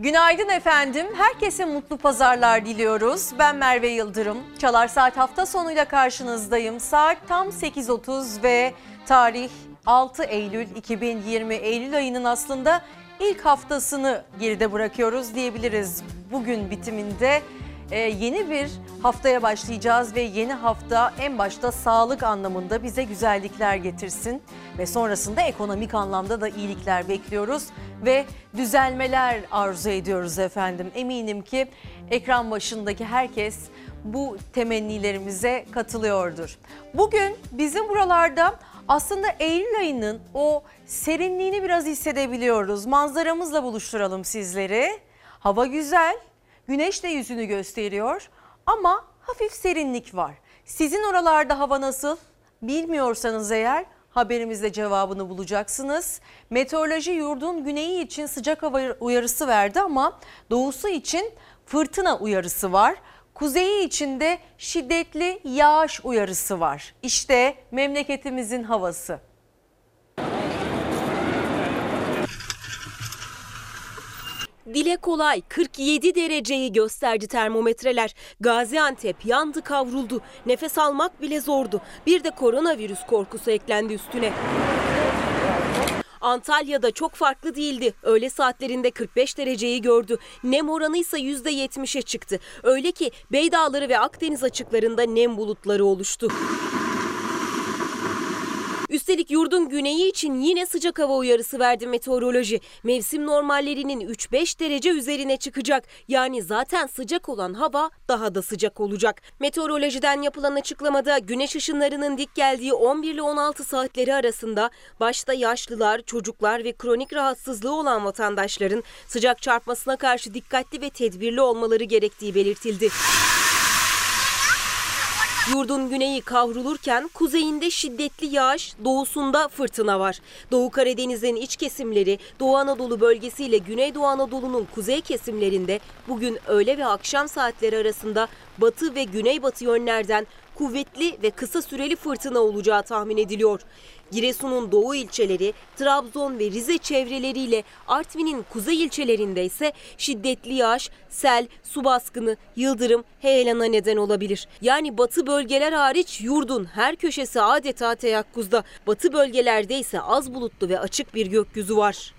Günaydın efendim. Herkese mutlu pazarlar diliyoruz. Ben Merve Yıldırım. Çalar Saat hafta sonuyla karşınızdayım. Saat tam 8.30 ve tarih 6 Eylül 2020. Eylül ayının aslında ilk haftasını geride bırakıyoruz diyebiliriz. Bugün bitiminde yeni bir haftaya başlayacağız ve yeni hafta en başta sağlık anlamında bize güzellikler getirsin ve sonrasında ekonomik anlamda da iyilikler bekliyoruz ve düzelmeler arzu ediyoruz efendim. Eminim ki ekran başındaki herkes bu temennilerimize katılıyordur. Bugün bizim buralarda aslında Eylül ayının o serinliğini biraz hissedebiliyoruz. Manzaramızla buluşturalım sizleri. Hava güzel. Güneş de yüzünü gösteriyor ama hafif serinlik var. Sizin oralarda hava nasıl? Bilmiyorsanız eğer haberimizde cevabını bulacaksınız. Meteoroloji yurdun güneyi için sıcak hava uyarısı verdi ama doğusu için fırtına uyarısı var. Kuzeyi için de şiddetli yağış uyarısı var. İşte memleketimizin havası. Dile kolay 47 dereceyi gösterdi termometreler. Gaziantep yandı kavruldu. Nefes almak bile zordu. Bir de koronavirüs korkusu eklendi üstüne. Antalya'da çok farklı değildi. Öğle saatlerinde 45 dereceyi gördü. Nem oranı ise %70'e çıktı. Öyle ki Beydağları ve Akdeniz açıklarında nem bulutları oluştu. Üstelik yurdun güneyi için yine sıcak hava uyarısı verdi meteoroloji. Mevsim normallerinin 3-5 derece üzerine çıkacak. Yani zaten sıcak olan hava daha da sıcak olacak. Meteorolojiden yapılan açıklamada güneş ışınlarının dik geldiği 11 ile 16 saatleri arasında başta yaşlılar, çocuklar ve kronik rahatsızlığı olan vatandaşların sıcak çarpmasına karşı dikkatli ve tedbirli olmaları gerektiği belirtildi. Yurdun güneyi kavrulurken kuzeyinde şiddetli yağış, doğusunda fırtına var. Doğu Karadeniz'in iç kesimleri, Doğu Anadolu bölgesiyle Güneydoğu Anadolu'nun kuzey kesimlerinde bugün öğle ve akşam saatleri arasında batı ve güneybatı yönlerden kuvvetli ve kısa süreli fırtına olacağı tahmin ediliyor. Giresun'un doğu ilçeleri, Trabzon ve Rize çevreleriyle Artvin'in kuzey ilçelerinde ise şiddetli yağış, sel, su baskını, yıldırım, heyelana neden olabilir. Yani batı bölgeler hariç yurdun her köşesi adeta teyakkuzda. Batı bölgelerde ise az bulutlu ve açık bir gökyüzü var.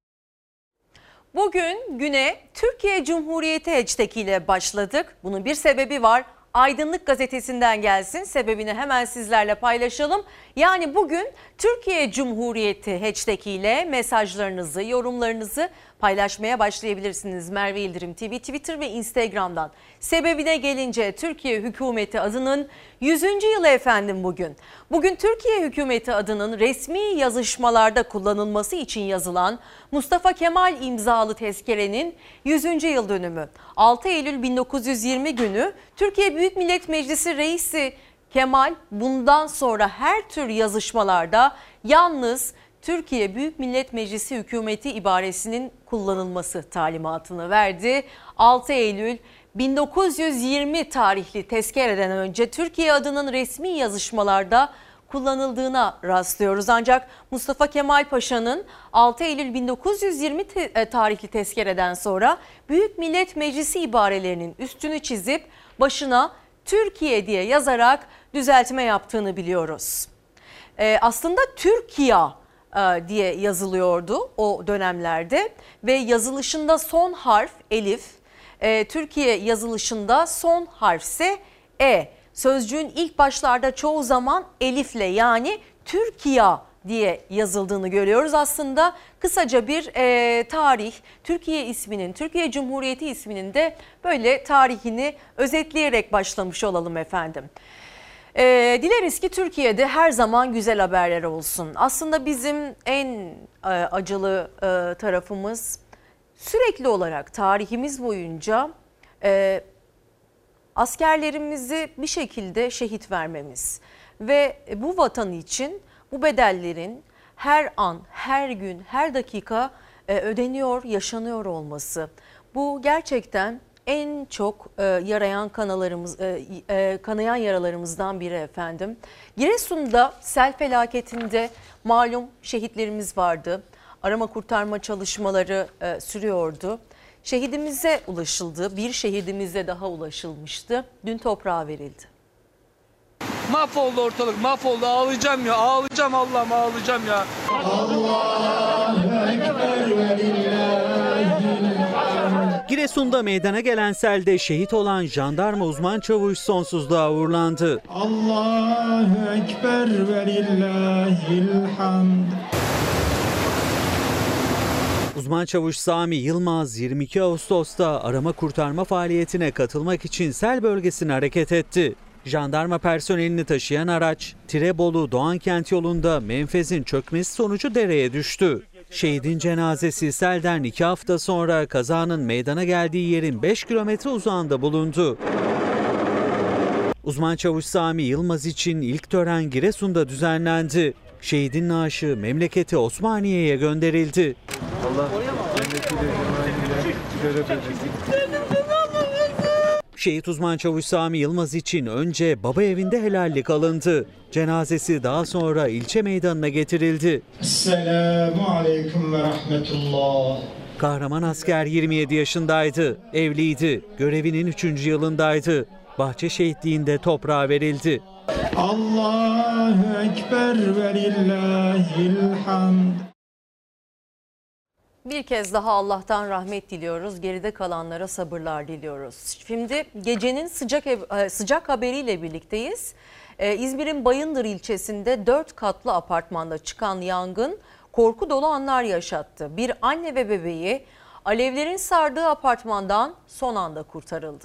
Bugün güne Türkiye Cumhuriyeti hashtag ile başladık. Bunun bir sebebi var. Aydınlık Gazetesi'nden gelsin. Sebebini hemen sizlerle paylaşalım. Yani bugün Türkiye Cumhuriyeti hashtag ile mesajlarınızı, yorumlarınızı paylaşmaya başlayabilirsiniz. Merve Yıldırım TV, Twitter ve Instagram'dan. Sebebine gelince Türkiye Hükümeti adının 100. yılı efendim bugün. Bugün Türkiye Hükümeti adının resmi yazışmalarda kullanılması için yazılan Mustafa Kemal imzalı tezkerenin 100. yıl dönümü. 6 Eylül 1920 günü Türkiye Büyük Millet Meclisi Reisi Kemal bundan sonra her tür yazışmalarda yalnız Türkiye Büyük Millet Meclisi Hükümeti ibaresinin kullanılması talimatını verdi. 6 Eylül 1920 tarihli tezkereden önce Türkiye adının resmi yazışmalarda kullanıldığına rastlıyoruz. Ancak Mustafa Kemal Paşa'nın 6 Eylül 1920 tarihli tezkereden sonra Büyük Millet Meclisi ibarelerinin üstünü çizip başına Türkiye diye yazarak düzeltme yaptığını biliyoruz. Aslında Türkiye diye yazılıyordu o dönemlerde ve yazılışında son harf elif, Türkiye yazılışında son harf ise e. Sözcüğün ilk başlarda çoğu zaman elifle yani Türkiye diye yazıldığını görüyoruz. Aslında kısaca bir tarih, Türkiye isminin, Türkiye Cumhuriyeti isminin de böyle tarihini özetleyerek başlamış olalım efendim. Dileriz ki Türkiye'de her zaman güzel haberler olsun. Aslında bizim en acılı tarafımız sürekli olarak tarihimiz boyunca askerlerimizi bir şekilde şehit vermemiz ve bu vatan için bu bedellerin her an, her gün, her dakika ödeniyor, yaşanıyor olması. Bu gerçekten en çok kanayan yaralarımızdan biri efendim. Giresun'da sel felaketinde malum şehitlerimiz vardı. Arama kurtarma çalışmaları sürüyordu. Şehidimize ulaşıldı. Bir şehidimize daha ulaşılmıştı. Dün toprağa verildi. Mahvoldu ortalık, mahvoldu. Ağlayacağım ya, ağlayacağım Allah'ım, ağlayacağım ya. Giresun'da meydana gelen selde şehit olan jandarma uzman çavuş sonsuzluğa uğurlandı. Allahu Ekber ve lillahil hamd. Uzman çavuş Sami Yılmaz 22 Ağustos'ta arama kurtarma faaliyetine katılmak için sel bölgesine hareket etti. Jandarma personelini taşıyan araç Tirebolu Doğankent yolunda menfezin çökmesi sonucu dereye düştü. Şehidin cenazesi selden 2 hafta sonra kazanın meydana geldiği yerin 5 kilometre uzağında bulundu. Uzman çavuş Sami Yılmaz için ilk tören Giresun'da düzenlendi. Şehidin naaşı memleketi Osmaniye'ye gönderildi. Allah Şehit uzman çavuş Sami Yılmaz için önce baba evinde helallik alındı. Cenazesi daha sonra ilçe meydanına getirildi. Esselamu aleyküm ve rahmetullah. Kahraman asker 27 yaşındaydı, evliydi, görevinin 3. yılındaydı. Bahçe şehitliğinde toprağa verildi. Allahu Ekber ve lillahil hamd. Bir kez daha Allah'tan rahmet diliyoruz. Geride kalanlara sabırlar diliyoruz. Şimdi gecenin sıcak haberiyle birlikteyiz. İzmir'in Bayındır ilçesinde 4 katlı apartmanda çıkan yangın korku dolu anlar yaşattı. Bir anne ve bebeği alevlerin sardığı apartmandan son anda kurtarıldı.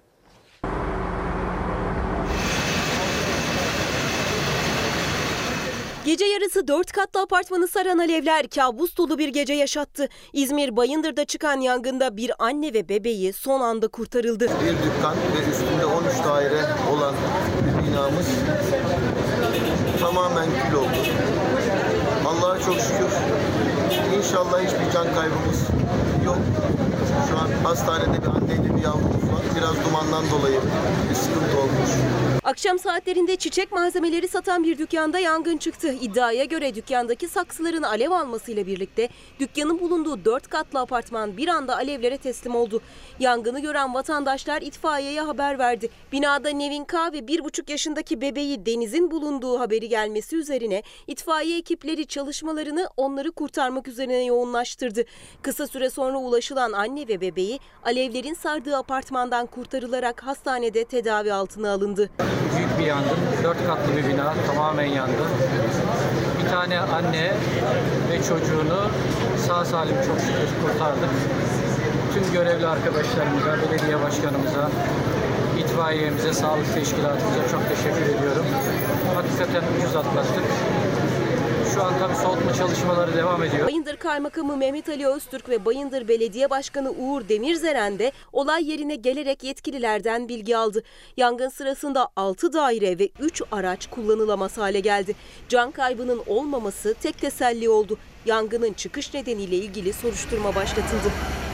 Gece yarısı 4 katlı apartmanı saran alevler kabus dolu bir gece yaşattı. İzmir Bayındır'da çıkan yangında bir anne ve bebeği son anda kurtarıldı. Bir dükkan ve üstünde 13 daire olan bir binamız tamamen kül oldu. Allah'a çok şükür. İnşallah hiçbir can kaybımız yok. Şu an hastanede bir anneyle bir yavrumuz var. Biraz dumandan dolayı bir sıkıntı olmuş. Akşam saatlerinde çiçek malzemeleri satan bir dükkanda yangın çıktı. İddiaya göre dükkandaki saksıların alev almasıyla birlikte dükkanın bulunduğu 4 katlı apartman bir anda alevlere teslim oldu. Yangını gören vatandaşlar itfaiyeye haber verdi. Binada Nevin K. ve 1,5 yaşındaki bebeği Deniz'in bulunduğu haberi gelmesi üzerine itfaiye ekipleri çalışmalarını onları kurtarmak üzerine yoğunlaştırdı. Kısa süre sonra ulaşılan anne ve bebeği alevlerin sardığı apartmandan kurtarılarak hastanede tedavi altına alındı. Büyük bir yangın, 4 katlı bir bina tamamen yandı. Bir tane anne ve çocuğunu sağ salim çok şükür kurtardık. Tüm görevli arkadaşlarımıza, belediye başkanımıza, itfaiyemize, sağlık teşkilatımıza çok teşekkür ediyorum. Hakikaten ucuz atlattık. Şu an tabii soğutma çalışmaları devam ediyor. Bayındır Kaymakamı Mehmet Ali Öztürk ve Bayındır Belediye Başkanı Uğur Demirzeren de olay yerine gelerek yetkililerden bilgi aldı. Yangın sırasında 6 daire ve 3 araç kullanılamaz hale geldi. Can kaybının olmaması tek teselli oldu. Yangının çıkış nedeniyle ilgili soruşturma başlatıldı.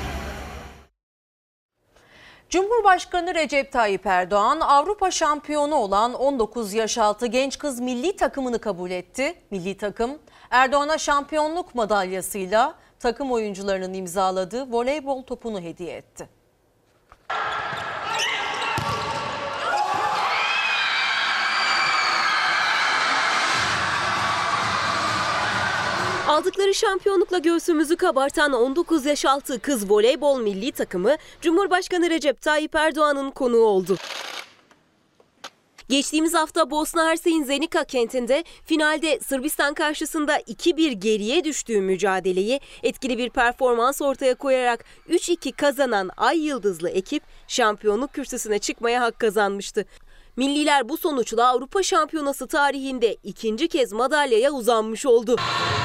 Cumhurbaşkanı Recep Tayyip Erdoğan Avrupa şampiyonu olan 19 yaş altı genç kız milli takımını kabul etti. Milli takım Erdoğan'a şampiyonluk madalyasıyla takım oyuncularının imzaladığı voleybol topunu hediye etti. Aldıkları şampiyonlukla göğsümüzü kabartan 19 yaş altı kız voleybol milli takımı Cumhurbaşkanı Recep Tayyip Erdoğan'ın konuğu oldu. Geçtiğimiz hafta Bosna Hersek'in Zenica kentinde finalde Sırbistan karşısında 2-1 geriye düştüğü mücadeleyi etkili bir performans ortaya koyarak 3-2 kazanan Ay Yıldızlı ekip şampiyonluk kürsüsüne çıkmaya hak kazanmıştı. Milliler bu sonuçla Avrupa Şampiyonası tarihinde ikinci kez madalyaya uzanmış oldu.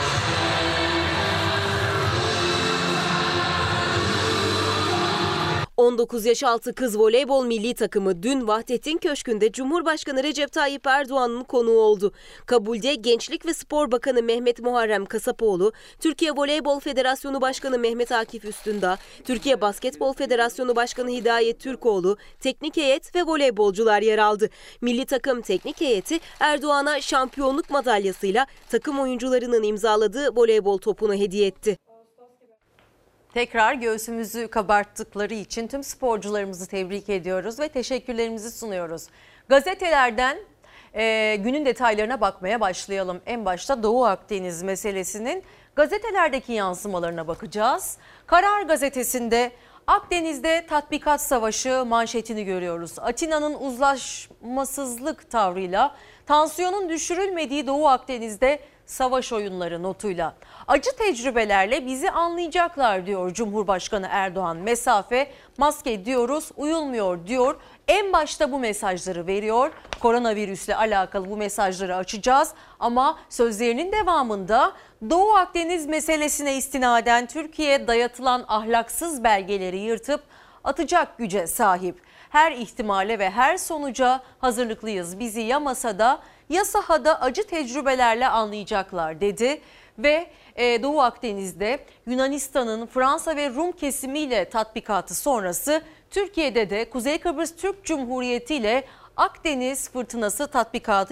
...19 yaş altı kız voleybol milli takımı dün Vahdettin Köşkü'nde Cumhurbaşkanı Recep Tayyip Erdoğan'ın konuğu oldu. Kabulde Gençlik ve Spor Bakanı Mehmet Muharrem Kasapoğlu, Türkiye Voleybol Federasyonu Başkanı Mehmet Akif Üstündağ, Türkiye Basketbol Federasyonu Başkanı Hidayet Türkoğlu, teknik heyet ve voleybolcular yer aldı. Milli takım teknik heyeti Erdoğan'a şampiyonluk madalyasıyla takım oyuncularının imzaladığı voleybol topunu hediye etti. Tekrar göğsümüzü kabarttıkları için tüm sporcularımızı tebrik ediyoruz ve teşekkürlerimizi sunuyoruz. Gazetelerden günün detaylarına bakmaya başlayalım. En başta Doğu Akdeniz meselesinin gazetelerdeki yansımalarına bakacağız. Karar gazetesinde Akdeniz'de tatbikat savaşı manşetini görüyoruz. Atina'nın uzlaşmasızlık tavrıyla tansiyonun düşürülmediği Doğu Akdeniz'de savaş oyunları notuyla. Acı tecrübelerle bizi anlayacaklar diyor Cumhurbaşkanı Erdoğan. Mesafe, maske diyoruz, uyulmuyor diyor. En başta bu mesajları veriyor. Koronavirüsle alakalı bu mesajları açacağız. Ama sözlerinin devamında Doğu Akdeniz meselesine istinaden Türkiye dayatılan ahlaksız belgeleri yırtıp atacak güce sahip. Her ihtimale ve her sonuca hazırlıklıyız. Bizi ya masada ya sahada acı tecrübelerle anlayacaklar dedi. Ve Doğu Akdeniz'de Yunanistan'ın Fransa ve Rum kesimiyle tatbikatı sonrası Türkiye'de de Kuzey Kıbrıs Türk Cumhuriyeti ile Akdeniz fırtınası tatbikatı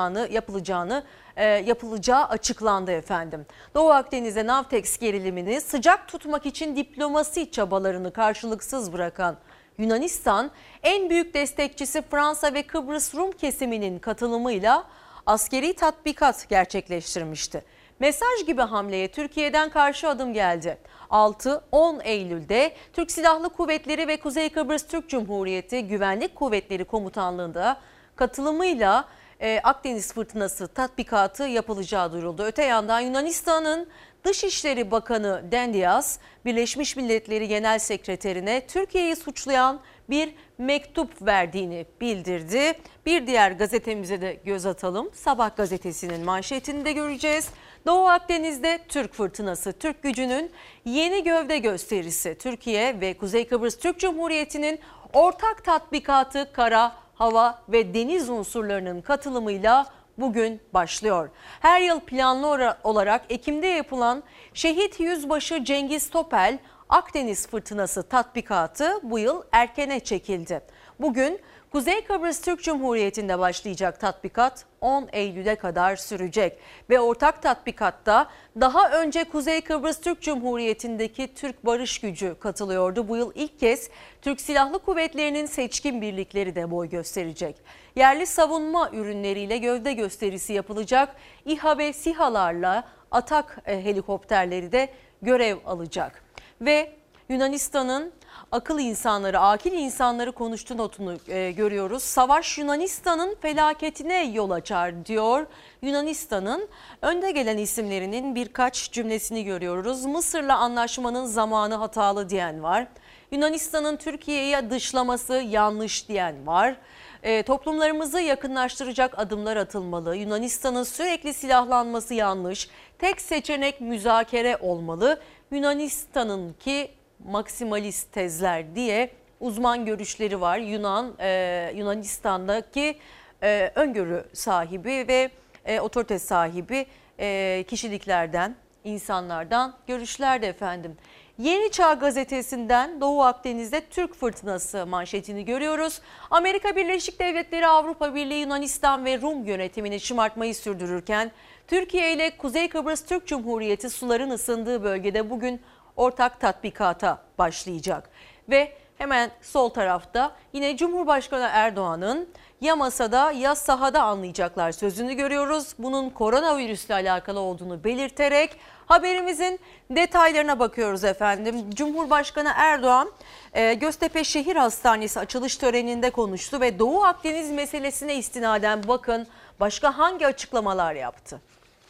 yapılacağı açıklandı efendim. Doğu Akdeniz'de Navtex gerilimini sıcak tutmak için diplomasi çabalarını karşılıksız bırakan Yunanistan, en büyük destekçisi Fransa ve Kıbrıs Rum kesiminin katılımıyla askeri tatbikat gerçekleştirmişti. Mesaj gibi hamleye Türkiye'den karşı adım geldi. 6-10 Eylül'de Türk Silahlı Kuvvetleri ve Kuzey Kıbrıs Türk Cumhuriyeti Güvenlik Kuvvetleri Komutanlığı'nda katılımıyla Akdeniz fırtınası tatbikatı yapılacağı duyuruldu. Öte yandan Yunanistan'ın Dışişleri Bakanı Dendias, Birleşmiş Milletleri Genel Sekreterine Türkiye'yi suçlayan bir mektup verdiğini bildirdi. Bir diğer gazetemize de göz atalım. Sabah gazetesinin manşetini de göreceğiz. Doğu Akdeniz'de Türk fırtınası, Türk gücünün yeni gövde gösterisi. Türkiye ve Kuzey Kıbrıs Türk Cumhuriyeti'nin ortak tatbikatı kara, hava ve deniz unsurlarının katılımıyla bugün başlıyor. Her yıl planlı olarak Ekim'de yapılan Şehit Yüzbaşı Cengiz Topel Akdeniz fırtınası tatbikatı bu yıl erkene çekildi. Bugün Kuzey Kıbrıs Türk Cumhuriyeti'nde başlayacak tatbikat 10 Eylül'e kadar sürecek ve ortak tatbikatta daha önce Kuzey Kıbrıs Türk Cumhuriyeti'ndeki Türk Barış Gücü katılıyordu. Bu yıl ilk kez Türk Silahlı Kuvvetleri'nin seçkin birlikleri de boy gösterecek. Yerli savunma ürünleriyle gövde gösterisi yapılacak. İHA ve SİHA'larla atak helikopterleri de görev alacak. Ve Yunanistan'ın akıl insanları konuştu notunu görüyoruz. Savaş Yunanistan'ın felaketine yol açar diyor. Yunanistan'ın önde gelen isimlerinin birkaç cümlesini görüyoruz. Mısır'la anlaşmanın zamanı hatalı diyen var. Yunanistan'ın Türkiye'ye dışlaması yanlış diyen var. Toplumlarımızı yakınlaştıracak adımlar atılmalı. Yunanistan'ın sürekli silahlanması yanlış. Tek seçenek müzakere olmalı. Yunanistan'ınki maksimalist tezler diye uzman görüşleri var. Yunanistan'daki öngörü sahibi ve otorite sahibi kişiliklerden, insanlardan görüşler de efendim. Yeni Çağ gazetesinden Doğu Akdeniz'de Türk fırtınası manşetini görüyoruz. Amerika Birleşik Devletleri, Avrupa Birliği, Yunanistan ve Rum yönetimini şımartmayı sürdürürken Türkiye ile Kuzey Kıbrıs Türk Cumhuriyeti suların ısındığı bölgede bugün ortak tatbikata başlayacak. Ve hemen sol tarafta yine Cumhurbaşkanı Erdoğan'ın ya masada ya sahada anlayacaklar sözünü görüyoruz. Bunun koronavirüsle alakalı olduğunu belirterek haberimizin detaylarına bakıyoruz efendim. Cumhurbaşkanı Erdoğan Göztepe Şehir Hastanesi açılış töreninde konuştu ve Doğu Akdeniz meselesine istinaden bakın başka hangi açıklamalar yaptı?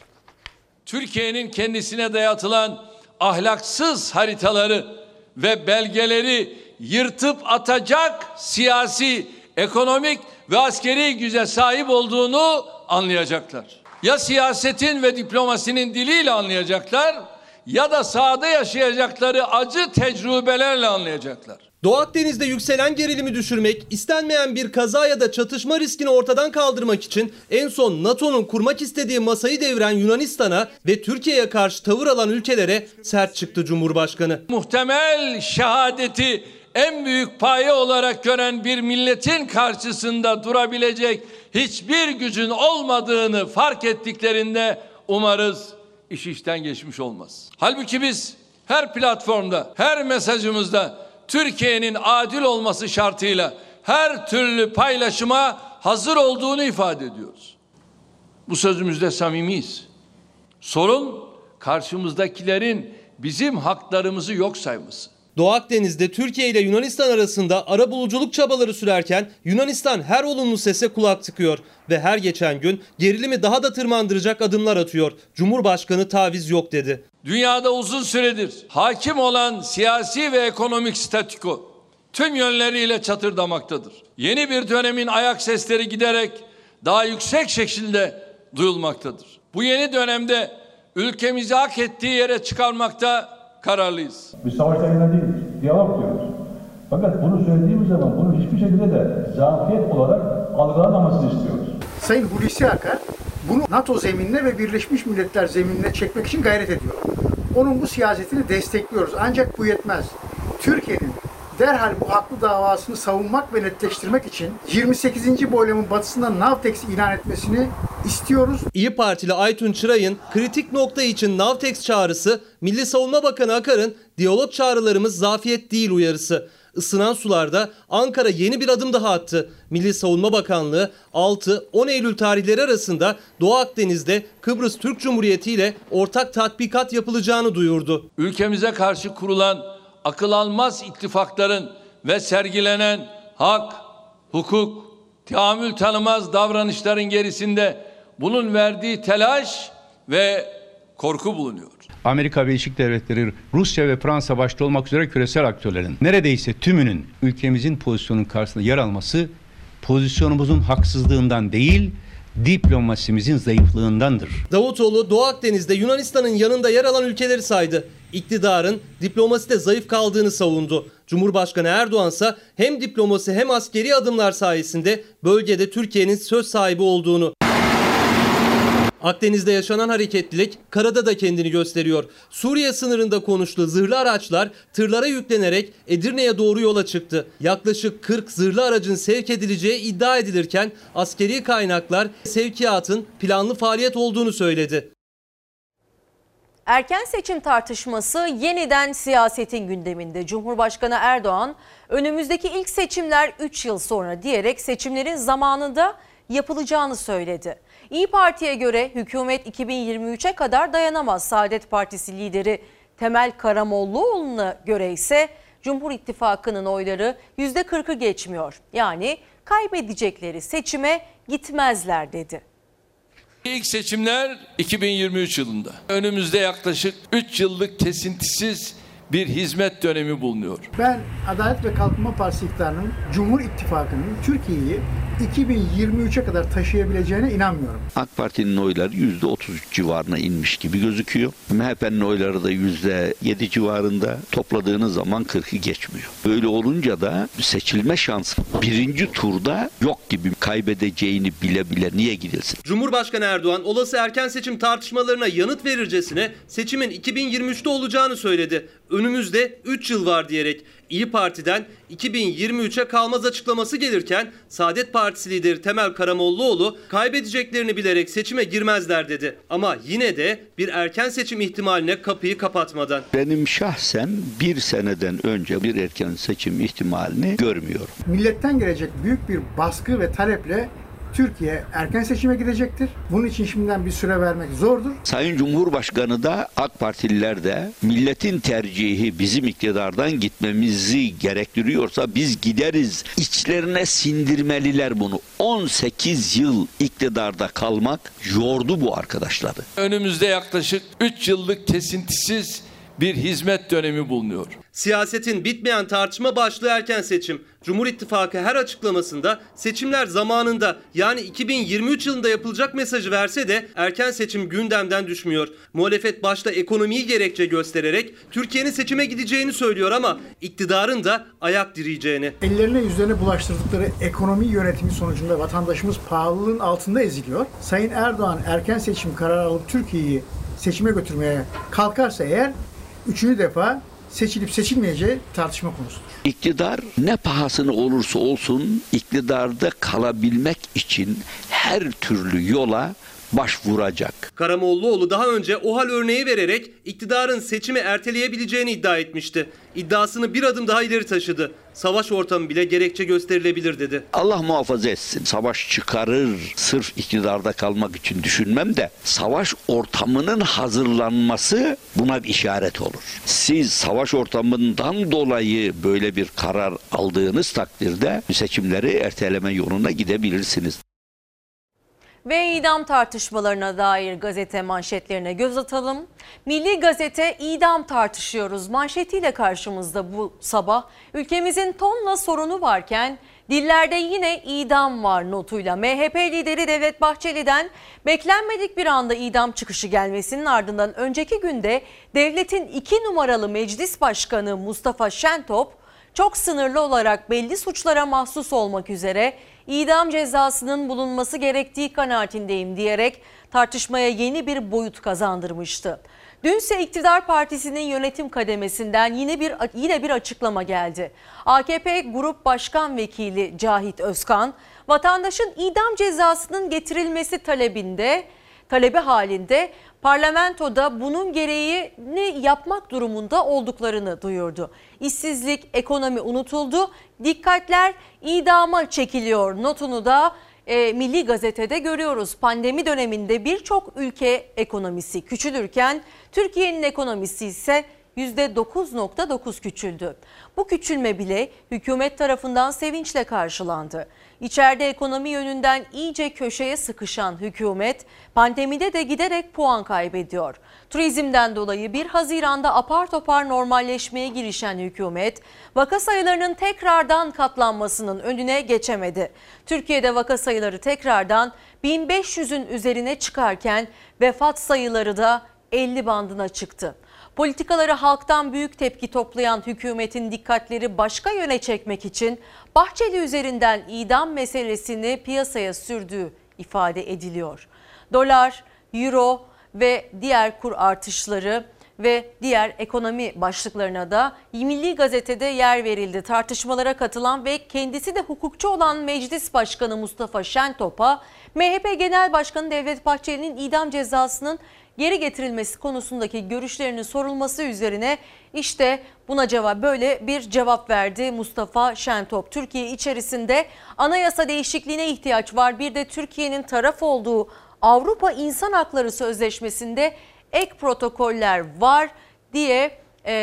Türkiye'nin kendisine dayatılan ahlaksız haritaları ve belgeleri yırtıp atacak siyasi, ekonomik ve askeri güce sahip olduğunu anlayacaklar. Ya siyasetin ve diplomasinin diliyle anlayacaklar ya da sahada yaşayacakları acı tecrübelerle anlayacaklar. Doğu Akdeniz'de yükselen gerilimi düşürmek, istenmeyen bir kaza ya da çatışma riskini ortadan kaldırmak için en son NATO'nun kurmak istediği masayı deviren Yunanistan'a ve Türkiye'ye karşı tavır alan ülkelere sert çıktı Cumhurbaşkanı. Muhtemel şehadeti en büyük paye olarak gören bir milletin karşısında durabilecek hiçbir gücün olmadığını fark ettiklerinde umarız iş işten geçmiş olmaz. Halbuki biz Her platformda, her mesajımızda Türkiye'nin adil olması şartıyla her türlü paylaşıma hazır olduğunu ifade ediyoruz. Bu sözümüzde samimiyiz. Sorun karşımızdakilerin bizim haklarımızı yok sayması. Doğu Akdeniz'de Türkiye ile Yunanistan arasında arabuluculuk çabaları sürerken Yunanistan her olumlu sese kulak tıkıyor ve her geçen gün gerilimi daha da tırmandıracak adımlar atıyor. Cumhurbaşkanı taviz yok dedi. Dünyada uzun süredir hakim olan siyasi ve ekonomik statüko tüm yönleriyle çatırdamaktadır. Yeni bir dönemin ayak sesleri giderek daha yüksek şekilde duyulmaktadır. Bu yeni dönemde ülkemizi hak ettiği yere çıkarmakta kararlıyız. Biz savaştan yana değiliz, diyalog diyoruz. Fakat bunu söylediğimiz zaman bunu hiçbir şekilde de zafiyet olarak algılanmamasını istiyoruz. Sayın Hulusi Akar bunu NATO zeminine ve Birleşmiş Milletler zeminine çekmek için gayret ediyor. Onun bu siyasetini destekliyoruz. Ancak bu yetmez. Türkiye'nin derhal bu haklı davasını savunmak ve netleştirmek için 28. boylamın batısında Navtex ilan etmesini istiyoruz. İyi Partili Aytun Çıray'ın kritik nokta için Navtex çağrısı, Milli Savunma Bakanı Akar'ın diyalog çağrılarımız zafiyet değil uyarısı. Isınan sularda Ankara yeni bir adım daha attı. Milli Savunma Bakanlığı 6-10 Eylül tarihleri arasında Doğu Akdeniz'de Kıbrıs Türk Cumhuriyeti ile ortak tatbikat yapılacağını duyurdu. Ülkemize karşı kurulan akıl almaz ittifakların ve sergilenen hak, hukuk, tahammül tanımaz davranışların gerisinde bunun verdiği telaş ve korku bulunuyor. Amerika Birleşik Devletleri, Rusya ve Fransa başta olmak üzere küresel aktörlerin neredeyse tümünün ülkemizin pozisyonunun karşısında yer alması pozisyonumuzun haksızlığından değil, diplomasimizin zayıflığındandır. Davutoğlu Doğu Akdeniz'de Yunanistan'ın yanında yer alan ülkeleri saydı. İktidarın diplomaside zayıf kaldığını savundu. Cumhurbaşkanı Erdoğan ise hem diplomasi hem askeri adımlar sayesinde bölgede Türkiye'nin söz sahibi olduğunu. Akdeniz'de yaşanan hareketlilik karada da kendini gösteriyor. Suriye sınırında konuştuğu zırhlı araçlar tırlara yüklenerek Edirne'ye doğru yola çıktı. Yaklaşık 40 zırhlı aracın sevk edileceği iddia edilirken askeri kaynaklar sevkiyatın planlı faaliyet olduğunu söyledi. Erken seçim tartışması yeniden siyasetin gündeminde. Cumhurbaşkanı Erdoğan önümüzdeki ilk seçimler 3 yıl sonra diyerek seçimlerin zamanında yapılacağını söyledi. İyi Parti'ye göre hükümet 2023'e kadar dayanamaz. Saadet Partisi lideri Temel Karamollaoğlu'na göre ise Cumhur İttifakı'nın oyları %40'ı geçmiyor. Yani kaybedecekleri seçime gitmezler dedi. İlk seçimler 2023 yılında. Önümüzde yaklaşık 3 yıllık kesintisiz bir hizmet dönemi bulunuyor. Ben Adalet ve Kalkınma Partisi iktidarının Cumhur İttifakı'nın Türkiye'yi 2023'e kadar taşıyabileceğine inanmıyorum. AK Parti'nin oyları %33 civarına inmiş gibi gözüküyor. MHP'nin oyları da %7 civarında. Topladığınız zaman 40'ı geçmiyor. Böyle olunca da seçilme şansı birinci turda yok gibi, kaybedeceğini bile bile niye gidilsin? Cumhurbaşkanı Erdoğan olası erken seçim tartışmalarına yanıt verircesine seçimin 2023'te olacağını söyledi. Önümüzde 3 yıl var diyerek İyi Parti'den 2023'e kalmaz açıklaması gelirken Saadet Partisi lideri Temel Karamollaoğlu kaybedeceklerini bilerek seçime girmezler dedi. Ama yine de bir erken seçim ihtimaline kapıyı kapatmadan. Benim şahsen bir seneden önce bir erken seçim ihtimalini görmüyorum. Milletten gelecek büyük bir baskı ve taleple Türkiye erken seçime gidecektir. Bunun için şimdiden bir süre vermek zordur. Sayın Cumhurbaşkanı da AK Partililer de milletin tercihi bizim iktidardan gitmemizi gerektiriyorsa biz gideriz. İçlerine sindirmeliler bunu. 18 yıl iktidarda kalmak yordu bu arkadaşları. Önümüzde yaklaşık 3 yıllık kesintisiz bir hizmet dönemi bulunuyor. Siyasetin bitmeyen tartışma başlığı erken seçim. Cumhur İttifakı her açıklamasında seçimler zamanında yani 2023 yılında yapılacak mesajı verse de erken seçim gündemden düşmüyor. Muhalefet başta ekonomiyi gerekçe göstererek Türkiye'nin seçime gideceğini söylüyor ama iktidarın da ayak direyeceğini. Ellerine yüzlerine bulaştırdıkları ekonomi yönetimi sonucunda vatandaşımız pahalılığın altında eziliyor. Sayın Erdoğan erken seçim kararı alıp Türkiye'yi seçime götürmeye kalkarsa eğer 3. defa seçilip seçilmeyeceği tartışma konusudur. İktidar ne pahasına olursa olsun iktidarda kalabilmek için her türlü yola başvuracak. Karamollaoğlu daha önce OHAL örneği vererek iktidarın seçimi erteleyebileceğini iddia etmişti. İddiasını bir adım daha ileri taşıdı. Savaş ortamı bile gerekçe gösterilebilir dedi. Allah muhafaza etsin. Savaş çıkarır. Sırf iktidarda kalmak için düşünmem de savaş ortamının hazırlanması buna bir işaret olur. Siz savaş ortamından dolayı böyle bir karar aldığınız takdirde seçimleri erteleme yoluna gidebilirsiniz. Ve idam tartışmalarına dair gazete manşetlerine göz atalım. Milli Gazete idam tartışıyoruz manşetiyle karşımızda bu sabah. Ülkemizin tonla sorunu varken dillerde yine idam var notuyla. MHP lideri Devlet Bahçeli'den beklenmedik bir anda idam çıkışı gelmesinin ardından önceki günde devletin 2 numaralı Meclis Başkanı Mustafa Şentop çok sınırlı olarak belli suçlara mahsus olmak üzere idam cezasının bulunması gerektiği kanaatindeyim diyerek tartışmaya yeni bir boyut kazandırmıştı. Dünse iktidar partisinin yönetim kademesinden yine bir açıklama geldi. AKP Grup Başkan Vekili Cahit Özkan, vatandaşın idam cezasının getirilmesi talebi halinde parlamentoda bunun gereğini yapmak durumunda olduklarını duyurdu. İşsizlik, ekonomi unutuldu, dikkatler idama çekiliyor notunu da Milli Gazete'de görüyoruz. Pandemi döneminde birçok ülke ekonomisi küçülürken Türkiye'nin ekonomisi ise %9.9 küçüldü. Bu küçülme bile hükümet tarafından sevinçle karşılandı. İçeride ekonomi yönünden iyice köşeye sıkışan hükümet pandemide de giderek puan kaybediyor. Turizmden dolayı 1 Haziran'da apar topar normalleşmeye girişen hükümet vaka sayılarının tekrardan katlanmasının önüne geçemedi. Türkiye'de vaka sayıları tekrardan 1500'ün üzerine çıkarken vefat sayıları da 50 bandına çıktı. Politikaları halktan büyük tepki toplayan hükümetin dikkatleri başka yöne çekmek için Bahçeli üzerinden idam meselesini piyasaya sürdüğü ifade ediliyor. Dolar, euro ve diğer kur artışları ve diğer ekonomi başlıklarına da Milli Gazete'de yer verildi. Tartışmalara katılan ve kendisi de hukukçu olan Meclis Başkanı Mustafa Şentop'a MHP Genel Başkanı Devlet Bahçeli'nin idam cezasının geri getirilmesi konusundaki görüşlerinin sorulması üzerine işte buna böyle bir cevap verdi Mustafa Şentop. Türkiye içerisinde anayasa değişikliğine ihtiyaç var. Bir de Türkiye'nin taraf olduğu Avrupa İnsan Hakları Sözleşmesi'nde ek protokoller var diye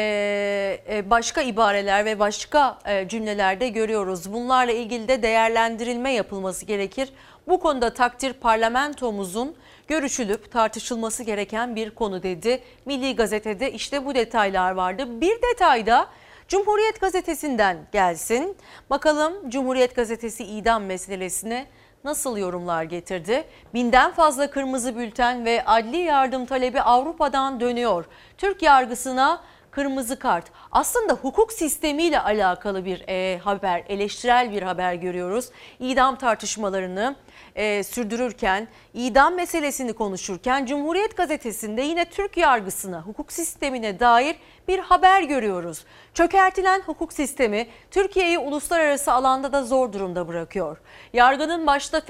başka ibareler ve başka cümlelerde görüyoruz. Bunlarla ilgili de değerlendirilme yapılması gerekir. Bu konuda takdir parlamentomuzun görüşülüp tartışılması gereken bir konu dedi. Milli Gazete'de işte bu detaylar vardı. Bir detay da Cumhuriyet Gazetesi'nden gelsin. Bakalım Cumhuriyet Gazetesi idam meselesine nasıl yorumlar getirdi? 1000'den fazla kırmızı bülten ve adli yardım talebi Avrupa'dan dönüyor. Türk yargısına kırmızı kart. Aslında hukuk sistemiyle alakalı bir haber, eleştirel bir haber görüyoruz. İdam tartışmalarını sürdürürken, idam meselesini konuşurken Cumhuriyet Gazetesi'nde yine Türk yargısına, hukuk sistemine dair bir haber görüyoruz. Çökertilen hukuk sistemi Türkiye'yi uluslararası alanda da zor durumda bırakıyor. Yargının başta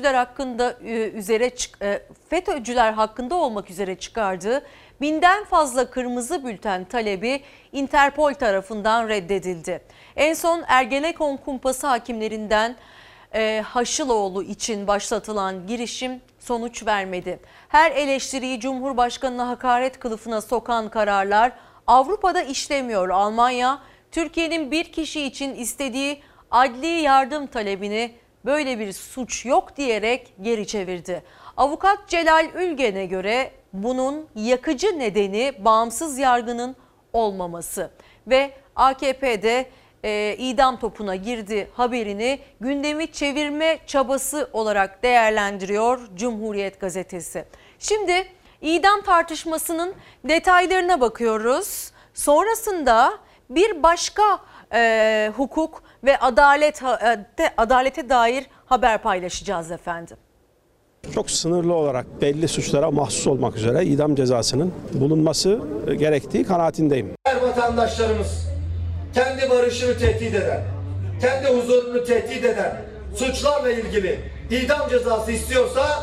FETÖ'cüler hakkında olmak üzere çıkardığı 1000'den fazla kırmızı bülten talebi Interpol tarafından reddedildi. En son Ergenekon kumpası hakimlerinden Haşıloğlu için başlatılan girişim sonuç vermedi. Her eleştiriyi Cumhurbaşkanı'na hakaret kılıfına sokan kararlar Avrupa'da işlemiyor. Almanya, Türkiye'nin bir kişi için istediği adli yardım talebini böyle bir suç yok diyerek geri çevirdi. Avukat Celal Ülgen'e göre bunun yakıcı nedeni bağımsız yargının olmaması ve AKP'de idam topuna girdi haberini gündemi çevirme çabası olarak değerlendiriyor Cumhuriyet Gazetesi. Şimdi idam tartışmasının detaylarına bakıyoruz. Sonrasında bir başka hukuk ve adalete dair haber paylaşacağız efendim. Çok sınırlı olarak belli suçlara mahsus olmak üzere idam cezasının bulunması gerektiği kanaatindeyim. Her vatandaşlarımız kendi barışını tehdit eden, kendi huzurunu tehdit eden suçlarla ilgili idam cezası istiyorsa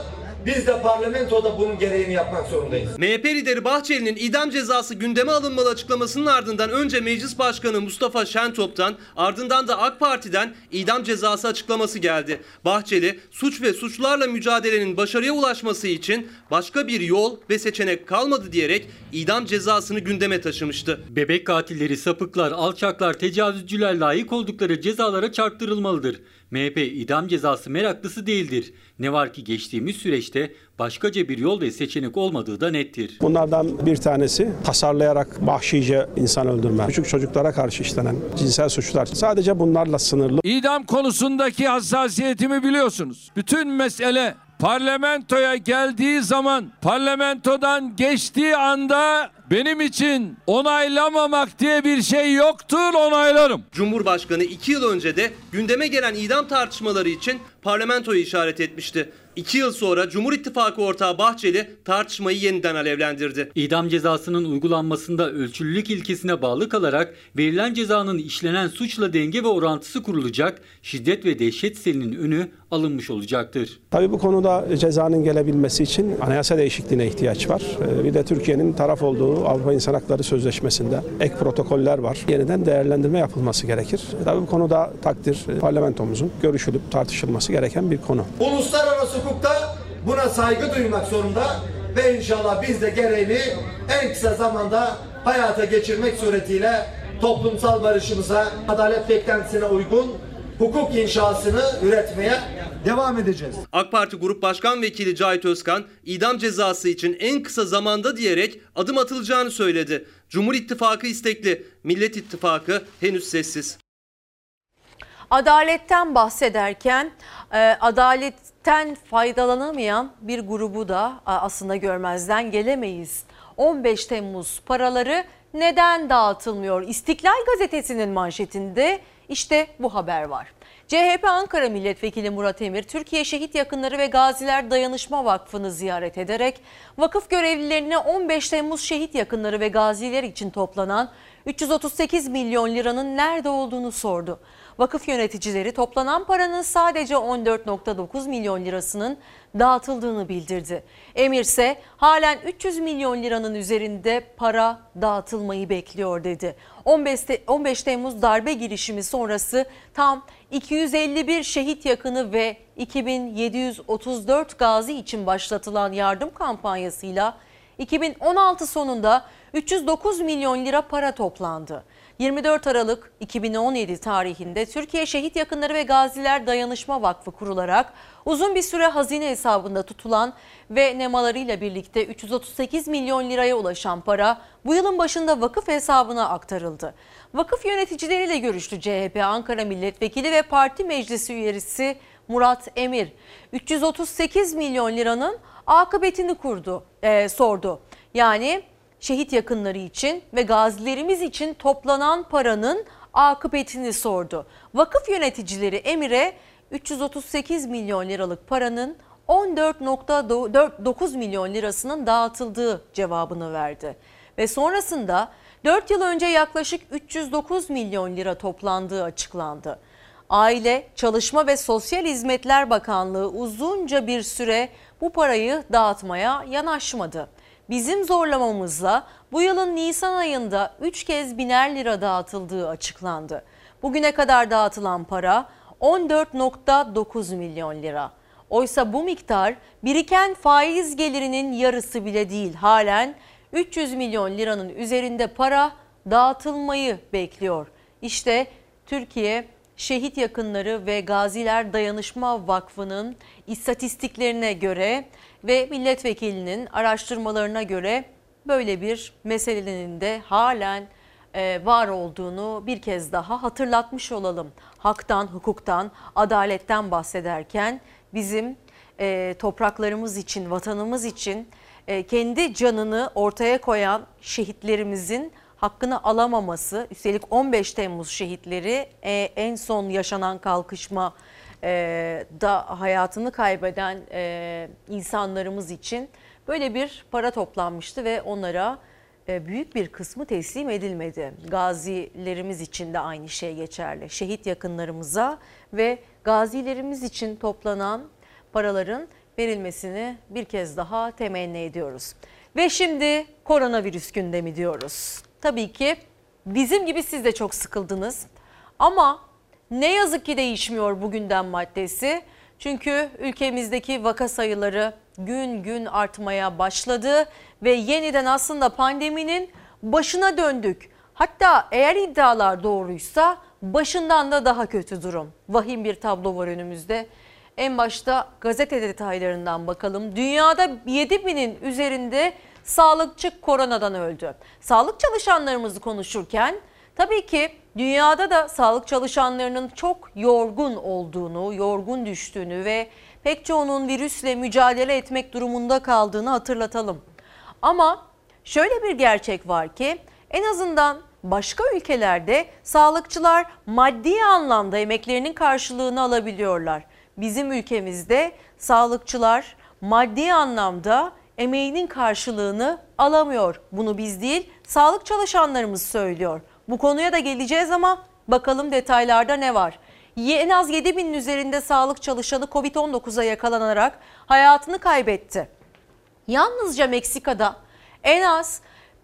biz de parlamentoda bunun gereğini yapmak zorundayız. MHP lideri Bahçeli'nin idam cezası gündeme alınmalı açıklamasının ardından önce Meclis Başkanı Mustafa Şentop'tan, ardından da AK Parti'den idam cezası açıklaması geldi. Bahçeli, suç ve suçlarla mücadelenin başarıya ulaşması için başka bir yol ve seçenek kalmadı diyerek idam cezasını gündeme taşımıştı. Bebek katilleri, sapıklar, alçaklar, tecavüzcüler layık oldukları cezalara çarptırılmalıdır. MHP idam cezası meraklısı değildir. Ne var ki geçtiğimiz süreçte başkaca bir yol ve seçenek olmadığı da nettir. Bunlardan bir tanesi tasarlayarak vahşice insan öldürme, küçük çocuklara karşı işlenen cinsel suçlar sadece bunlarla sınırlı. İdam konusundaki hassasiyetimi biliyorsunuz. Bütün mesele parlamentoya geldiği zaman, parlamentodan geçtiği anda benim için onaylamamak diye bir şey yoktur, onaylarım. Cumhurbaşkanı 2 yıl önce de gündeme gelen idam tartışmaları için parlamentoyu işaret etmişti. 2 yıl sonra Cumhur İttifakı ortağı Bahçeli tartışmayı yeniden alevlendirdi. İdam cezasının uygulanmasında ölçülülük ilkesine bağlı kalarak verilen cezanın işlenen suçla denge ve orantısı kurulacak, şiddet ve dehşet selinin önü alınmış olacaktır. Tabii bu konuda cezanın gelebilmesi için anayasa değişikliğine ihtiyaç var. Bir de Türkiye'nin taraf olduğu Avrupa İnsan Hakları Sözleşmesi'nde ek protokoller var. Yeniden değerlendirme yapılması gerekir. Tabii bu konuda takdir parlamentomuzun görüşülüp tartışılması gereken bir konu. Uluslararası hukukta buna saygı duymak zorunda ve inşallah biz de gereğini en kısa zamanda hayata geçirmek suretiyle toplumsal barışımıza, adalet beklentisine uygun hukuk inşasını üretmeye devam edeceğiz. AK Parti Grup Başkan Vekili Cahit Özkan, idam cezası için en kısa zamanda diyerek adım atılacağını söyledi. Cumhur İttifakı istekli, Millet İttifakı henüz sessiz. Adaletten bahsederken adaletten faydalanamayan bir grubu da aslında görmezden gelemeyiz. 15 Temmuz paraları neden dağıtılmıyor? İstiklal Gazetesi'nin manşetinde işte bu haber var. CHP Ankara Milletvekili Murat Emir, Türkiye Şehit Yakınları ve Gaziler Dayanışma Vakfı'nı ziyaret ederek vakıf görevlilerine 15 Temmuz şehit yakınları ve gaziler için toplanan 338 milyon liranın nerede olduğunu sordu. Vakıf yöneticileri toplanan paranın sadece 14,9 milyon lirasının dağıtıldığını bildirdi. Emir ise halen 300 milyon liranın üzerinde para dağıtılmayı bekliyor dedi. 15 Temmuz darbe girişimi sonrası tam 251 şehit yakını ve 2734 gazi için başlatılan yardım kampanyasıyla 2016 sonunda 309 milyon lira para toplandı. 24 Aralık 2017 tarihinde Türkiye Şehit Yakınları ve Gaziler Dayanışma Vakfı kurularak uzun bir süre hazine hesabında tutulan ve nemalarıyla birlikte 338 milyon liraya ulaşan para bu yılın başında vakıf hesabına aktarıldı. Vakıf yöneticileriyle görüştü CHP Ankara Milletvekili ve Parti Meclisi üyesi Murat Emir. 338 milyon liranın akıbetini sordu. Yani şehit yakınları için ve gazilerimiz için toplanan paranın akıbetini sordu. Vakıf yöneticileri Emir'e 338 milyon liralık paranın 14,9 milyon lirasının dağıtıldığı cevabını verdi. Ve sonrasında 4 yıl önce yaklaşık 309 milyon lira toplandığı açıklandı. Aile, Çalışma ve Sosyal Hizmetler Bakanlığı uzunca bir süre bu parayı dağıtmaya yanaşmadı. Bizim zorlamamızla bu yılın Nisan ayında 3 kez 1000'er lira dağıtıldığı açıklandı. Bugüne kadar dağıtılan para 14,9 milyon lira. Oysa bu miktar biriken faiz gelirinin yarısı bile değil. Halen 300 milyon liranın üzerinde para dağıtılmayı bekliyor. İşte Türkiye Şehit Yakınları ve Gaziler Dayanışma Vakfı'nın istatistiklerine göre ve milletvekilinin araştırmalarına göre böyle bir meselenin de halen var olduğunu bir kez daha hatırlatmış olalım. Haktan, hukuktan, adaletten bahsederken bizim topraklarımız için, vatanımız için kendi canını ortaya koyan şehitlerimizin hakkını alamaması, üstelik 15 Temmuz şehitleri en son yaşanan kalkışma da hayatını kaybeden insanlarımız için böyle bir para toplanmıştı ve onlara büyük bir kısmı teslim edilmedi. Gazilerimiz için de aynı şey geçerli. Şehit yakınlarımıza ve gazilerimiz için toplanan paraların verilmesini bir kez daha temenni ediyoruz. Ve şimdi koronavirüs gündemi diyoruz. Tabii ki bizim gibi siz de çok sıkıldınız ama ne yazık ki değişmiyor bu gündem maddesi. Çünkü ülkemizdeki vaka sayıları gün gün artmaya başladı ve yeniden aslında pandeminin başına döndük. Hatta eğer iddialar doğruysa başından da daha kötü durum. Vahim bir tablo var önümüzde. En başta gazete detaylarından bakalım. Dünyada 7.000'in üzerinde sağlıkçı koronadan öldü. Sağlık çalışanlarımızı konuşurken tabii ki dünyada da sağlık çalışanlarının çok yorgun olduğunu, yorgun düştüğünü ve pek çoğunun virüsle mücadele etmek durumunda kaldığını hatırlatalım. Ama şöyle bir gerçek var ki en azından başka ülkelerde sağlıkçılar maddi anlamda emeklerinin karşılığını alabiliyorlar. Bizim ülkemizde sağlıkçılar maddi anlamda emeğinin karşılığını alamıyor. Bunu biz değil, sağlık çalışanlarımız söylüyor. Bu konuya da geleceğiz ama bakalım detaylarda ne var? En az 7.000'in üzerinde sağlık çalışanı Covid-19'a yakalanarak hayatını kaybetti. Yalnızca Meksika'da en az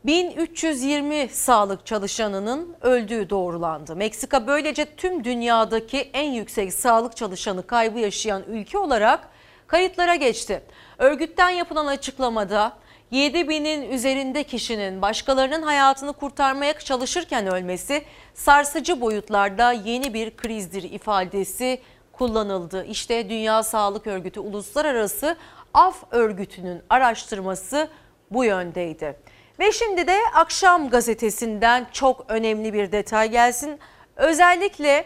1320 sağlık çalışanının öldüğü doğrulandı. Meksika böylece tüm dünyadaki en yüksek sağlık çalışanı kaybı yaşayan ülke olarak kayıtlara geçti. Örgütten yapılan açıklamada 7.000'in üzerinde kişinin başkalarının hayatını kurtarmaya çalışırken ölmesi sarsıcı boyutlarda yeni bir krizdir ifadesi kullanıldı. İşte Dünya Sağlık Örgütü Uluslararası Af Örgütü'nün araştırması bu yöndeydi. Ve şimdi de Akşam Gazetesi'nden çok önemli bir detay gelsin. Özellikle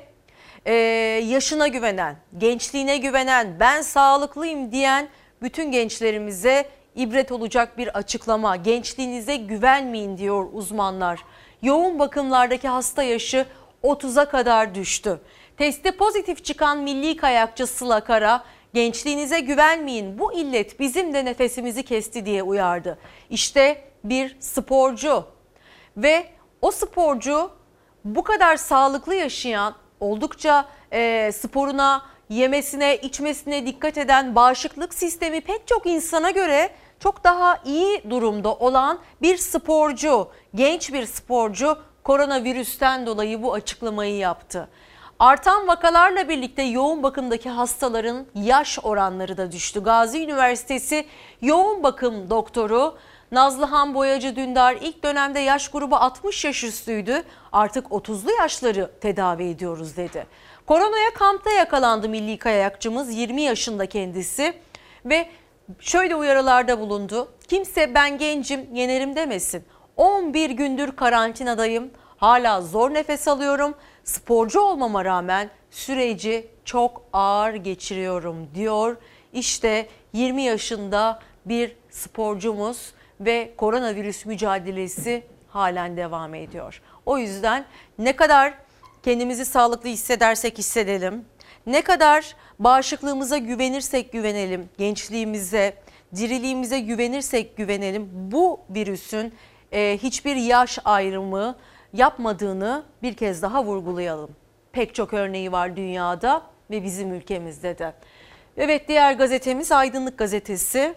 yaşına güvenen, gençliğine güvenen, ben sağlıklıyım diyen bütün gençlerimize ibret olacak bir açıklama. Gençliğinize güvenmeyin diyor uzmanlar. Yoğun bakımlardaki hasta yaşı 30'a kadar düştü. Testi pozitif çıkan milli kayakçı Sıla Kara, gençliğinize güvenmeyin, bu illet bizim de nefesimizi kesti diye uyardı. İşte bir sporcu ve o sporcu bu kadar sağlıklı yaşayan, oldukça sporuna, yemesine, içmesine dikkat eden, bağışıklık sistemi pek çok insana göre çok daha iyi durumda olan bir sporcu, genç bir sporcu koronavirüsten dolayı bu açıklamayı yaptı. Artan vakalarla birlikte yoğun bakımdaki hastaların yaş oranları da düştü. Gazi Üniversitesi yoğun bakım doktoru Nazlıhan Boyacı Dündar ilk dönemde yaş grubu 60 yaş üstüydü. Artık 30'lu yaşları tedavi ediyoruz dedi. Koronaya kampta yakalandı milli kayakçımız, 20 yaşında kendisi ve şöyle uyarılarda bulundu. Kimse ben gencim yenerim demesin. 11 gündür karantinadayım. Hala zor nefes alıyorum. Sporcu olmama rağmen süreci çok ağır geçiriyorum diyor. İşte 20 yaşında bir sporcumuz ve koronavirüs mücadelesi halen devam ediyor. O yüzden ne kadar kendimizi sağlıklı hissedersek hissedelim, ne kadar bağışıklığımıza güvenirsek güvenelim, gençliğimize, diriliğimize güvenirsek güvenelim, bu virüsün hiçbir yaş ayrımı yapmadığını bir kez daha vurgulayalım. Pek çok örneği var dünyada ve bizim ülkemizde de. Evet, diğer gazetemiz Aydınlık Gazetesi.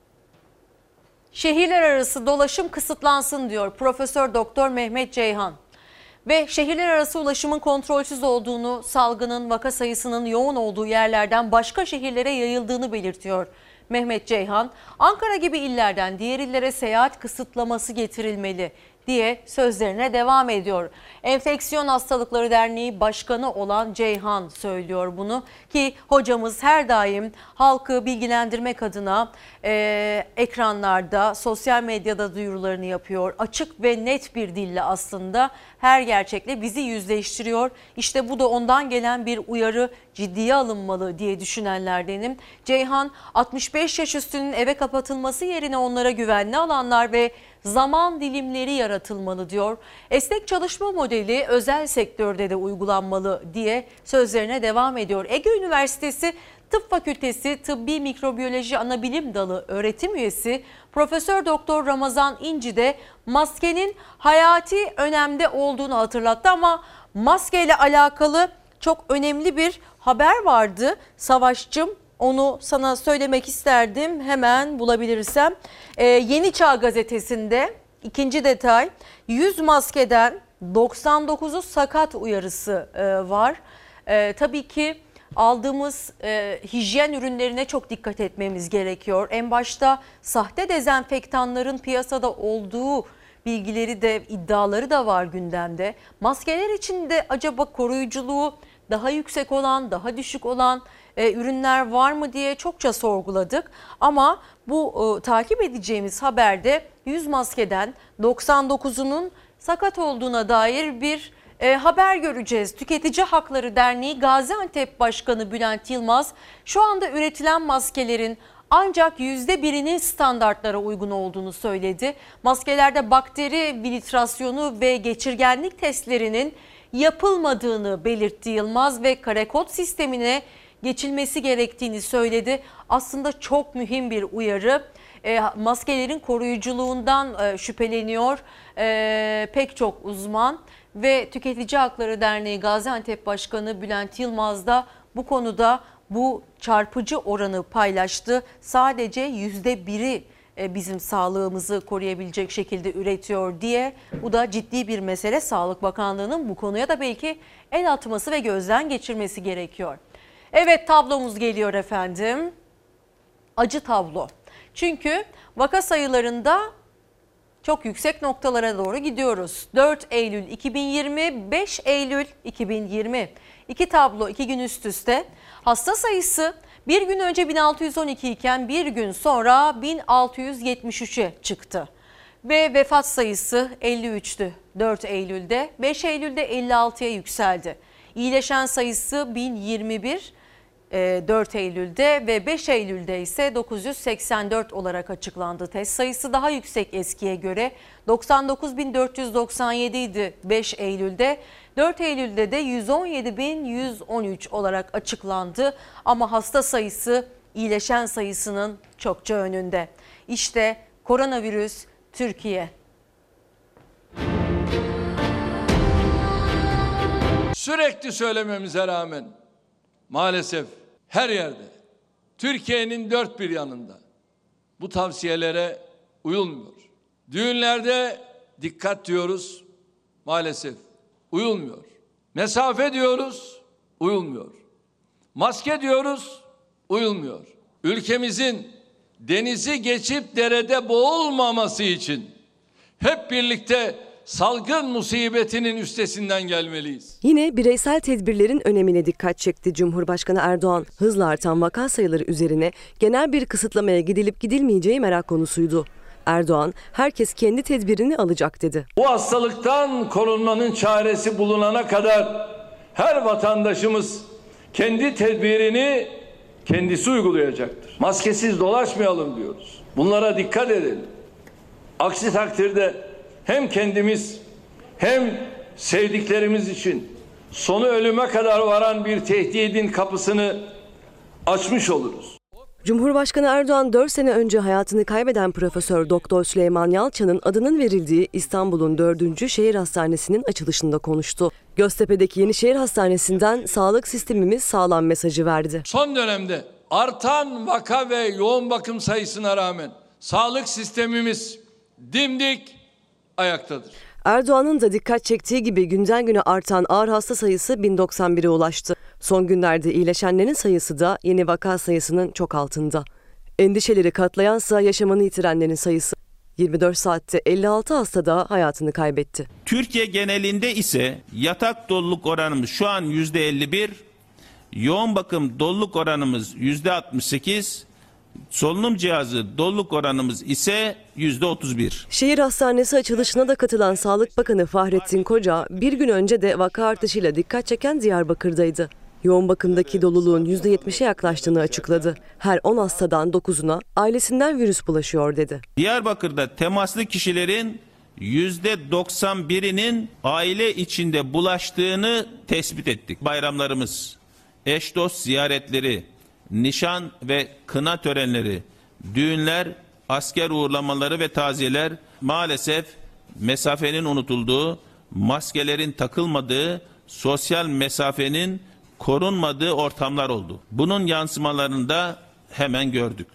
Şehirler arası dolaşım kısıtlansın diyor Profesör Doktor Mehmet Ceyhan. Ve şehirler arası ulaşımın kontrolsüz olduğunu, salgının vaka sayısının yoğun olduğu yerlerden başka şehirlere yayıldığını belirtiyor Mehmet Ceyhan. Ankara gibi illerden diğer illere seyahat kısıtlaması getirilmeli diye sözlerine devam ediyor. Enfeksiyon Hastalıkları Derneği Başkanı olan Ceyhan söylüyor bunu ki hocamız her daim halkı bilgilendirmek adına ekranlarda, sosyal medyada duyurularını yapıyor. Açık ve net bir dille aslında her gerçekle bizi yüzleştiriyor. İşte bu da ondan gelen bir uyarı, ciddiye alınmalı diye düşünenlerdenim. Ceyhan 65 yaş üstünün eve kapatılması yerine onlara güvenli alanlar ve zaman dilimleri yaratılmalı diyor. Esnek çalışma modeli özel sektörde de uygulanmalı diye sözlerine devam ediyor. Ege Üniversitesi Tıp Fakültesi Tıbbi Mikrobiyoloji Anabilim Dalı öğretim üyesi Profesör Doktor Ramazan İnci de maskenin hayati önemde olduğunu hatırlattı ama maskeyle alakalı çok önemli bir haber vardı. Savaş'cığım Onu sana söylemek isterdim, hemen bulabilirsem. Yeni Çağ gazetesinde ikinci detay, 100 maskeden 99'u sakat uyarısı var. Tabii ki aldığımız hijyen ürünlerine çok dikkat etmemiz gerekiyor. En başta sahte dezenfektanların piyasada olduğu bilgileri de, iddiaları da var gündemde. Maskeler için de acaba koruyuculuğu daha yüksek olan, daha düşük olan ürünler var mı diye çokça sorguladık. Ama bu takip edeceğimiz haberde 100 maskeden 99'unun sakat olduğuna dair bir haber göreceğiz. Tüketici Hakları Derneği Gaziantep Başkanı Bülent Yılmaz şu anda üretilen maskelerin ancak %1'inin standartlara uygun olduğunu söyledi. Maskelerde bakteri filtrasyonu ve geçirgenlik testlerinin yapılmadığını belirtti Yılmaz ve kare kod sistemine geçilmesi gerektiğini söyledi. Aslında çok mühim bir uyarı. Maskelerin koruyuculuğundan şüpheleniyor pek çok uzman ve Tüketici Hakları Derneği Gaziantep Başkanı Bülent Yılmaz da bu konuda bu çarpıcı oranı paylaştı. Sadece %1'i bizim sağlığımızı koruyabilecek şekilde üretiyor diye. Bu da ciddi bir mesele. Sağlık Bakanlığı'nın bu konuya da belki el atması ve gözden geçirmesi gerekiyor. Evet, tablomuz geliyor efendim. Acı tablo. Çünkü vaka sayılarında çok yüksek noktalara doğru gidiyoruz. 4 Eylül 2020, 5 Eylül 2020. İki tablo 2 gün üst üste. Hasta sayısı bir gün önce 1612 iken bir gün sonra 1673'e çıktı. Ve vefat sayısı 53'tü 4 Eylül'de, 5 Eylül'de 56'ya yükseldi. İyileşen sayısı 1021 4 Eylül'de ve 5 Eylül'de ise 984 olarak açıklandı. Test sayısı daha yüksek eskiye göre 99.497 idi 5 Eylül'de. 4 Eylül'de de 117.113 olarak açıklandı ama hasta sayısı iyileşen sayısının çokça önünde. İşte koronavirüs Türkiye. Sürekli söylememize rağmen maalesef her yerde, Türkiye'nin dört bir yanında bu tavsiyelere uyulmuyor. Düğünlerde dikkat diyoruz, maalesef uyulmuyor. Mesafe diyoruz, uyulmuyor. Maske diyoruz, uyulmuyor. Ülkemizin denizi geçip derede boğulmaması için hep birlikte salgın musibetinin üstesinden gelmeliyiz. Yine bireysel tedbirlerin önemine dikkat çekti Cumhurbaşkanı Erdoğan. Hızla artan vaka sayıları üzerine genel bir kısıtlamaya gidilip gidilmeyeceği merak konusuydu. Erdoğan, herkes kendi tedbirini alacak dedi. Bu hastalıktan korunmanın çaresi bulunana kadar her vatandaşımız kendi tedbirini kendisi uygulayacaktır. Maskesiz dolaşmayalım diyoruz. Bunlara dikkat edelim. Aksi takdirde hem kendimiz hem sevdiklerimiz için sonu ölüme kadar varan bir tehdidin kapısını açmış oluruz. Cumhurbaşkanı Erdoğan 4 sene önce hayatını kaybeden Profesör Doktor Süleyman Yalçın'ın adının verildiği İstanbul'un 4. Şehir Hastanesi'nin açılışında konuştu. Göztepe'deki Yenişehir Hastanesi'nden sağlık sistemimiz sağlam mesajı verdi. Son dönemde artan vaka ve yoğun bakım sayısına rağmen sağlık sistemimiz dimdik ayaktadır. Erdoğan'ın da dikkat çektiği gibi günden güne artan ağır hasta sayısı 1091'e ulaştı. Son günlerde iyileşenlerin sayısı da yeni vaka sayısının çok altında. Endişeleri katlayansa yaşamını yitirenlerin sayısı. 24 saatte 56 hasta daha hayatını kaybetti. Türkiye genelinde ise yatak doluluk oranımız şu an %51, yoğun bakım doluluk oranımız %68, solunum cihazı doluluk oranımız ise %31. Şehir hastanesi açılışına da katılan Sağlık Bakanı Fahrettin Koca bir gün önce de vaka artışıyla dikkat çeken Diyarbakır'daydı. Yoğun bakımdaki doluluğun %70'e yaklaştığını açıkladı. Her 10 hastadan 9'una ailesinden virüs bulaşıyor dedi. Diyarbakır'da temaslı kişilerin %91'inin aile içinde bulaştığını tespit ettik. Bayramlarımız, eş dost ziyaretleri, nişan ve kına törenleri, düğünler, asker uğurlamaları ve taziyeler maalesef mesafenin unutulduğu, maskelerin takılmadığı, sosyal mesafenin korunmadığı ortamlar oldu. Bunun yansımalarını da hemen gördük.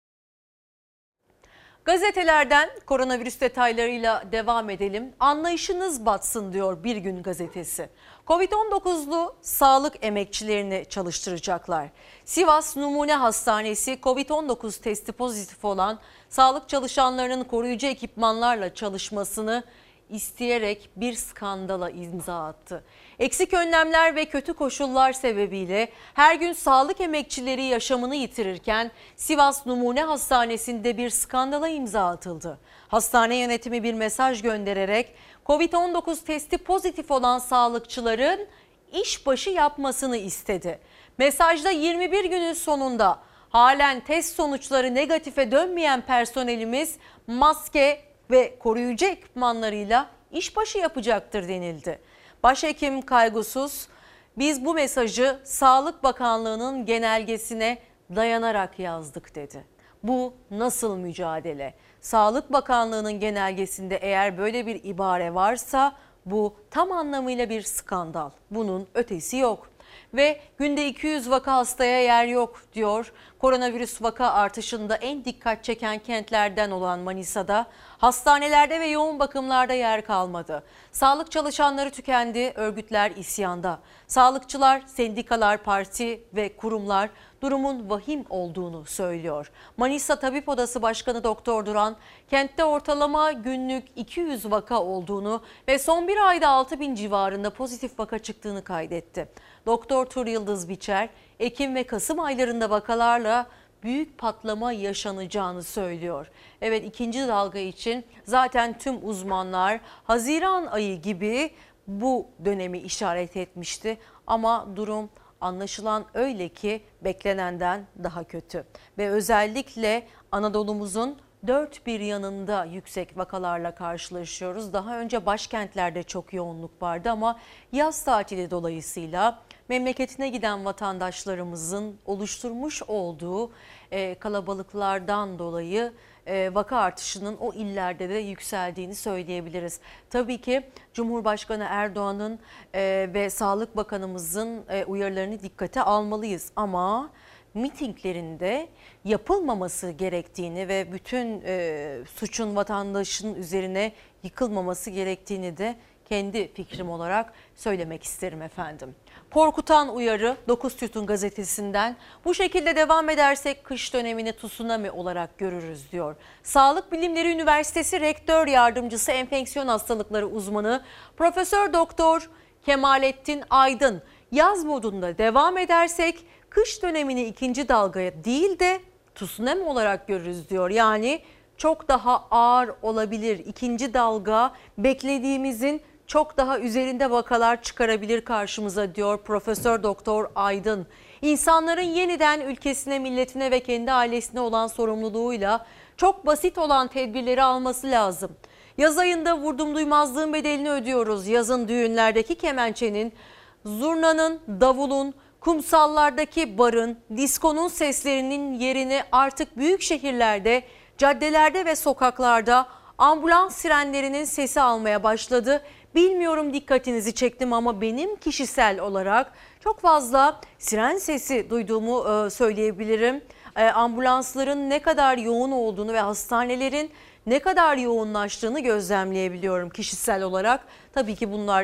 Gazetelerden koronavirüs detaylarıyla devam edelim. Anlayışınız batsın diyor Bir Gün gazetesi. Covid-19'lu sağlık emekçilerini çalıştıracaklar. Sivas Numune Hastanesi Covid-19 testi pozitif olan sağlık çalışanlarının koruyucu ekipmanlarla çalışmasını isteyerek bir skandala imza attı. Eksik önlemler ve kötü koşullar sebebiyle her gün sağlık emekçileri yaşamını yitirirken Sivas Numune Hastanesi'nde bir skandala imza atıldı. Hastane yönetimi bir mesaj göndererek Covid-19 testi pozitif olan sağlıkçıların işbaşı yapmasını istedi. Mesajda 21 günün sonunda halen test sonuçları negatife dönmeyen personelimiz maske ve koruyucu ekipmanlarıyla işbaşı yapacaktır denildi. Başhekim Kaygusuz, biz bu mesajı Sağlık Bakanlığı'nın genelgesine dayanarak yazdık dedi. Bu nasıl mücadele? Sağlık Bakanlığı'nın genelgesinde eğer böyle bir ibare varsa bu tam anlamıyla bir skandal. Bunun ötesi yok. Ve günde 200 vaka hastaya yer yok diyor. Koronavirüs vaka artışında en dikkat çeken kentlerden olan Manisa'da hastanelerde ve yoğun bakımlarda yer kalmadı. Sağlık çalışanları tükendi, örgütler isyanda. Sağlıkçılar, sendikalar, parti ve kurumlar durumun vahim olduğunu söylüyor. Manisa Tabip Odası Başkanı Doktor Duran, kentte ortalama günlük 200 vaka olduğunu ve son bir ayda 6.000 civarında pozitif vaka çıktığını kaydetti. Doktor Tur Yıldız Biçer, Ekim ve Kasım aylarında vakalarla büyük patlama yaşanacağını söylüyor. Evet, ikinci dalga için zaten tüm uzmanlar Haziran ayı gibi bu dönemi işaret etmişti ama durum anlaşılan öyle ki beklenenden daha kötü. Ve özellikle Anadolu'muzun dört bir yanında yüksek vakalarla karşılaşıyoruz. Daha önce başkentlerde çok yoğunluk vardı ama yaz tatili dolayısıyla memleketine giden vatandaşlarımızın oluşturmuş olduğu kalabalıklardan dolayı vaka artışının o illerde de yükseldiğini söyleyebiliriz. Tabii ki Cumhurbaşkanı Erdoğan'ın ve Sağlık Bakanımızın uyarılarını dikkate almalıyız ama mitinglerinde yapılmaması gerektiğini ve bütün suçun vatandaşın üzerine yıkılmaması gerektiğini de kendi fikrim olarak söylemek isterim efendim. Korkutan uyarı 9 Tütün gazetesinden, bu şekilde devam edersek kış dönemini tsunami olarak görürüz diyor. Sağlık Bilimleri Üniversitesi Rektör Yardımcısı Enfeksiyon Hastalıkları Uzmanı Profesör Doktor Kemalettin Aydın, yaz modunda devam edersek kış dönemini ikinci dalgaya değil de tsunami olarak görürüz diyor. Yani çok daha ağır olabilir. İkinci dalga beklediğimizin çok daha üzerinde vakalar çıkarabilir karşımıza diyor Profesör Doktor Aydın. İnsanların yeniden ülkesine, milletine ve kendi ailesine olan sorumluluğuyla çok basit olan tedbirleri alması lazım. Yaz ayında vurdum duymazlığın bedelini ödüyoruz. Yazın düğünlerdeki kemençenin, zurnanın, davulun, kumsallardaki barın, diskonun seslerinin yerini artık büyük şehirlerde, caddelerde ve sokaklarda ambulans sirenlerinin sesi almaya başladı. Bilmiyorum dikkatinizi çektim ama benim kişisel olarak çok fazla siren sesi duyduğumu söyleyebilirim. Ambulansların ne kadar yoğun olduğunu ve hastanelerin ne kadar yoğunlaştığını gözlemleyebiliyorum kişisel olarak. Tabii ki bunlar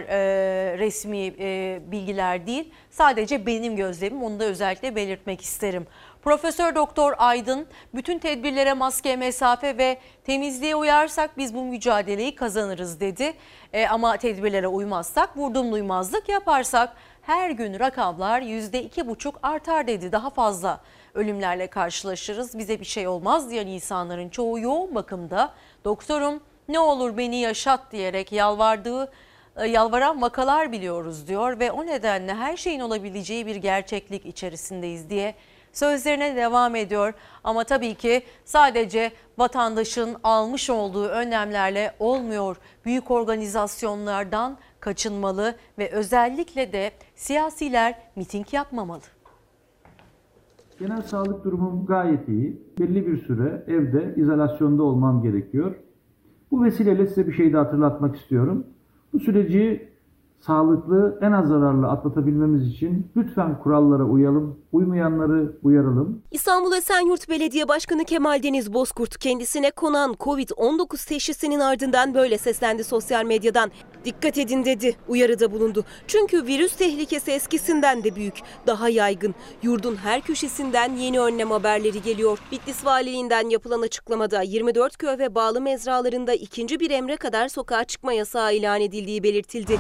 resmi bilgiler değil. Sadece benim gözlemim, onu da özellikle belirtmek isterim. Profesör Doktor Aydın, bütün tedbirlere maske, mesafe ve temizliğe uyarsak biz bu mücadeleyi kazanırız dedi. Ama tedbirlere uymazsak, vurdum duymazlık yaparsak her gün rakamlar %2,5 artar dedi. Daha fazla ölümlerle karşılaşırız, bize bir şey olmaz diyen insanların çoğu yoğun bakımda doktorum ne olur beni yaşat diyerek yalvaran vakalar biliyoruz diyor ve o nedenle her şeyin olabileceği bir gerçeklik içerisindeyiz diye sözlerine devam ediyor. Ama tabii ki sadece vatandaşın almış olduğu önlemlerle olmuyor. Büyük organizasyonlardan kaçınmalı ve özellikle de siyasiler miting yapmamalı. Genel sağlık durumum gayet iyi. Belli bir süre evde izolasyonda olmam gerekiyor. Bu vesileyle size bir şey de hatırlatmak istiyorum. Bu süreci sağlıklı, en az zararlı atlatabilmemiz için lütfen kurallara uyalım, uymayanları uyaralım. İstanbul Esenyurt Belediye Başkanı Kemal Deniz Bozkurt kendisine konan Covid-19 teşhisinin ardından böyle seslendi sosyal medyadan. Dikkat edin dedi, uyarıda bulundu. Çünkü virüs tehlikesi eskisinden de büyük, daha yaygın. Yurdun her köşesinden yeni önlem haberleri geliyor. Bitlis Valiliğinden yapılan açıklamada 24 köy ve bağlı mezralarında ikinci bir emre kadar sokağa çıkma yasağı ilan edildiği belirtildi.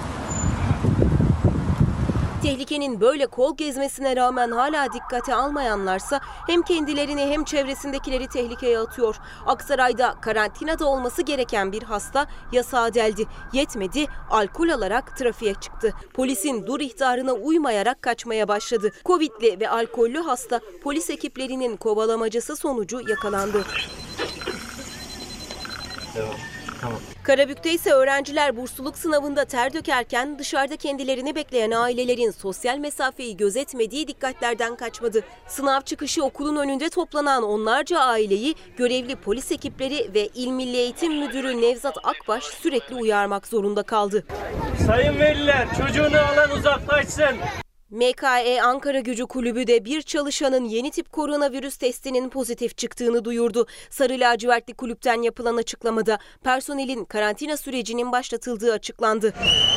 Tehlikenin böyle kol gezmesine rağmen hala dikkate almayanlarsa hem kendilerini hem çevresindekileri tehlikeye atıyor. Aksaray'da karantinada olması gereken bir hasta yasağa deldi. Yetmedi, alkol alarak trafiğe çıktı. Polisin dur ihtarına uymayarak kaçmaya başladı. Covid'li ve alkollü hasta polis ekiplerinin kovalamacası sonucu yakalandı. Tamam. Karabük'te ise öğrenciler bursluluk sınavında ter dökerken dışarıda kendilerini bekleyen ailelerin sosyal mesafeyi gözetmediği dikkatlerden kaçmadı. Sınav çıkışı okulun önünde toplanan onlarca aileyi görevli polis ekipleri ve İl Milli Eğitim Müdürü Nevzat Akbaş sürekli uyarmak zorunda kaldı. Sayın veliler, çocuğunu alan uzaklaşsın. MKE Ankara Gücü Kulübü de bir çalışanın yeni tip koronavirüs testinin pozitif çıktığını duyurdu. Sarı lacivertli kulüpten yapılan açıklamada personelin karantina sürecinin başlatıldığı açıklandı.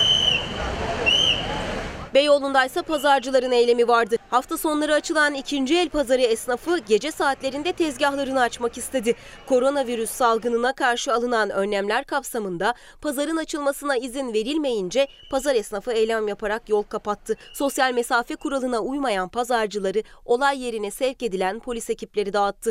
Beyoğlu'nda ise pazarcıların eylemi vardı. Hafta sonları açılan ikinci el pazarı esnafı gece saatlerinde tezgahlarını açmak istedi. Koronavirüs salgınına karşı alınan önlemler kapsamında pazarın açılmasına izin verilmeyince pazar esnafı eylem yaparak yol kapattı. Sosyal mesafe kuralına uymayan pazarcıları olay yerine sevk edilen polis ekipleri dağıttı.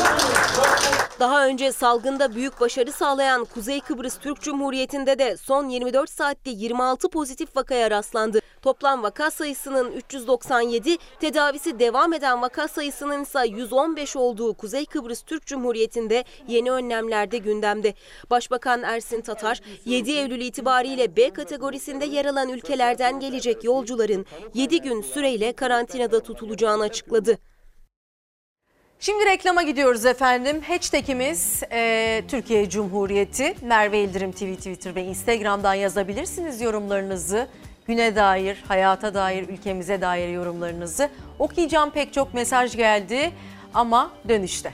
Daha önce salgında büyük başarı sağlayan Kuzey Kıbrıs Türk Cumhuriyeti'nde de son 24 saatte 26 pozitif vakaya rastlandı. Toplam vaka sayısının 397, tedavisi devam eden vaka sayısının ise 115 olduğu Kuzey Kıbrıs Türk Cumhuriyeti'nde yeni önlemler de gündemde. Başbakan Ersin Tatar, 7 Eylül itibariyle B kategorisinde yer alan ülkelerden gelecek yolcuların 7 gün süreyle karantinada tutulacağını açıkladı. Şimdi reklama gidiyoruz efendim. Hashtag'imiz Türkiye Cumhuriyeti. Merve İldirim TV, Twitter ve Instagram'dan yazabilirsiniz yorumlarınızı. Güne dair, hayata dair, ülkemize dair yorumlarınızı. Okuyacağım, pek çok mesaj geldi ama dönüşte.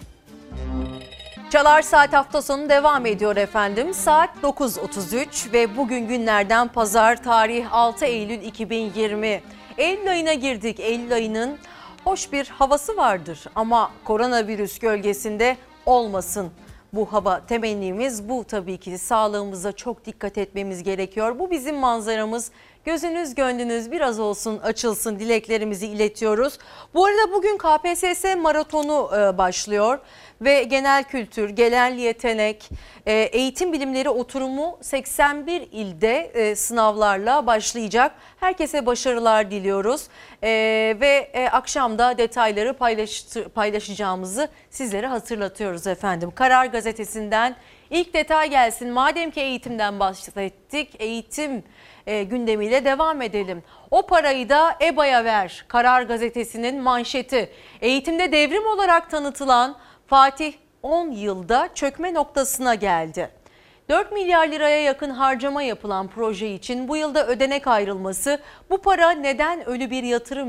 Çalar Saat hafta sonu devam ediyor efendim. Saat 9.33 ve bugün günlerden pazar, tarih 6 Eylül 2020. Eylül ayına girdik. Eylül ayının hoş bir havası vardır ama koronavirüs gölgesinde olmasın bu hava. Temennimiz bu tabii ki. Sağlığımıza çok dikkat etmemiz gerekiyor. Bu bizim manzaramız. Gözünüz gönlünüz biraz olsun açılsın, dileklerimizi iletiyoruz. Bu arada bugün KPSS maratonu başlıyor ve genel kültür, genel yetenek, eğitim bilimleri oturumu 81 ilde sınavlarla başlayacak. Herkese başarılar diliyoruz ve akşamda detayları paylaşacağımızı sizlere hatırlatıyoruz efendim. Karar Gazetesi'nden ilk detay gelsin. Madem ki eğitimden bahsettik, eğitim gündemiyle devam edelim. O parayı da EBA'ya ver. Karar Gazetesi'nin manşeti. Eğitimde devrim olarak tanıtılan Fatih 10 yılda çökme noktasına geldi. 4 milyar liraya yakın harcama yapılan proje için bu yılda ödenek ayrılması, bu para neden ölü bir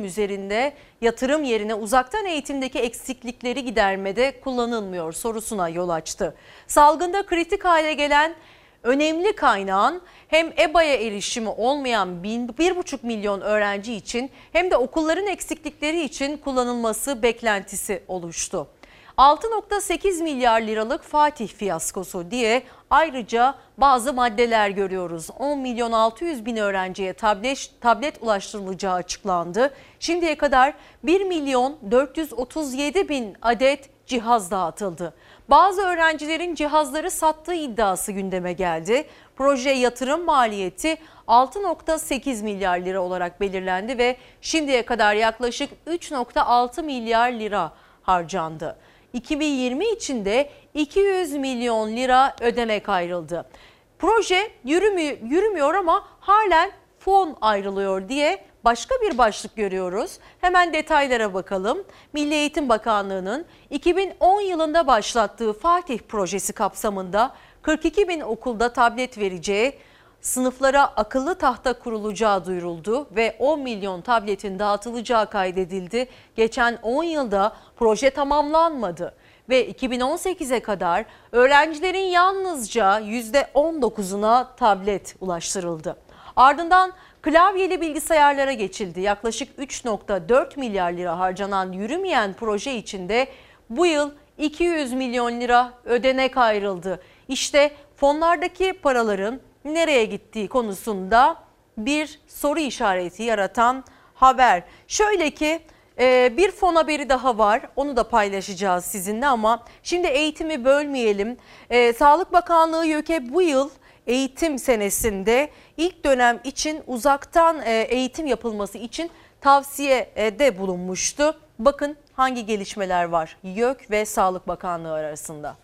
yatırım yerine uzaktan eğitimdeki eksiklikleri gidermede kullanılmıyor sorusuna yol açtı. Salgında kritik hale gelen önemli kaynağın hem EBA'ya erişimi olmayan 1,5 milyon öğrenci için hem de okulların eksiklikleri için kullanılması beklentisi oluştu. 6,8 milyar liralık Fatih fiyaskosu diye ayrıca bazı maddeler görüyoruz. 10 milyon 600 bin öğrenciye tablet ulaştırılacağı açıklandı. Şimdiye kadar 1 milyon 437 bin adet cihaz dağıtıldı. Bazı öğrencilerin cihazları sattığı iddiası gündeme geldi. Proje yatırım maliyeti 6,8 milyar lira olarak belirlendi ve şimdiye kadar yaklaşık 3,6 milyar lira harcandı. 2020 için de 200 milyon lira ödenek ayrıldı. Proje yürümüyor ama halen fon ayrılıyor diye başka bir başlık görüyoruz. Hemen detaylara bakalım. Milli Eğitim Bakanlığı'nın 2010 yılında başlattığı Fatih projesi kapsamında 42 bin okulda tablet vereceği, sınıflara akıllı tahta kurulacağı duyuruldu ve 10 milyon tabletin dağıtılacağı kaydedildi. Geçen 10 yılda proje tamamlanmadı ve 2018'e kadar öğrencilerin yalnızca %19'una tablet ulaştırıldı. Ardından klavyeli bilgisayarlara geçildi. Yaklaşık 3,4 milyar lira harcanan yürümeyen proje içinde bu yıl 200 milyon lira ödenek ayrıldı. İşte fonlardaki paraların nereye gittiği konusunda bir soru işareti yaratan haber. Şöyle ki bir fon haberi daha var, onu da paylaşacağız sizinle ama şimdi eğitimi bölmeyelim. Sağlık Bakanlığı YÖK'e bu yıl eğitim senesinde ilk dönem için uzaktan eğitim yapılması için tavsiyede bulunmuştu. Bakın hangi gelişmeler var YÖK ve Sağlık Bakanlığı arasında.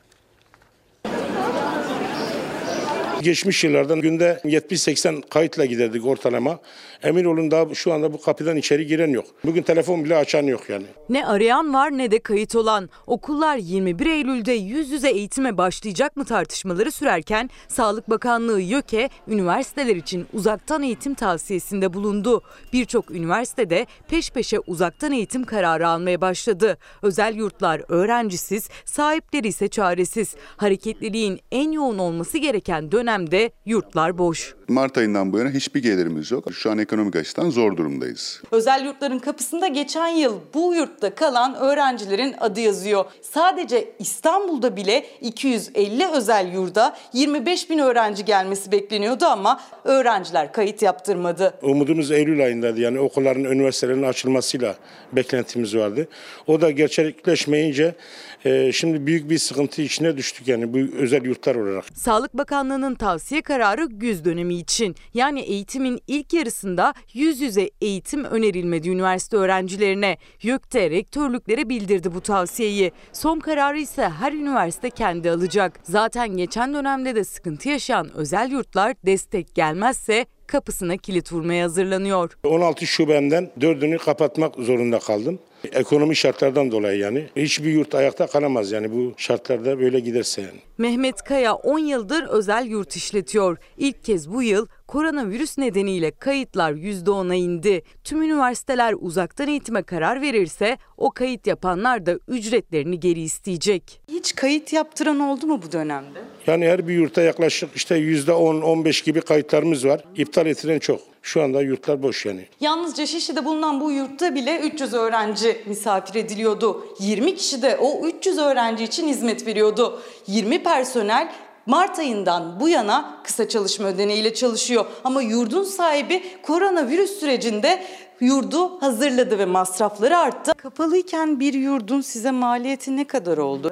Geçmiş yıllardan günde 70-80 kayıtla giderdik ortalama. Emin olun daha şu anda bu kapıdan içeri giren yok. Bugün telefon bile açan yok yani. Ne arayan var ne de kayıt olan. Okullar 21 Eylül'de yüz yüze eğitime başlayacak mı tartışmaları sürerken Sağlık Bakanlığı YÖK'e üniversiteler için uzaktan eğitim tavsiyesinde bulundu. Birçok üniversitede peş peşe uzaktan eğitim kararı almaya başladı. Özel yurtlar öğrencisiz, sahipleri ise çaresiz. Hareketliliğin en yoğun olması gereken dönemde yurtlar boş. Mart ayından bu yana hiçbir gelirimiz yok. Şu an ekonomik açıdan zor durumdayız. Özel yurtların kapısında geçen yıl bu yurtta kalan öğrencilerin adı yazıyor. Sadece İstanbul'da bile 250 özel yurda 25 bin öğrenci gelmesi bekleniyordu ama öğrenciler kayıt yaptırmadı. Umudumuz Eylül ayındaydı, yani okulların, üniversitelerin açılmasıyla beklentimiz vardı. O da gerçekleşmeyince şimdi büyük bir sıkıntı içine düştük yani bu özel yurtlar olarak. Sağlık Bakanlığı'nın tavsiye kararı güz dönemi için, yani eğitimin ilk yarısında yüz yüze eğitim önerilmedi üniversite öğrencilerine. YÖK de rektörlüklere bildirdi bu tavsiyeyi. Son kararı ise her üniversite kendi alacak. Zaten geçen dönemde de sıkıntı yaşayan özel yurtlar destek gelmezse kapısına kilit vurmaya hazırlanıyor. 16 şubemden 4'ünü kapatmak zorunda kaldım. Ekonomi şartlardan dolayı yani. Hiçbir yurt ayakta kalamaz yani bu şartlarda böyle giderse yani. Mehmet Kaya 10 yıldır özel yurt işletiyor. İlk kez bu yıl koronavirüs nedeniyle kayıtlar %10'a indi. Tüm üniversiteler uzaktan eğitime karar verirse o kayıt yapanlar da ücretlerini geri isteyecek. Hiç kayıt yaptıran oldu mu bu dönemde? Yani her bir yurtta yaklaşık işte %10-15 gibi kayıtlarımız var. İptal edilen çok. Şu anda yurtlar boş yani. Yalnızca Şişli'de bulunan bu yurtta bile 300 öğrenci misafir ediliyordu. 20 kişi de o 300 öğrenci için hizmet veriyordu. 20 personel Mart ayından bu yana kısa çalışma ödeneğiyle çalışıyor. Ama yurdun sahibi koronavirüs sürecinde yurdu hazırladı ve masrafları arttı. Kapalıyken bir yurdun size maliyeti ne kadar oldu?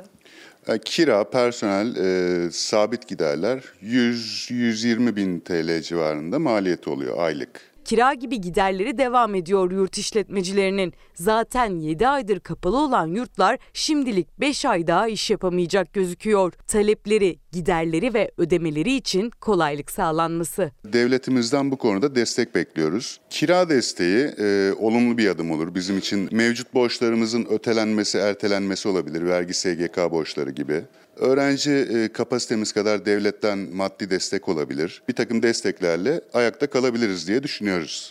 Kira, personel, sabit giderler 100-120 bin TL civarında maliyeti oluyor aylık. Kira gibi giderleri devam ediyor yurt işletmecilerinin. Zaten 7 aydır kapalı olan yurtlar şimdilik 5 ay daha iş yapamayacak gözüküyor. Talepleri, giderleri ve ödemeleri için kolaylık sağlanması. Devletimizden bu konuda destek bekliyoruz. Kira desteği olumlu bir adım olur. Bizim için mevcut borçlarımızın ötelenmesi, ertelenmesi olabilir. Vergi, SGK borçları gibi. Öğrenci kapasitemiz kadar devletten maddi destek olabilir. Bir takım desteklerle ayakta kalabiliriz diye düşünüyoruz.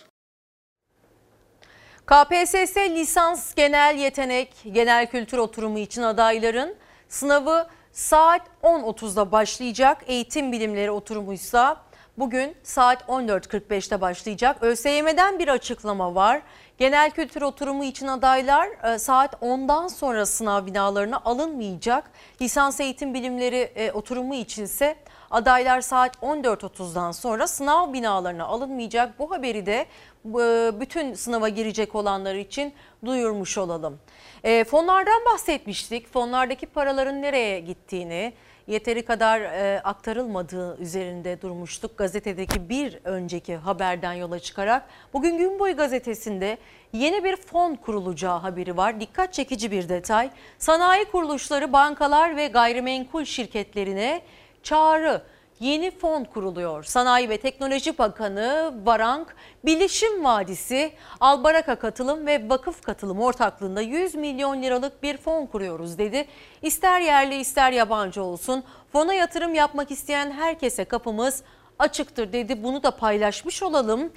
KPSS lisans genel yetenek, genel kültür oturumu için adayların sınavı saat 10.30'da başlayacak. Eğitim bilimleri oturumuysa bugün saat 14.45'te başlayacak. ÖSYM'den bir açıklama var. Genel kültür oturumu için adaylar saat 10'dan sonra sınav binalarına alınmayacak. Lisans eğitim bilimleri oturumu içinse adaylar saat 14.30'dan sonra sınav binalarına alınmayacak. Bu haberi de bütün sınava girecek olanlar için duyurmuş olalım. Fonlardan bahsetmiştik. Fonlardaki paraların nereye gittiğini, yeteri kadar aktarılmadığı üzerinde durmuştuk. Gazetedeki bir önceki haberden yola çıkarak bugün Gün Boyu gazetesinde yeni bir fon kurulacağı haberi var. Dikkat çekici bir detay. Sanayi kuruluşları, bankalar ve gayrimenkul şirketlerine çağrı. Yeni fon kuruluyor. Sanayi ve Teknoloji Bakanı Varank, Bilişim Vadisi, Albaraka Katılım ve Vakıf Katılım ortaklığında 100 milyon liralık bir fon kuruyoruz dedi. İster yerli ister yabancı olsun fona yatırım yapmak isteyen herkese kapımız açıktır dedi. Bunu da paylaşmış olalım.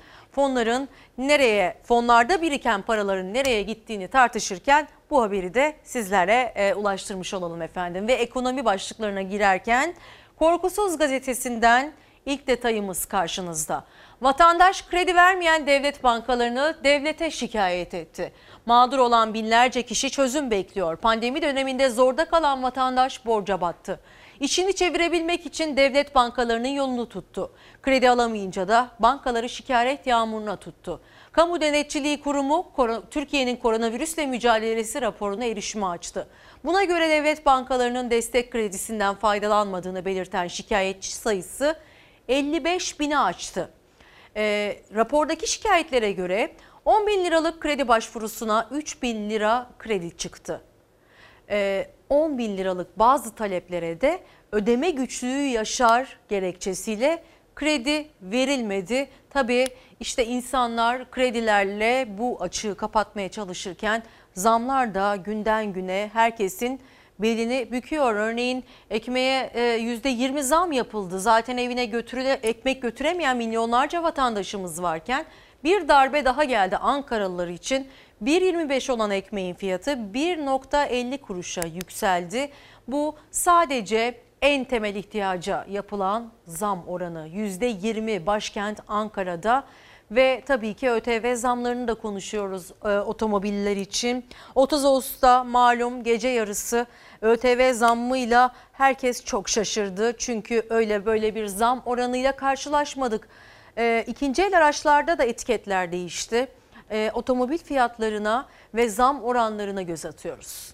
Fonlarda biriken paraların nereye gittiğini tartışırken bu haberi de sizlere ulaştırmış olalım efendim. Ve ekonomi başlıklarına girerken Korkusuz gazetesinden ilk detayımız karşınızda. Vatandaş kredi vermeyen devlet bankalarını devlete şikayet etti. Mağdur olan binlerce kişi çözüm bekliyor. Pandemi döneminde zorda kalan vatandaş borca battı. İşini çevirebilmek için devlet bankalarının yolunu tuttu. Kredi alamayınca da bankaları şikayet yağmuruna tuttu. Kamu Denetçiliği Kurumu Türkiye'nin koronavirüsle mücadelesi raporuna erişime açtı. Buna göre devlet bankalarının destek kredisinden faydalanmadığını belirten şikayetçi sayısı 55 bini aştı. Rapordaki şikayetlere göre 10 bin liralık kredi başvurusuna 3 bin lira kredi çıktı. 10 bin liralık bazı taleplere de ödeme güçlüğü yaşar gerekçesiyle kredi verilmedi. Tabii işte insanlar kredilerle bu açığı kapatmaya çalışırken zamlar da günden güne herkesin belini büküyor. Örneğin ekmeğe %20 zam yapıldı. Zaten evine ekmek götüremeyen milyonlarca vatandaşımız varken bir darbe daha geldi Ankaralılar için. 1.25 olan ekmeğin fiyatı 1.50 kuruşa yükseldi. Bu sadece en temel ihtiyaca yapılan zam oranı %20 başkent Ankara'da. Ve tabii ki ÖTV zamlarını da konuşuyoruz otomobiller için. 30 Ağustos'ta malum gece yarısı ÖTV zammıyla herkes çok şaşırdı. Çünkü öyle böyle bir zam oranıyla karşılaşmadık. İkinci el araçlarda da etiketler değişti. Otomobil fiyatlarına ve zam oranlarına göz atıyoruz.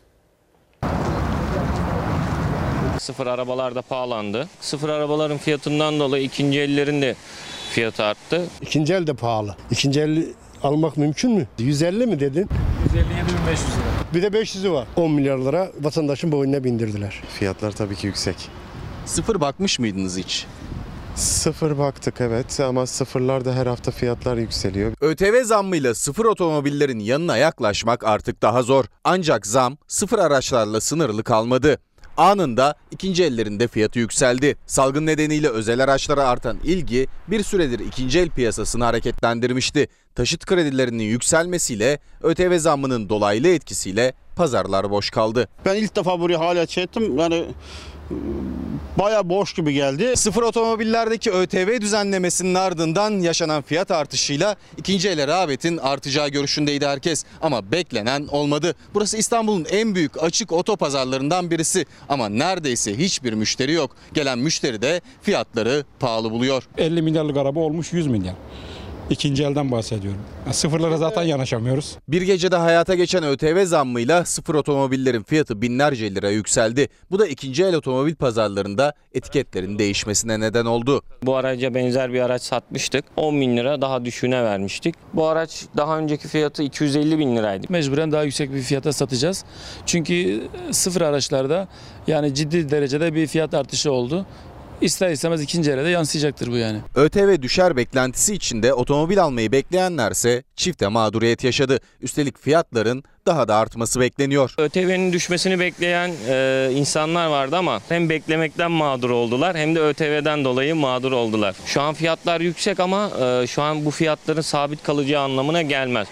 Sıfır arabalar da pahalandı. Sıfır arabaların fiyatından dolayı ikinci ellerin de fiyatı arttı. İkinci el de pahalı. İkinci el almak mümkün mü? 150 mi dedin? 157.500 lira. Bir de 500'ü var. 10 milyar lira vatandaşın boynuna bindirdiler. Fiyatlar tabii ki yüksek. Sıfır bakmış mıydınız hiç? Sıfır baktık evet ama sıfırlarda her hafta fiyatlar yükseliyor. ÖTV zammıyla sıfır otomobillerin yanına yaklaşmak artık daha zor. Ancak zam sıfır araçlarla sınırlı kalmadı. Anında ikinci ellerinde fiyatı yükseldi. Salgın nedeniyle özel araçlara artan ilgi bir süredir ikinci el piyasasını hareketlendirmişti. Taşıt kredilerinin yükselmesiyle ÖTV zammının dolaylı etkisiyle pazarlar boş kaldı. Ben ilk defa buraya hala çektim. Yani bayağı boş gibi geldi. Sıfır otomobillerdeki ÖTV düzenlemesinin ardından yaşanan fiyat artışıyla ikinci ele rağbetin artacağı görüşündeydi herkes. Ama beklenen olmadı. Burası İstanbul'un en büyük açık otopazarlarından birisi. Ama neredeyse hiçbir müşteri yok. Gelen müşteri de fiyatları pahalı buluyor. 50 milyarlık araba olmuş 100 milyar. İkinci elden bahsediyorum. Sıfırlara zaten yanaşamıyoruz. Bir gecede hayata geçen ÖTV zammıyla sıfır otomobillerin fiyatı binlerce lira yükseldi. Bu da ikinci el otomobil pazarlarında etiketlerin değişmesine neden oldu. Bu araca benzer bir araç satmıştık. 10 bin lira daha düşüğüne vermiştik. Bu araç daha önceki fiyatı 250 bin liraydı. Mecburen daha yüksek bir fiyata satacağız. Çünkü sıfır araçlarda yani ciddi derecede bir fiyat artışı oldu. İster istemez ikinci ele de yansıyacaktır bu yani. ÖTV düşer beklentisi içinde otomobil almayı bekleyenlerse çifte mağduriyet yaşadı. Üstelik fiyatların daha da artması bekleniyor. ÖTV'nin düşmesini bekleyen insanlar vardı ama hem beklemekten mağdur oldular hem de ÖTV'den dolayı mağdur oldular. Şu an fiyatlar yüksek ama şu an bu fiyatların sabit kalacağı anlamına gelmez.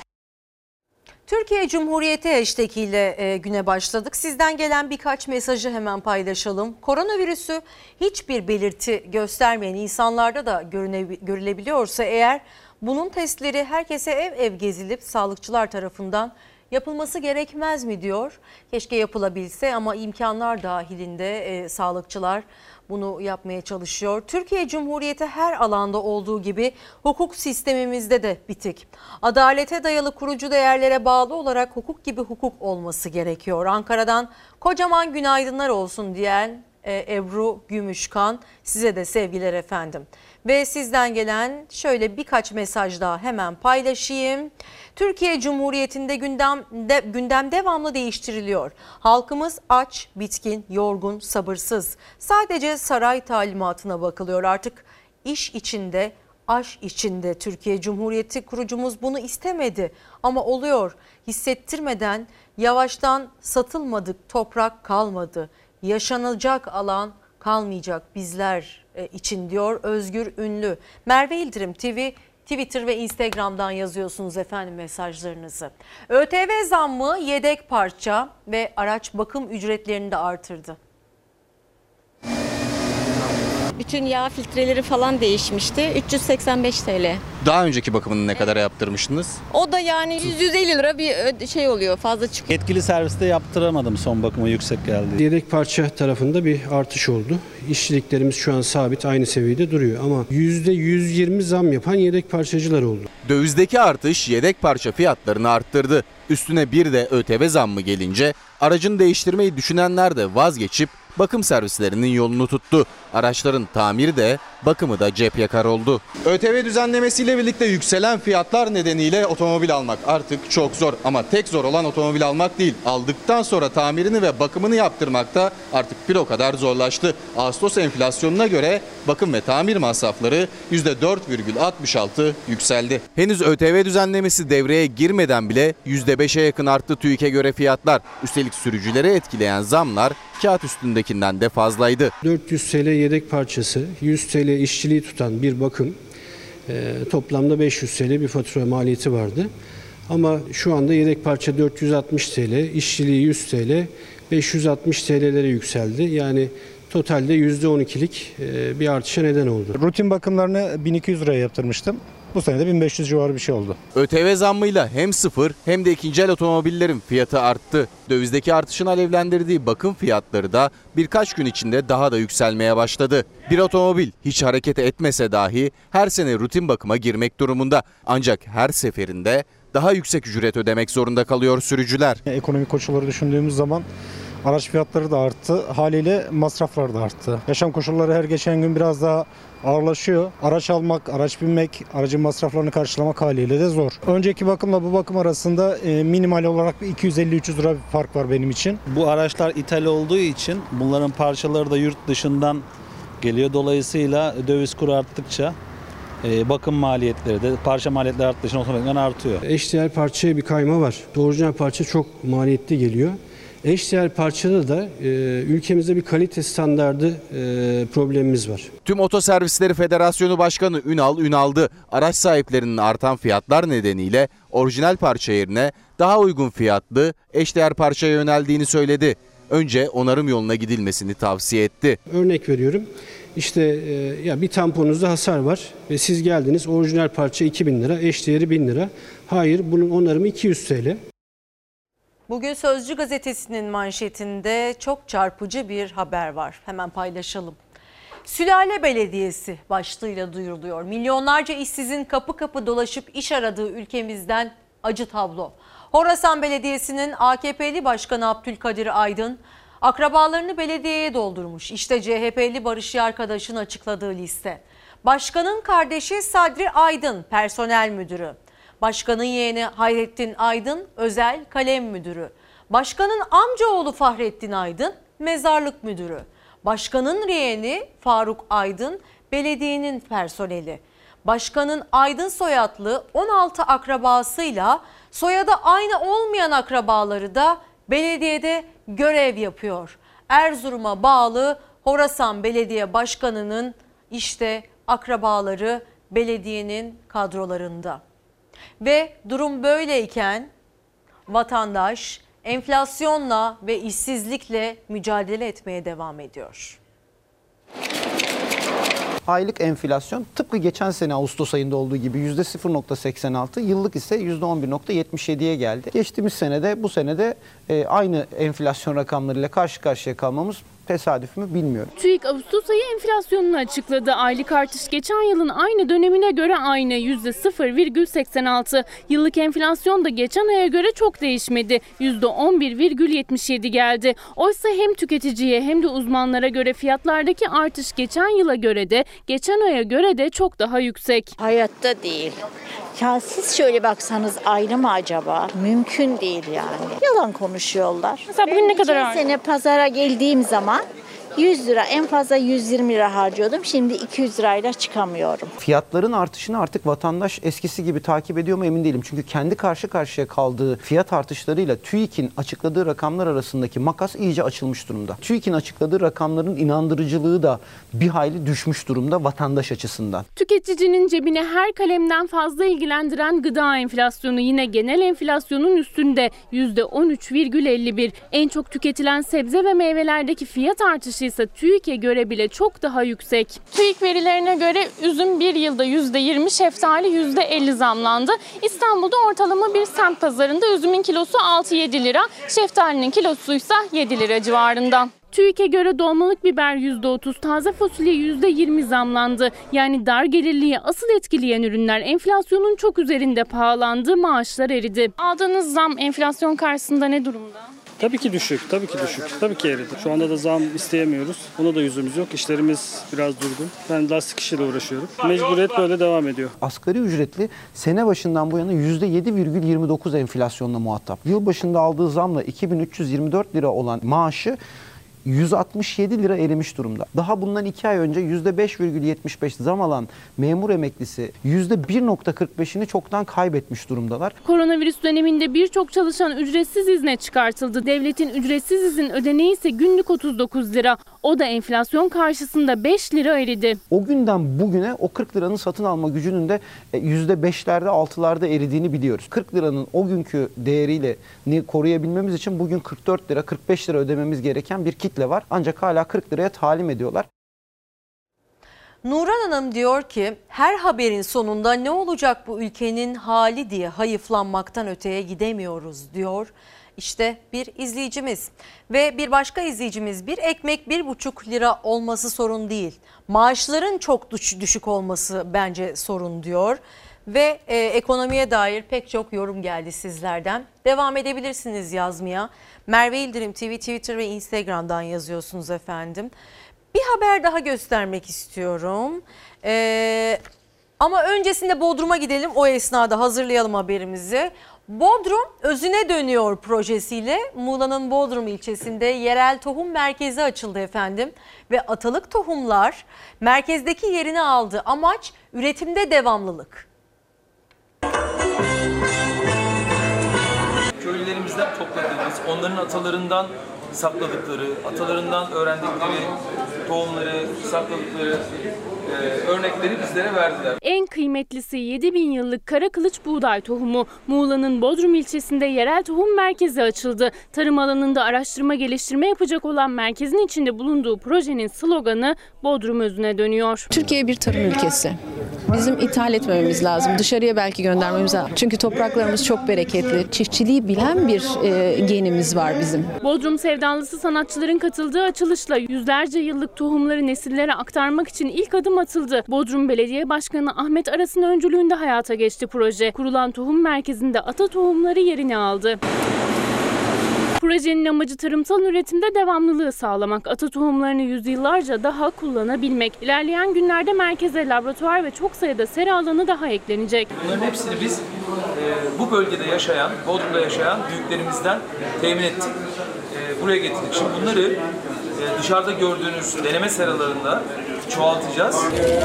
Türkiye Cumhuriyeti hashtag'iyle güne başladık. Sizden gelen birkaç mesajı hemen paylaşalım. Koronavirüsü hiçbir belirti göstermeyen insanlarda da görülebiliyorsa eğer bunun testleri herkese ev ev gezilip sağlıkçılar tarafından yapılması gerekmez mi diyor. Keşke yapılabilse ama imkanlar dahilinde sağlıkçılar bunu yapmaya çalışıyor. Türkiye Cumhuriyeti her alanda olduğu gibi hukuk sistemimizde de bitik. Adalete dayalı kurucu değerlere bağlı olarak hukuk gibi hukuk olması gerekiyor. Ankara'dan kocaman günaydınlar olsun diyen Ebru Gümüşkan, size de sevgiler efendim. Ve sizden gelen şöyle birkaç mesaj daha hemen paylaşayım. Türkiye Cumhuriyeti'nde gündem devamlı değiştiriliyor. Halkımız aç, bitkin, yorgun, sabırsız. Sadece saray talimatına bakılıyor. Artık iş içinde, aş içinde. Türkiye Cumhuriyeti kurucumuz bunu istemedi ama oluyor. Hissettirmeden yavaştan satılmadık toprak kalmadı. Yaşanacak alan kalmayacak, bizler için diyor Özgür Ünlü. Merve İldirim TV Twitter ve Instagram'dan yazıyorsunuz efendim mesajlarınızı. ÖTV zammı yedek parça ve araç bakım ücretlerini de artırdı. Bütün yağ filtreleri falan değişmişti. 385 TL. Daha önceki bakımını ne kadar yaptırmıştınız? O da yani 150 lira bir şey oluyor, fazla çıkıyor. Yetkili serviste yaptıramadım, son bakıma yüksek geldi. Yedek parça tarafında bir artış oldu. İşçiliklerimiz şu an sabit, aynı seviyede duruyor ama %120 zam yapan yedek parçacılar oldu. Dövizdeki artış yedek parça fiyatlarını arttırdı. Üstüne bir de ÖTV zammı gelince aracını değiştirmeyi düşünenler de vazgeçip bakım servislerinin yolunu tuttu. Araçların tamiri de bakımı da cep yakar oldu. ÖTV düzenlemesiyle birlikte yükselen fiyatlar nedeniyle otomobil almak artık çok zor. Ama tek zor olan otomobil almak değil. Aldıktan sonra tamirini ve bakımını yaptırmak da artık bir o kadar zorlaştı. Ağustos enflasyonuna göre bakım ve tamir masrafları %4,66 yükseldi. Henüz ÖTV düzenlemesi devreye girmeden bile %5'e yakın arttı TÜİK'e göre fiyatlar. Üstelik sürücüleri etkileyen zamlar kağıt üstündekinden de fazlaydı. 400 TL yedek parçası, 100 TL işçiliği tutan bir bakım, toplamda 500 TL bir fatura maliyeti vardı. Ama şu anda yedek parça 460 TL, işçiliği 100 TL, 560 TL'lere yükseldi. Yani totalde %12'lik bir artışa neden oldu. Rutin bakımlarını 1200 liraya yaptırmıştım. Bu sene de 1500 civarı bir şey oldu. ÖTV zammıyla hem sıfır hem de ikinci el otomobillerin fiyatı arttı. Dövizdeki artışın alevlendirdiği bakım fiyatları da birkaç gün içinde daha da yükselmeye başladı. Bir otomobil hiç hareket etmese dahi her sene rutin bakıma girmek durumunda. Ancak her seferinde daha yüksek ücret ödemek zorunda kalıyor sürücüler. Ekonomik koşulları düşündüğümüz zaman araç fiyatları da arttı. Haliyle masraflar da arttı. Yaşam koşulları her geçen gün biraz daha ağırlaşıyor. Araç almak, araç binmek, aracın masraflarını karşılamak haliyle de zor. Önceki bakımla bu bakım arasında minimal olarak 250-300 lira bir fark var benim için. Bu araçlar ithal olduğu için bunların parçaları da yurt dışından geliyor. Dolayısıyla döviz kuru arttıkça bakım maliyetleri de, parça maliyetleri arttığı için otomatikman artıyor. Eşdeğer parçaya bir kayma var. Orijinal parça çok maliyetli geliyor. Eşdeğer parçada da ülkemizde bir kalite standardı problemimiz var. Tüm Otoservisleri Federasyonu Başkanı Ünal Ünal'dı. Araç sahiplerinin artan fiyatlar nedeniyle orijinal parça yerine daha uygun fiyatlı eşdeğer parçaya yöneldiğini söyledi. Önce onarım yoluna gidilmesini tavsiye etti. Örnek veriyorum. İşte ya bir tamponunuzda hasar var ve siz geldiniz, orijinal parça 2000 lira, eşdeğeri 1000 lira. Hayır, bunun onarımı 200 TL. Bugün Sözcü gazetesinin manşetinde çok çarpıcı bir haber var. Hemen paylaşalım. Sülale Belediyesi başlığıyla duyuruluyor. Milyonlarca işsizin kapı kapı dolaşıp iş aradığı ülkemizden acı tablo. Horasan Belediyesi'nin AKP'li Başkanı Abdülkadir Aydın akrabalarını belediyeye doldurmuş. İşte CHP'li Barış Yarkadaş'ın açıkladığı liste. Başkanın kardeşi Sadri Aydın personel müdürü. Başkanın yeğeni Hayrettin Aydın özel kalem müdürü. Başkanın amcaoğlu Fahrettin Aydın mezarlık müdürü. Başkanın yeğeni Faruk Aydın belediyenin personeli. Başkanın Aydın soyadlı 16 akrabasıyla soyadı aynı olmayan akrabaları da belediyede görev yapıyor. Erzurum'a bağlı Horasan Belediye Başkanı'nın işte akrabaları belediyenin kadrolarında. Ve durum böyleyken vatandaş enflasyonla ve işsizlikle mücadele etmeye devam ediyor. Aylık enflasyon tıpkı geçen sene Ağustos ayında olduğu gibi %0,86, yıllık ise %11,77'ye geldi. Geçtiğimiz senede bu senede aynı enflasyon rakamlarıyla karşı karşıya kalmamız tesadüf mü bilmiyorum. TÜİK Ağustos ayı enflasyonunu açıkladı. Aylık artış geçen yılın aynı dönemine göre aynı %0,86. Yıllık enflasyon da geçen aya göre çok değişmedi. %11,77 geldi. Oysa hem tüketiciye hem de uzmanlara göre fiyatlardaki artış geçen yıla göre de geçen aya göre de çok daha yüksek. Hayatta değil. Ya siz şöyle baksanız ayrı mı acaba? Mümkün değil yani. Yalan konuşuyorlar. Mesela bugün ne kadar geçen sene pazara geldiğim zaman 100 lira, en fazla 120 lira harcıyordum. Şimdi 200 lirayla çıkamıyorum. Fiyatların artışını artık vatandaş eskisi gibi takip ediyor mu emin değilim. Çünkü kendi karşı karşıya kaldığı fiyat artışlarıyla TÜİK'in açıkladığı rakamlar arasındaki makas iyice açılmış durumda. TÜİK'in açıkladığı rakamların inandırıcılığı da bir hayli düşmüş durumda vatandaş açısından. Tüketicinin cebine her kalemden fazla ilgilendiren gıda enflasyonu yine genel enflasyonun üstünde %13,51. En çok tüketilen sebze ve meyvelerdeki fiyat artışı ise TÜİK'e göre bile çok daha yüksek. TÜİK verilerine göre üzüm bir yılda %20, şeftali %50 zamlandı. İstanbul'da ortalama bir semt pazarında üzümün kilosu 6-7 lira, şeftalinin kilosu ise 7 lira civarında. TÜİK'e göre dolmalık biber %30, taze fasulye %20 zamlandı. Yani dar gelirliği asıl etkileyen ürünler enflasyonun çok üzerinde pahalandı, maaşlar eridi. Aldığınız zam enflasyon karşısında ne durumda? Tabii ki düşük, tabii ki düşük. Tabii ki eridi. Şu anda da zam isteyemiyoruz. Ona da yüzümüz yok. İşlerimiz biraz durgun. Ben lastik işiyle uğraşıyorum. Mecburiyet böyle devam ediyor. Asgari ücretli sene başından bu yana %7,29 enflasyonla muhatap. Yıl başında aldığı zamla 2324 lira olan maaşı 167 lira erimiş durumda. Daha bundan 2 ay önce %5,75 zam alan memur emeklisi %1,45'ini çoktan kaybetmiş durumdalar. Koronavirüs döneminde birçok çalışan ücretsiz izne çıkartıldı. Devletin ücretsiz izin ödeneği ise günlük 39 lira. O da enflasyon karşısında 5 lira eridi. O günden bugüne o 40 liranın satın alma gücünün de %5'lerde 6'larda eridiğini biliyoruz. 40 liranın o günkü değeriyle koruyabilmemiz için bugün 44 lira 45 lira ödememiz gereken bir kitle var. Ancak hala 40 liraya talim ediyorlar. Nuran Hanım diyor ki her haberin sonunda ne olacak bu ülkenin hali diye hayıflanmaktan öteye gidemiyoruz diyor. İşte bir izleyicimiz ve bir başka izleyicimiz bir ekmek 1,5 lira olması sorun değil. Maaşların çok düşük olması bence sorun diyor. Ve ekonomiye dair pek çok yorum geldi sizlerden. Devam edebilirsiniz yazmaya. Merve İldirim TV, Twitter ve Instagram'dan yazıyorsunuz efendim. Bir haber daha göstermek istiyorum. Ama öncesinde Bodrum'a gidelim. O esnada hazırlayalım haberimizi. Bodrum özüne dönüyor projesiyle Muğla'nın Bodrum ilçesinde yerel tohum merkezi açıldı efendim. Ve atalık tohumlar merkezdeki yerini aldı. Amaç üretimde devamlılık. Köylülerimizden topladığımız, onların atalarından sakladıkları, atalarından öğrendikleri tohumları, sakladıkları örnekleri bizlere verdiler. En kıymetlisi 7000 yıllık kara kılıç buğday tohumu. Muğla'nın Bodrum ilçesinde yerel tohum merkezi açıldı. Tarım alanında araştırma geliştirme yapacak olan merkezin içinde bulunduğu projenin sloganı Bodrum özüne dönüyor. Türkiye bir tarım ülkesi. Bizim ithal etmememiz lazım. Dışarıya belki göndermemiz lazım. Çünkü topraklarımız çok bereketli. Çiftçiliği bilen bir genimiz var bizim. Bodrum sevdalısı sanatçıların katıldığı açılışla yüzlerce yıllık tohumları nesillere aktarmak için ilk adım atıldı. Bodrum Belediye Başkanı Ahmet Aras'ın öncülüğünde hayata geçti proje. Kurulan tohum merkezinde ata tohumları yerini aldı. Projenin amacı tarımsal üretimde devamlılığı sağlamak, ata tohumlarını yüzyıllarca daha kullanabilmek. İlerleyen günlerde merkeze laboratuvar ve çok sayıda sera alanı daha eklenecek. Bunların hepsini biz bu bölgede yaşayan, Bodrum'da yaşayan büyüklerimizden temin ettik. Buraya getirdik. Şimdi bunları dışarıda gördüğünüz deneme seralarında çoğaltacağız.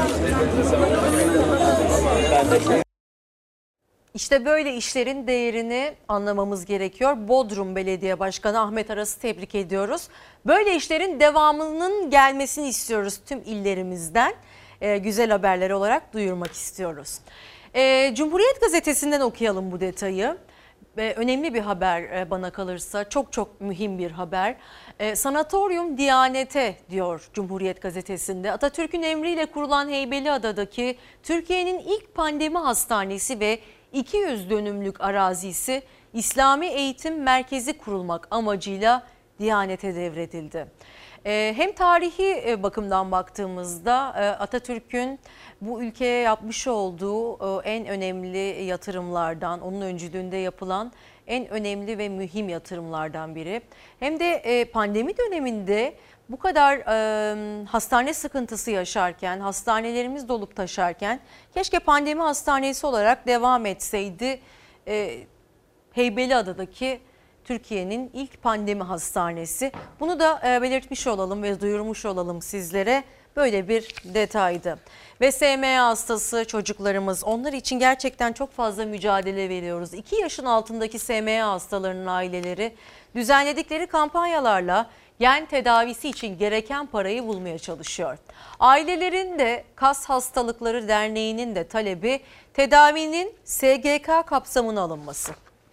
İşte böyle işlerin değerini anlamamız gerekiyor. Bodrum Belediye Başkanı Ahmet Aras'ı tebrik ediyoruz. Böyle işlerin devamının gelmesini istiyoruz tüm illerimizden. Güzel haberler olarak duyurmak istiyoruz. Cumhuriyet Gazetesi'nden okuyalım bu detayı. Önemli bir haber bana kalırsa, çok mühim bir haber. Sanatoryum Diyanete diyor Cumhuriyet Gazetesi'nde. Atatürk'ün emriyle kurulan Heybeliada'daki Türkiye'nin ilk pandemi hastanesi ve 200 dönümlük arazisi İslami Eğitim Merkezi kurulmak amacıyla Diyanet'e devredildi. Hem tarihi bakımdan baktığımızda Atatürk'ün bu ülkeye yapmış olduğu en önemli yatırımlardan, onun öncülüğünde yapılan en önemli ve mühim yatırımlardan biri. Hem de pandemi döneminde bu kadar hastane sıkıntısı yaşarken, hastanelerimiz dolup taşarken keşke pandemi hastanesi olarak devam etseydi Heybeliada'daki Türkiye'nin ilk pandemi hastanesi. Bunu da belirtmiş olalım ve duyurmuş olalım sizlere. Böyle bir detaydı. Ve SMA hastası çocuklarımız, onlar için gerçekten çok fazla mücadele veriyoruz. 2 yaşın altındaki SMA hastalarının aileleri düzenledikleri kampanyalarla gen tedavisi için gereken parayı bulmaya çalışıyor. Ailelerin de Kas Hastalıkları Derneği'nin de talebi tedavinin SGK kapsamına alınması.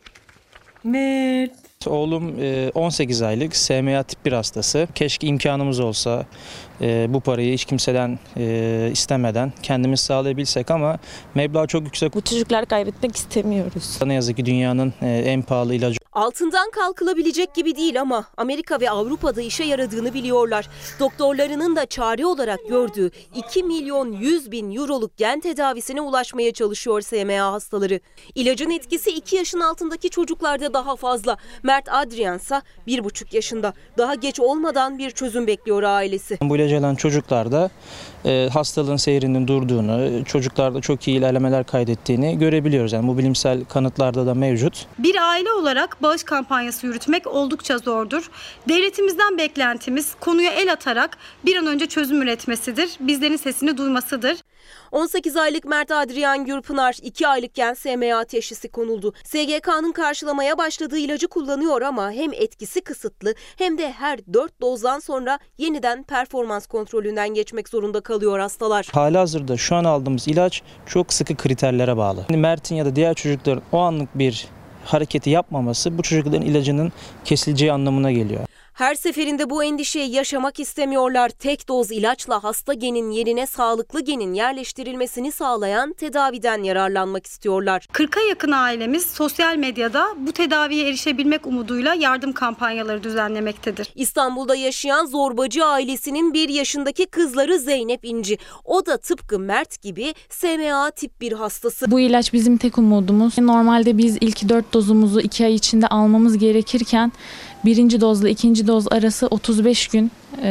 Oğlum 18 aylık SMA tip 1 hastası. Keşke imkanımız olsa bu parayı hiç kimseden istemeden kendimiz sağlayabilsek ama meblağ çok yüksek. Bu çocukları kaybetmek istemiyoruz. Ne yazık ki dünyanın en pahalı ilacı. Altından kalkılabilecek gibi değil ama Amerika ve Avrupa'da işe yaradığını biliyorlar. Doktorlarının da çare olarak gördüğü 2 milyon 100 bin euroluk gen tedavisine ulaşmaya çalışıyor SMA hastaları. İlacın etkisi 2 yaşın altındaki çocuklarda daha fazla. Mert Adrian ise 1,5 yaşında. Daha geç olmadan bir çözüm bekliyor ailesi. Bu ilacı alan çocuklarda hastalığın seyrinin durduğunu, çocuklarda çok iyi ilerlemeler kaydettiğini görebiliyoruz. Yani bu bilimsel kanıtlarda da mevcut. Bir aile olarak bağış kampanyası yürütmek oldukça zordur. Devletimizden beklentimiz konuya el atarak bir an önce çözüm üretmesidir. Bizlerin sesini duymasıdır. 18 aylık Mert Adrian Gürpınar 2 aylıkken SMA teşhisi konuldu. SGK'nın karşılamaya başladığı ilacı kullanıyor ama hem etkisi kısıtlı hem de her 4 dozdan sonra yeniden performans kontrolünden geçmek zorunda kalıyor hastalar. Halihazırda şu an aldığımız ilaç çok sıkı kriterlere bağlı. Mert'in ya da diğer çocukların o anlık bir hareketi yapmaması bu çocukların ilacının kesileceği anlamına geliyor. Her seferinde bu endişeyi yaşamak istemiyorlar. Tek doz ilaçla hasta genin yerine sağlıklı genin yerleştirilmesini sağlayan tedaviden yararlanmak istiyorlar. 40'a yakın ailemiz sosyal medyada bu tedaviye erişebilmek umuduyla yardım kampanyaları düzenlemektedir. İstanbul'da yaşayan Zorbacı ailesinin 1 yaşındaki kızları Zeynep İnci. O da tıpkı Mert gibi SMA tip 1 hastası. Bu ilaç bizim tek umudumuz. Normalde biz ilk 4 dozumuzu 2 ay içinde almamız gerekirken birinci dozla ikinci doz arası 35 gün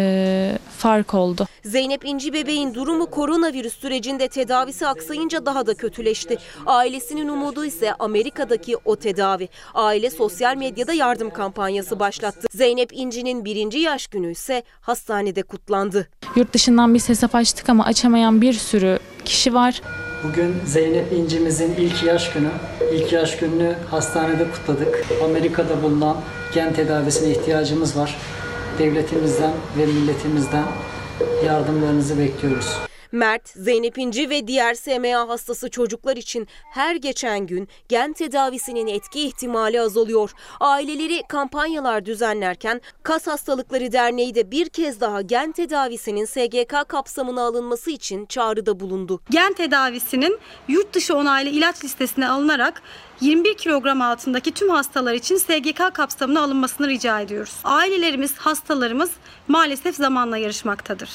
fark oldu. Zeynep İnci bebeğin durumu koronavirüs sürecinde tedavisi aksayınca daha da kötüleşti. Ailesinin umudu ise Amerika'daki o tedavi. Aile sosyal medyada yardım kampanyası başlattı. Zeynep İnci'nin 1. yaş günü ise hastanede kutlandı. Yurt dışından biz hesap açtık ama açamayan bir sürü kişi var. Bugün Zeynep İnci'mizin ilk yaş günü. İlk yaş gününü hastanede kutladık. Amerika'da bulunan gen tedavisine ihtiyacımız var. Devletimizden ve milletimizden yardımlarınızı bekliyoruz. Mert, Zeynep İnci ve diğer SMA hastası çocuklar için her geçen gün gen tedavisinin etki ihtimali azalıyor. Aileleri kampanyalar düzenlerken Kas Hastalıkları Derneği de bir kez daha gen tedavisinin SGK kapsamına alınması için çağrıda bulundu. Gen tedavisinin yurt dışı onaylı ilaç listesine alınarak 21 kilogram altındaki tüm hastalar için SGK kapsamına alınmasını rica ediyoruz. Ailelerimiz, hastalarımız maalesef zamanla yarışmaktadır.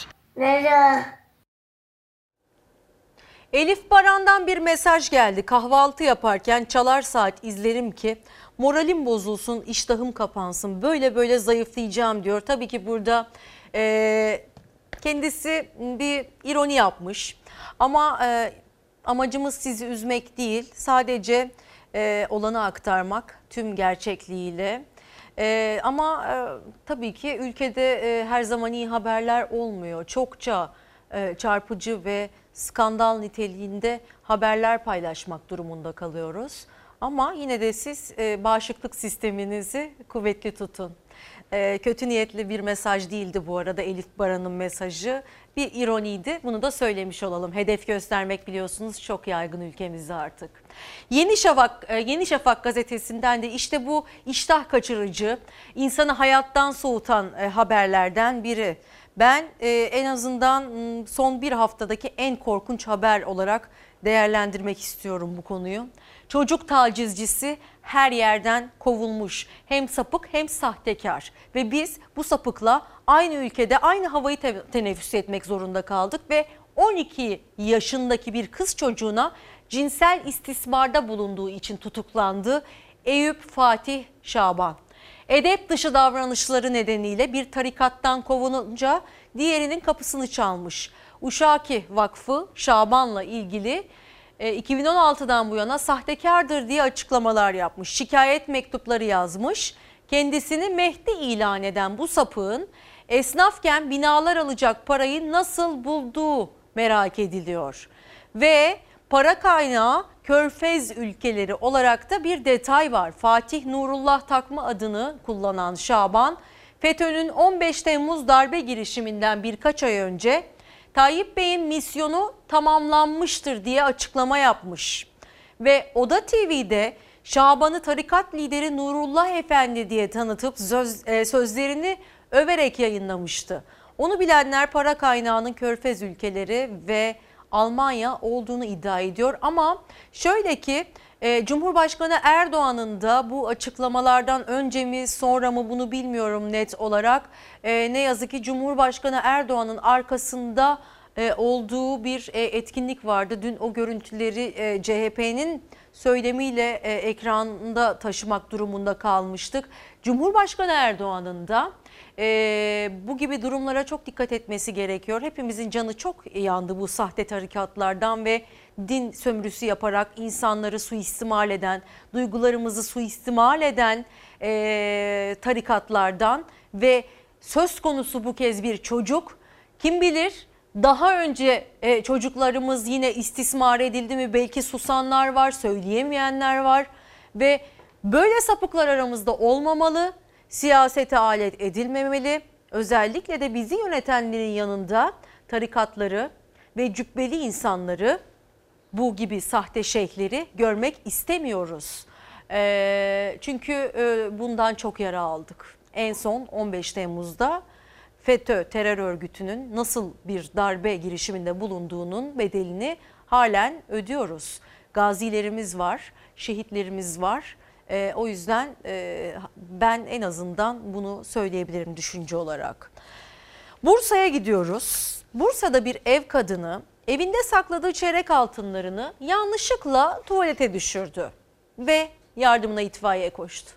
Elif Baran'dan bir mesaj geldi. Kahvaltı yaparken çalar saat izlerim ki moralim bozulsun, iştahım kapansın, böyle zayıflayacağım diyor. Tabii ki burada kendisi bir ironi yapmış ama amacımız sizi üzmek değil, sadece olanı aktarmak tüm gerçekliğiyle. Ama tabii ki ülkede her zaman iyi haberler olmuyor. Çokça çarpıcı ve skandal niteliğinde haberler paylaşmak durumunda kalıyoruz. Ama yine de siz bağışıklık sisteminizi kuvvetli tutun. Kötü niyetli bir mesaj değildi bu arada Elif Baran'ın mesajı. Bir ironiydi. Bunu da söylemiş olalım. Hedef göstermek biliyorsunuz çok yaygın ülkemizde artık. Yeni Şafak gazetesinden de işte bu iştah kaçırıcı, insanı hayattan soğutan haberlerden biri. Ben en azından son bir haftadaki en korkunç haber olarak değerlendirmek istiyorum bu konuyu. Çocuk tacizcisi her yerden kovulmuş. Hem sapık hem sahtekar. Ve biz bu sapıkla aynı ülkede aynı havayı teneffüs etmek zorunda kaldık. Ve 12 yaşındaki bir kız çocuğuna cinsel istismarda bulunduğu için tutuklandı Eyüp Fatih Şaban. Edep dışı davranışları nedeniyle bir tarikattan kovulunca diğerinin kapısını çalmış. Uşaki Vakfı Şaban'la ilgili 2016'dan bu yana sahtekardır diye açıklamalar yapmış. Şikayet mektupları yazmış. kendisini Mehdi ilan eden bu sapığın esnafken binalar alacak parayı nasıl bulduğu merak ediliyor. Ve para kaynağı Körfez ülkeleri olarak da bir detay var. Fatih Nurullah Takma adını kullanan Şaban, FETÖ'nün 15 Temmuz darbe girişiminden birkaç ay önce Tayyip Bey'in misyonu tamamlanmıştır diye açıklama yapmış. Ve Oda TV'de Şaban'ı tarikat lideri Nurullah Efendi diye tanıtıp sözlerini överek yayınlamıştı. Onu bilenler para kaynağının Körfez ülkeleri ve Almanya olduğunu iddia ediyor. Ama şöyle ki Cumhurbaşkanı Erdoğan'ın da bu açıklamalardan önce mi sonra mı bunu bilmiyorum net olarak. Ne yazık ki Cumhurbaşkanı Erdoğan'ın arkasında olduğu bir etkinlik vardı. Dün o görüntüleri CHP'nin söylemiyle ekranda taşımak durumunda kalmıştık. Cumhurbaşkanı Erdoğan'ın da bu gibi durumlara çok dikkat etmesi gerekiyor. Hepimizin canı çok yandı bu sahte tarikatlardan ve din sömürüsü yaparak insanları suistimal eden, duygularımızı suistimal eden tarikatlardan ve söz konusu bu kez bir çocuk. Kim bilir daha önce çocuklarımız yine istismar edildi mi? Belki susanlar var, söyleyemeyenler var ve böyle sapıklar aramızda olmamalı. Siyasete alet edilmemeli. Özellikle de bizi yönetenlerin yanında tarikatları ve cübbeli insanları, bu gibi sahte şeyhleri görmek istemiyoruz. Çünkü bundan çok yara aldık. En son 15 Temmuz'da FETÖ terör örgütünün nasıl bir darbe girişiminde bulunduğunun bedelini halen ödüyoruz. Gazilerimiz var, şehitlerimiz var. O yüzden ben en azından bunu söyleyebilirim düşünce olarak. Bursa'ya gidiyoruz. Bursa'da bir ev kadını evinde sakladığı çeyrek altınlarını yanlışlıkla tuvalete düşürdü ve yardımına itfaiye koştu.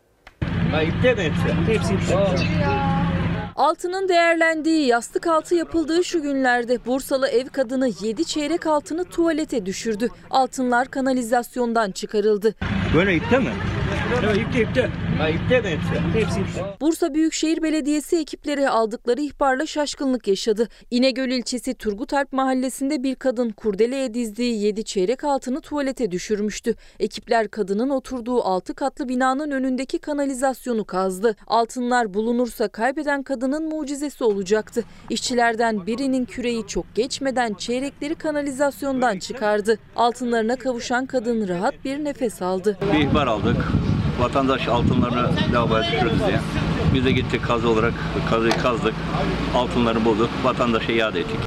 Altının değerlendiği, yastık altı yapıldığı şu günlerde Bursalı ev kadını 7 çeyrek altını tuvalete düşürdü. Altınlar kanalizasyondan çıkarıldı. Böyle ipte mi? İpte. Bursa Büyükşehir Belediyesi ekipleri aldıkları ihbarla şaşkınlık yaşadı. İnegöl ilçesi Turgutalp mahallesinde bir kadın kurdeleye dizdiği 7 çeyrek altını tuvalete düşürmüştü. Ekipler kadının oturduğu 6 katlı binanın önündeki kanalizasyonu kazdı. Altınlar bulunursa kaybeden kadının mucizesi olacaktı. İşçilerden birinin küreği çok geçmeden çeyrekleri kanalizasyondan çıkardı. Altınlarına kavuşan kadın rahat bir nefes aldı. Bir ihbar aldık. Vatandaş altınlarını lavaboya düşürdü diye. Biz de gittik kazı olarak kazıyı kazdık. Altınları bulduk. Vatandaşa iade ettik.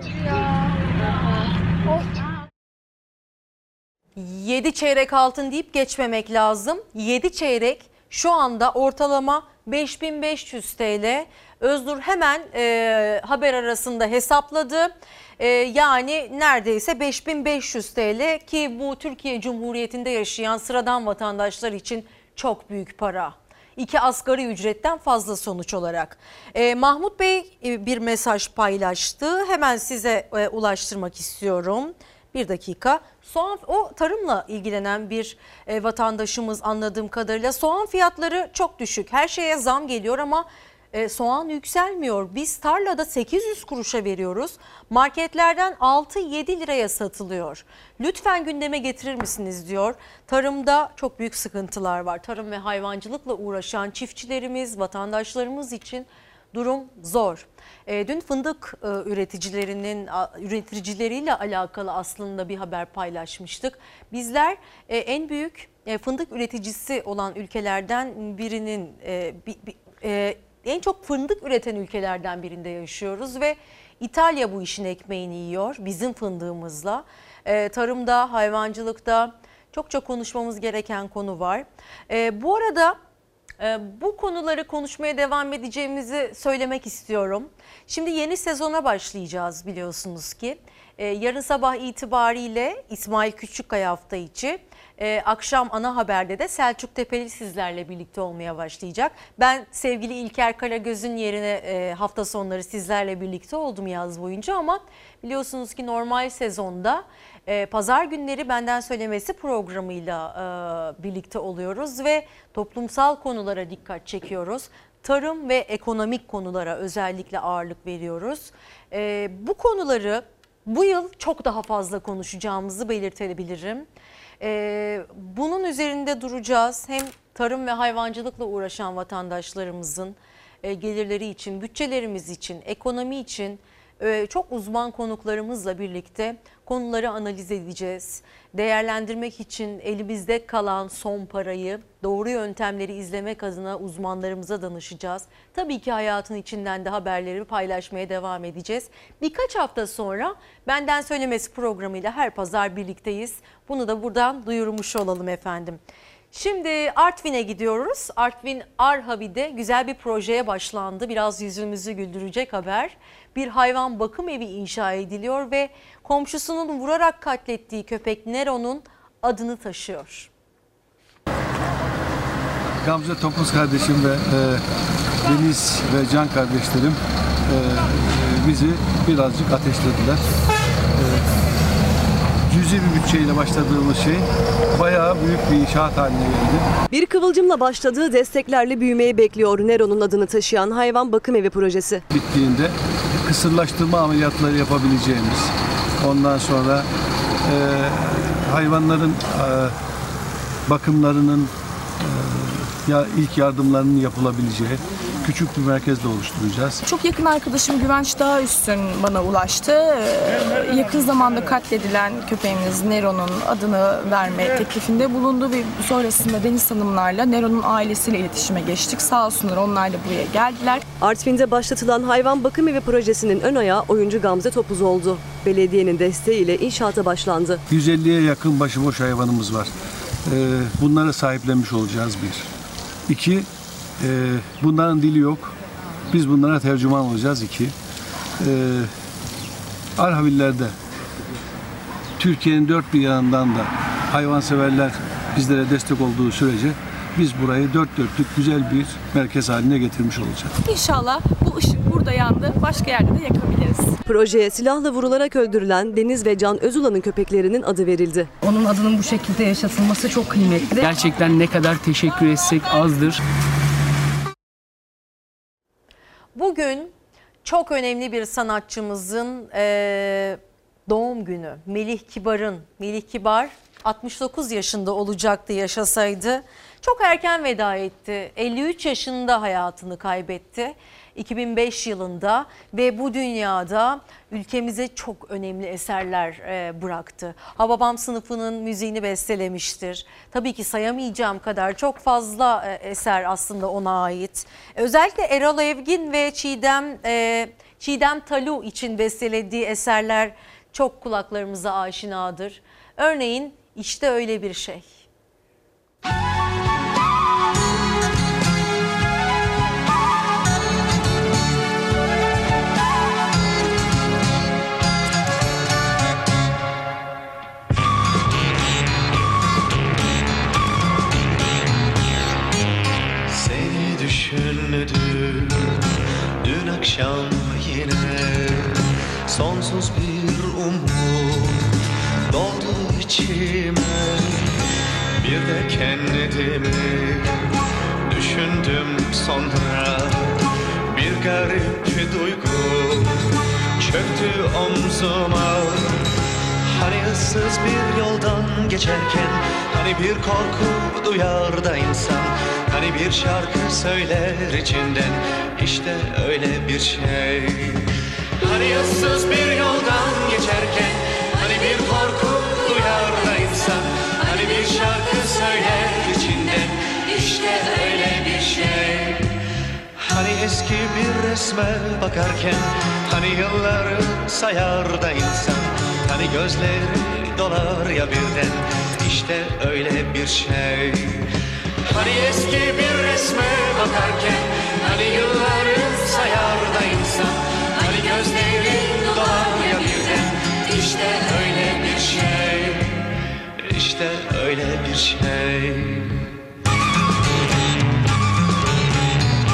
7 çeyrek altın deyip geçmemek lazım. 7 çeyrek şu anda ortalama 5500 TL. Öznur hemen haber arasında hesapladı. Yani neredeyse 5500 TL ki bu Türkiye Cumhuriyeti'nde yaşayan sıradan vatandaşlar için çok büyük para. 2 asgari ücretten fazla sonuç olarak. Mahmut Bey bir mesaj paylaştı. Hemen size ulaştırmak istiyorum. Bir dakika. Soğan, o tarımla ilgilenen bir vatandaşımız anladığım kadarıyla. Soğan fiyatları çok düşük. Her şeye zam geliyor ama soğan yükselmiyor. Biz tarlada 800 kuruşa veriyoruz. Marketlerden 6-7 liraya satılıyor. Lütfen gündeme getirir misiniz diyor. Tarımda çok büyük sıkıntılar var. Tarım ve hayvancılıkla uğraşan çiftçilerimiz, vatandaşlarımız için durum zor. Dün fındık üreticileriyle alakalı aslında bir haber paylaşmıştık. Bizler en büyük fındık üreticisi olan ülkelerden birinin en çok fındık üreten ülkelerden birinde yaşıyoruz ve İtalya bu işin ekmeğini yiyor bizim fındığımızla. Tarımda, hayvancılıkta çok konuşmamız gereken konu var. Bu arada bu konuları konuşmaya devam edeceğimizi söylemek istiyorum. Şimdi yeni sezona başlayacağız biliyorsunuz ki. Yarın sabah itibariyle İsmail Küçükkaya hafta içi. Akşam ana haberde de Selçuk Tepeli sizlerle birlikte olmaya başlayacak. Ben sevgili İlker Karagöz'ün yerine hafta sonları sizlerle birlikte oldum yaz boyunca ama biliyorsunuz ki normal sezonda Pazar günleri Benden Söylemesi programıyla birlikte oluyoruz ve toplumsal konulara dikkat çekiyoruz. Tarım ve ekonomik konulara özellikle ağırlık veriyoruz. Bu konuları bu yıl çok daha fazla konuşacağımızı belirtebilirim. Bunun üzerinde duracağız. Hem tarım ve hayvancılıkla uğraşan vatandaşlarımızın gelirleri için, bütçelerimiz için, ekonomi için çok uzman konuklarımızla birlikte konuları analiz edeceğiz. Değerlendirmek için elimizde kalan son parayı, doğru yöntemleri izlemek adına uzmanlarımıza danışacağız. Tabii ki hayatın içinden de haberleri paylaşmaya devam edeceğiz. Birkaç hafta sonra Benden Söylemesi programıyla her pazar birlikteyiz. Bunu da buradan duyurmuş olalım efendim. Şimdi Artvin'e gidiyoruz. Artvin Arhavi'de güzel bir projeye başlandı. Biraz yüzümüzü güldürecek haber. Bir hayvan bakım evi inşa ediliyor ve komşusunun vurarak katlettiği köpek Nero'nun adını taşıyor. Gamze Topuz kardeşim ve Deniz ve Can kardeşlerim bizi birazcık ateşlediler. Cüzi bir bütçeyle başladığımız şey bayağı büyük bir inşaat haline geldi. Bir kıvılcımla başladığı desteklerle büyümeyi bekliyor Nero'nun adını taşıyan hayvan bakım evi projesi. Bittiğinde kısırlaştırma ameliyatları yapabileceğimiz, ondan sonra hayvanların bakımlarının ilk yardımlarının yapılabileceği küçük bir merkez de oluşturacağız. Çok yakın arkadaşım Güvenç Dağüstün bana ulaştı. Yakın zamanda katledilen köpeğimiz Nero'nun adını verme teklifinde bulundu ve sonrasında Deniz Hanımlarla Nero'nun ailesiyle iletişime geçtik. Sağ olsunlar, onlar da buraya geldiler. Artvin'de başlatılan hayvan bakım evi projesinin ön ayağı oyuncu Gamze Topuz oldu. Belediyenin desteğiyle inşaata başlandı. 150'ye yakın başıboş hayvanımız var. Bunlara sahiplenmiş olacağız bir. İki, bunların dili yok. Biz bunlara tercüman olacağız. İki, Arhavillerde Türkiye'nin dört bir yanından da hayvanseverler bizlere destek olduğu sürece biz burayı dört dörtlük güzel bir merkez haline getirmiş olacağız. İnşallah bu ışık burada yandı, başka yerde de yakabiliriz. Projeye silahla vurularak öldürülen Deniz ve Can Özula'nın köpeklerinin adı verildi. Onun adının bu şekilde yaşatılması çok kıymetli. Gerçekten ne kadar teşekkür etsek azdır. Bugün çok önemli bir sanatçımızın doğum günü. Melih Kibar 69 yaşında olacaktı yaşasaydı. Çok erken veda etti. 53 yaşında hayatını kaybetti. 2005 yılında ve bu dünyada ülkemize çok önemli eserler bıraktı. Hababam sınıfının müziğini bestelemiştir. Tabii ki sayamayacağım kadar çok fazla eser aslında ona ait. Özellikle Erol Evgin ve Çiğdem Talu için bestelediği eserler çok kulaklarımıza aşinadır. Örneğin İşte Öyle Bir Şey. Seni düşündüm dün akşam yine, sonsuz bir umut doldu içime. Bir de kendimi düşündüm sonra, bir garip duygu çöktü omzuma. Hani ıssız bir yoldan geçerken, hani bir korku duyar da insan, hani bir şarkı söyler içinden, işte öyle bir şey. Hani ıssız bir yoldan geçerken, hani bir korku duyar da insan, hani bir şarkı söyler içinden, işte öyle bir şey. Hani eski bir resme bakarken, hani yılları sayar da insan, hani gözleri dolar ya birden, işte öyle bir şey. Hani eski bir resme bakarken, hani yılları sayar da insan, hani gözleri dolar ya birden, işte öyle bir şey. İşte öyle bir şey.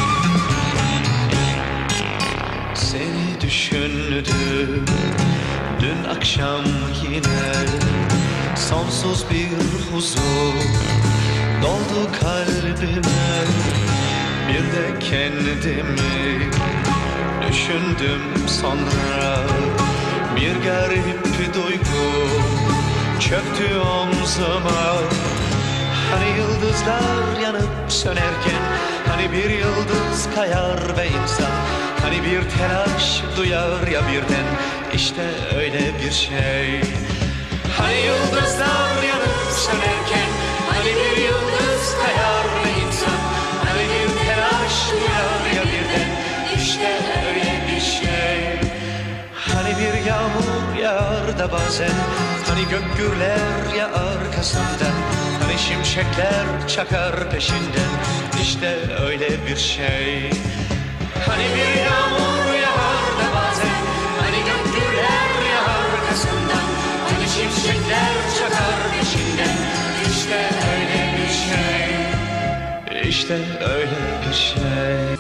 Seni düşündüm Dün akşam yine sonsuz bir huzur doldu kalbime. Bir de kendimi düşündüm sonra. Bir garip duygu çöktü omzuma. Hani yıldızlar yanıp sönerken, hani bir yıldız kayar ve insan, hani bir telaş duyar ya birden, işte öyle bir şey. Hani yıldızlar yanıp sönerken, hani bir yıldız kayar ve insan, hani bir telaş duyar ya birden, işte öyle bir şey. Hani bir yağmur yağar da bazen, hani gök gürler ya arkasından, hani şimşekler çakar peşinden, işte öyle bir şey. Hani bir yağmur yağar da bazen, hani gök gürler ya arkasından, hani şimşekler çakar peşinden, işte öyle bir şey. İşte öyle bir şey.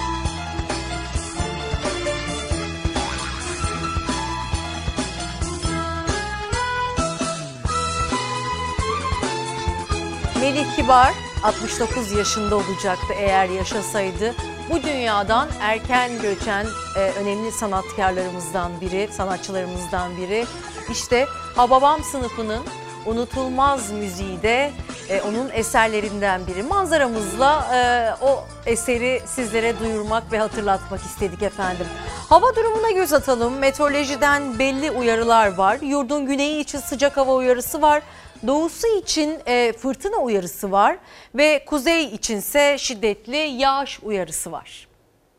Melih Kibar 69 yaşında olacaktı eğer yaşasaydı. Bu dünyadan erken göçen önemli sanatkarlarımızdan biri, sanatçılarımızdan biri. İşte Hababam sınıfının unutulmaz müziği de onun eserlerinden biri. Manzaramızla o eseri sizlere duyurmak ve hatırlatmak istedik efendim. Hava durumuna göz atalım. Meteorolojiden belli uyarılar var. Yurdun güneyi için sıcak hava uyarısı var. Doğusu için fırtına uyarısı var ve kuzey içinse şiddetli yağış uyarısı var.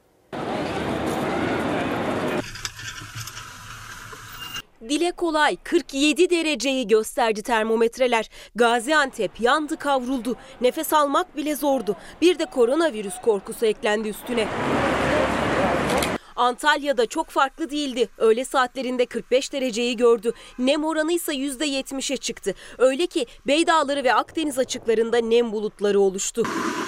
Dile kolay 47 dereceyi gösterdi termometreler. Gaziantep yandı kavruldu. Nefes almak bile zordu. Bir de koronavirüs korkusu eklendi üstüne. Antalya'da çok farklı değildi. Öğle saatlerinde 45 dereceyi gördü. Nem oranı ise %70'e çıktı. Öyle ki Beydağları ve Akdeniz açıklarında nem bulutları oluştu.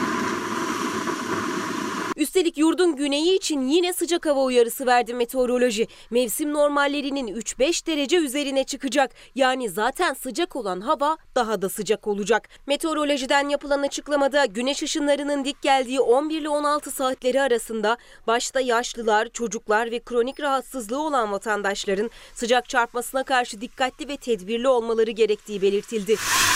Üstelik yurdun güneyi için yine sıcak hava uyarısı verdi meteoroloji. Mevsim normallerinin 3-5 derece üzerine çıkacak. Yani zaten sıcak olan hava daha da sıcak olacak. Meteorolojiden yapılan açıklamada güneş ışınlarının dik geldiği 11 ile 16 saatleri arasında başta yaşlılar, çocuklar ve kronik rahatsızlığı olan vatandaşların sıcak çarpmasına karşı dikkatli ve tedbirli olmaları gerektiği belirtildi.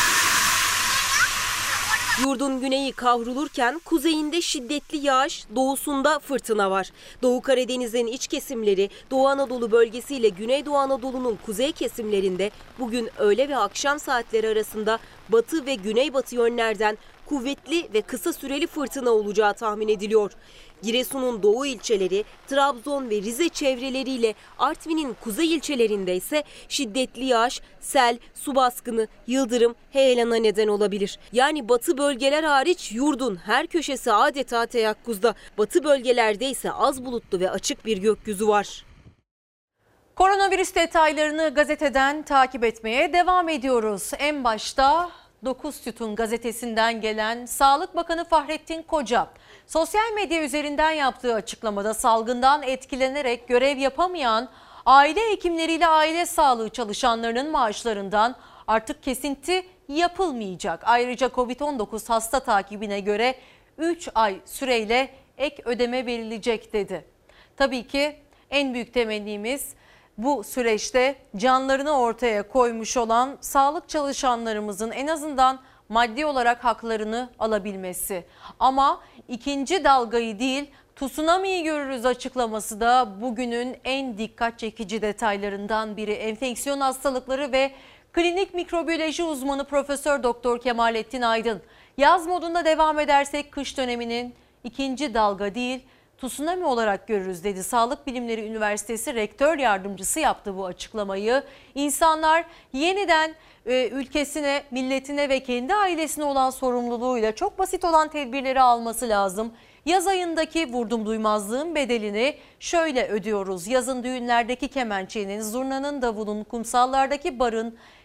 Yurdun güneyi kavrulurken kuzeyinde şiddetli yağış, doğusunda fırtına var. Doğu Karadeniz'in iç kesimleri, Doğu Anadolu bölgesiyle Güneydoğu Anadolu'nun kuzey kesimlerinde bugün öğle ve akşam saatleri arasında batı ve güneybatı yönlerden kuvvetli ve kısa süreli fırtına olacağı tahmin ediliyor. Giresun'un doğu ilçeleri, Trabzon ve Rize çevreleriyle Artvin'in kuzey ilçelerinde ise şiddetli yağış, sel, su baskını, yıldırım, heyelana neden olabilir. Yani batı bölgeler hariç yurdun her köşesi adeta teyakkuzda. Batı bölgelerde ise az bulutlu ve açık bir gökyüzü var. Koronavirüs detaylarını gazeteden takip etmeye devam ediyoruz. En başta 9 Sütun gazetesinden gelen Sağlık Bakanı Fahrettin Koca, sosyal medya üzerinden yaptığı açıklamada salgından etkilenerek görev yapamayan aile hekimleriyle aile sağlığı çalışanlarının maaşlarından artık kesinti yapılmayacak. Ayrıca Covid-19 hasta takibine göre 3 ay süreyle ek ödeme verilecek dedi. Tabii ki en büyük temennimiz bu süreçte canlarını ortaya koymuş olan sağlık çalışanlarımızın en azından maddi olarak haklarını alabilmesi. Ama ikinci dalgayı değil, tsunami'yi görürüz açıklaması da bugünün en dikkat çekici detaylarından biri. Enfeksiyon hastalıkları ve klinik mikrobiyoloji uzmanı Profesör Doktor Kemalettin Aydın, yaz modunda devam edersek kış döneminin ikinci dalga değil, tsunami olarak görürüz dedi. Sağlık Bilimleri Üniversitesi Rektör Yardımcısı yaptı bu açıklamayı. İnsanlar yeniden ülkesine, milletine ve kendi ailesine olan sorumluluğuyla çok basit olan tedbirleri alması lazım. Yaz ayındaki vurdum duymazlığın bedelini şöyle ödüyoruz. Yazın düğünlerdeki kemençenin, zurnanın, davulun, kumsallardaki barın,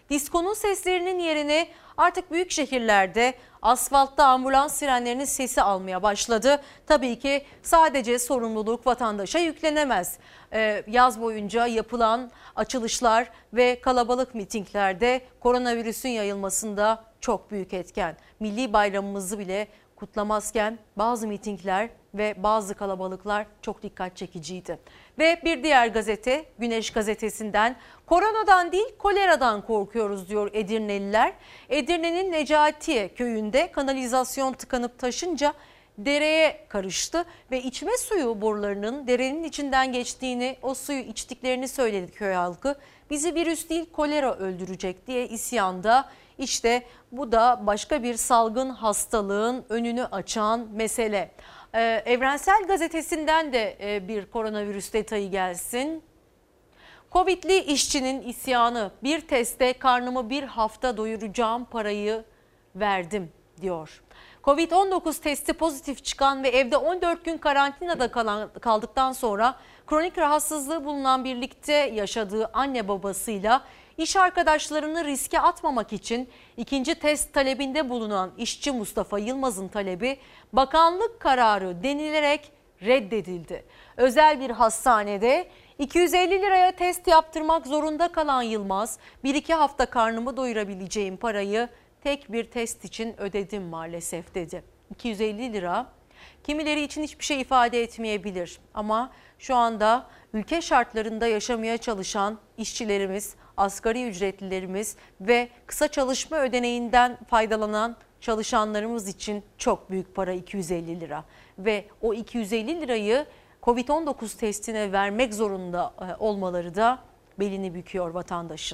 Diskonun seslerinin yerini artık büyük şehirlerde asfaltta ambulans sirenlerinin sesi almaya başladı. Tabii ki sadece sorumluluk vatandaşa yüklenemez. Yaz boyunca yapılan açılışlar ve kalabalık mitinglerde koronavirüsün yayılmasında çok büyük etken. Milli bayramımızı bile kutlamazken bazı mitingler ve bazı kalabalıklar çok dikkat çekiciydi. Ve bir diğer gazete Güneş gazetesinden koronadan değil koleradan korkuyoruz diyor Edirneliler. Edirne'nin Necatiye köyünde kanalizasyon tıkanıp taşınca dereye karıştı ve içme suyu borularının derenin içinden geçtiğini, o suyu içtiklerini söyledi köy halkı. Bizi virüs değil kolera öldürecek diye isyanda. İşte bu da başka bir salgın hastalığın önünü açan mesele. Evrensel Gazetesi'nden de bir koronavirüs detayı gelsin. Covid'li işçinin isyanı, bir teste karnımı bir hafta doyuracağım parayı verdim diyor. Covid-19 testi pozitif çıkan ve evde 14 gün karantinada kaldıktan sonra kronik rahatsızlığı bulunan birlikte yaşadığı anne babasıyla iş arkadaşlarını riske atmamak için ikinci test talebinde bulunan işçi Mustafa Yılmaz'ın talebi bakanlık kararı denilerek reddedildi. Özel bir hastanede 250 liraya test yaptırmak zorunda kalan Yılmaz, 1-2 hafta karnımı doyurabileceğim parayı tek bir test için ödedim maalesef dedi. 250 lira kimileri için hiçbir şey ifade etmeyebilir ama şu anda ülke şartlarında yaşamaya çalışan işçilerimiz, asgari ücretlilerimiz ve kısa çalışma ödeneğinden faydalanan çalışanlarımız için çok büyük para 250 lira. Ve o 250 lirayı Covid-19 testine vermek zorunda olmaları da belini büküyor vatandaşın.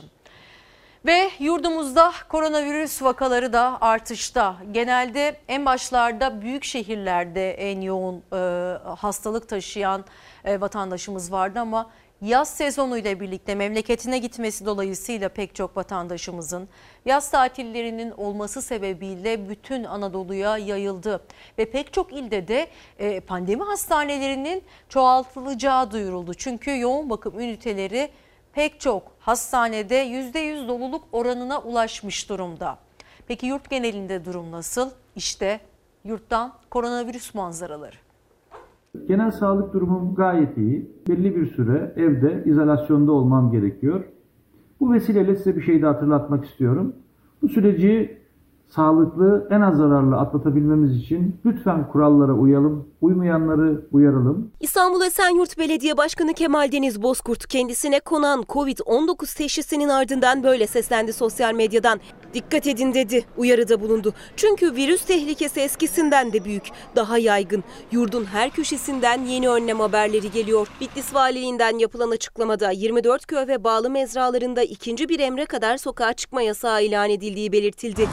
Ve yurdumuzda koronavirüs vakaları da artışta. Genelde en başlarda büyük şehirlerde en yoğun hastalık taşıyan vatandaşımız vardı ama yaz sezonuyla birlikte memleketine gitmesi dolayısıyla pek çok vatandaşımızın yaz tatillerinin olması sebebiyle bütün Anadolu'ya yayıldı. Ve pek çok ilde de pandemi hastanelerinin çoğaltılacağı duyuruldu. Çünkü yoğun bakım üniteleri pek çok hastanede %100 doluluk oranına ulaşmış durumda. Peki yurt genelinde durum nasıl? İşte yurttan koronavirüs manzaraları. Genel sağlık durumum gayet iyi. Belli bir süre evde izolasyonda olmam gerekiyor. Bu vesileyle size bir şey de hatırlatmak istiyorum. Bu süreci sağlıklı, en az zararlı atlatabilmemiz için lütfen kurallara uyalım, uymayanları uyaralım. İstanbul Esenyurt Belediye Başkanı Kemal Deniz Bozkurt kendisine konan Covid-19 teşhisinin ardından böyle seslendi sosyal medyadan. Dikkat edin dedi, uyarıda bulundu. Çünkü virüs tehlikesi eskisinden de büyük, daha yaygın. Yurdun her köşesinden yeni önlem haberleri geliyor. Bitlis Valiliğinden yapılan açıklamada 24 köy ve bağlı mezralarında ikinci bir emre kadar sokağa çıkma yasağı ilan edildiği belirtildi.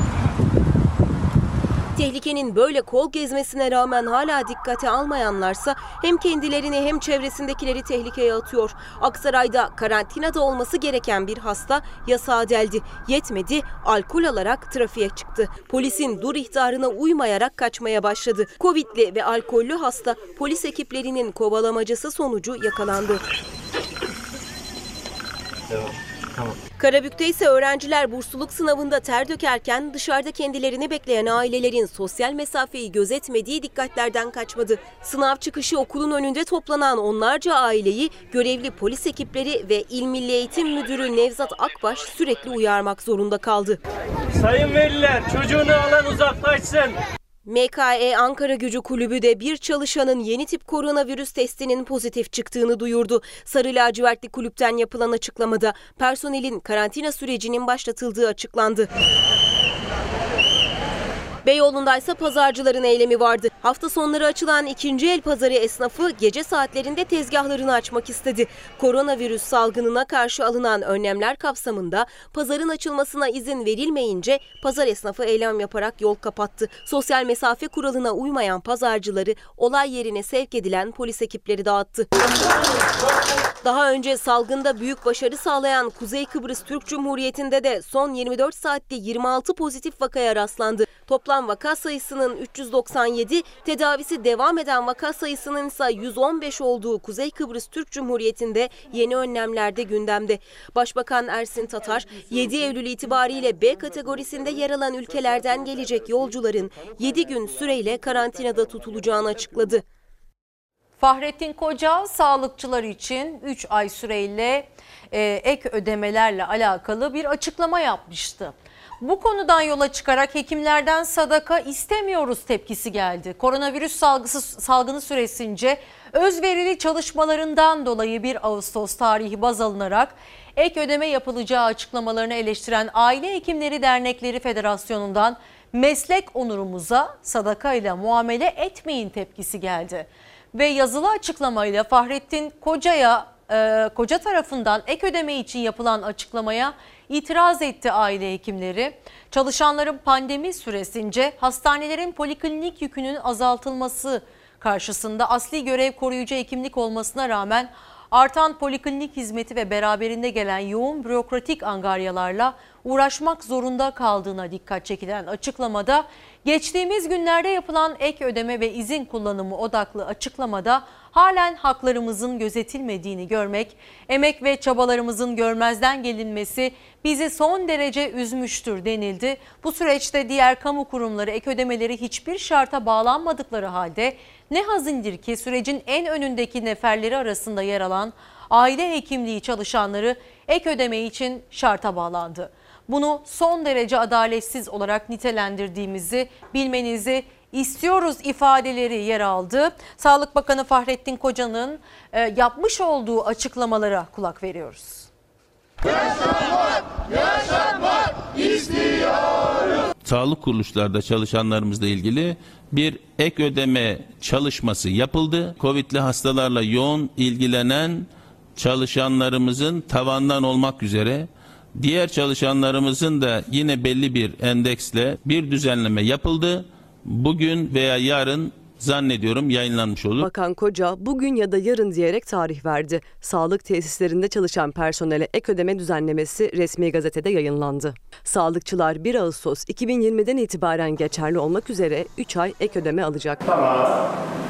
Tehlikenin böyle kol gezmesine rağmen hala dikkate almayanlarsa hem kendilerini hem çevresindekileri tehlikeye atıyor. Aksaray'da karantinada olması gereken bir hasta yasağa deldi. Yetmedi, alkol alarak trafiğe çıktı. Polisin dur ihtarına uymayarak kaçmaya başladı. Covid'li ve alkollü hasta polis ekiplerinin kovalamacası sonucu yakalandı. Tamam. Karabük'te ise öğrenciler bursluluk sınavında ter dökerken dışarıda kendilerini bekleyen ailelerin sosyal mesafeyi gözetmediği dikkatlerden kaçmadı. Sınav çıkışı okulun önünde toplanan onlarca aileyi görevli polis ekipleri ve İl Milli Eğitim Müdürü Nevzat Akbaş sürekli uyarmak zorunda kaldı. Sayın veliler, çocuğunu alan uzaklaşsın. MKE Ankara Gücü Kulübü de bir çalışanın yeni tip koronavirüs testinin pozitif çıktığını duyurdu. Sarı lacivertli kulüpten yapılan açıklamada personelin karantina sürecinin başlatıldığı açıklandı. Beyoğlu'nda ise pazarcıların eylemi vardı. Hafta sonları açılan ikinci el pazarı esnafı gece saatlerinde tezgahlarını açmak istedi. Koronavirüs salgınına karşı alınan önlemler kapsamında pazarın açılmasına izin verilmeyince pazar esnafı eylem yaparak yol kapattı. Sosyal mesafe kuralına uymayan pazarcıları olay yerine sevk edilen polis ekipleri dağıttı. Daha önce salgında büyük başarı sağlayan Kuzey Kıbrıs Türk Cumhuriyeti'nde de son 24 saatte 26 pozitif vakaya rastlandı. Toplam vaka sayısının 397, tedavisi devam eden vaka sayısının ise 115 olduğu Kuzey Kıbrıs Türk Cumhuriyeti'nde yeni önlemler de gündemde. Başbakan Ersin Tatar, 7 Eylül itibariyle B kategorisinde yer alan ülkelerden gelecek yolcuların 7 gün süreyle karantinada tutulacağını açıkladı. Fahrettin Koca sağlıkçılar için 3 ay süreyle ek ödemelerle alakalı bir açıklama yapmıştı. Bu konudan yola çıkarak hekimlerden sadaka istemiyoruz tepkisi geldi. Koronavirüs salgını süresince özverili çalışmalarından dolayı 1 Ağustos tarihi baz alınarak ek ödeme yapılacağı açıklamalarını eleştiren Aile Hekimleri Dernekleri Federasyonu'ndan meslek onurumuza sadakayla muamele etmeyin tepkisi geldi. Ve yazılı açıklamayla Fahrettin Koca tarafından ek ödeme için yapılan açıklamaya itiraz etti aile hekimleri. Çalışanların pandemi süresince hastanelerin poliklinik yükünün azaltılması karşısında asli görev koruyucu hekimlik olmasına rağmen artan poliklinik hizmeti ve beraberinde gelen yoğun bürokratik angaryalarla uğraşmak zorunda kaldığına dikkat çekilen açıklamada, geçtiğimiz günlerde yapılan ek ödeme ve izin kullanımı odaklı açıklamada halen haklarımızın gözetilmediğini görmek, emek ve çabalarımızın görmezden gelinmesi bizi son derece üzmüştür denildi. Bu süreçte diğer kamu kurumları ek ödemeleri hiçbir şarta bağlanmadıkları halde ne hazindir ki sürecin en önündeki neferleri arasında yer alan aile hekimliği çalışanları ek ödeme için şarta bağlandı. Bunu son derece adaletsiz olarak nitelendirdiğimizi bilmenizi istiyoruz ifadeleri yer aldı. Sağlık Bakanı Fahrettin Koca'nın yapmış olduğu açıklamalara kulak veriyoruz. Yaşamak istiyoruz. Sağlık kuruluşlarda çalışanlarımızla ilgili bir ek ödeme çalışması yapıldı. Covid'li hastalarla yoğun ilgilenen çalışanlarımızın tavandan olmak üzere diğer çalışanlarımızın da yine belli bir endeksle bir düzenleme yapıldı. Bugün veya yarın zannediyorum yayınlanmış olur. Bakan Koca bugün ya da yarın diyerek tarih verdi. Sağlık tesislerinde çalışan personele ek ödeme düzenlemesi resmi gazetede yayınlandı. Sağlıkçılar 1 Ağustos 2020'den itibaren geçerli olmak üzere 3 ay ek ödeme alacak. Tamam.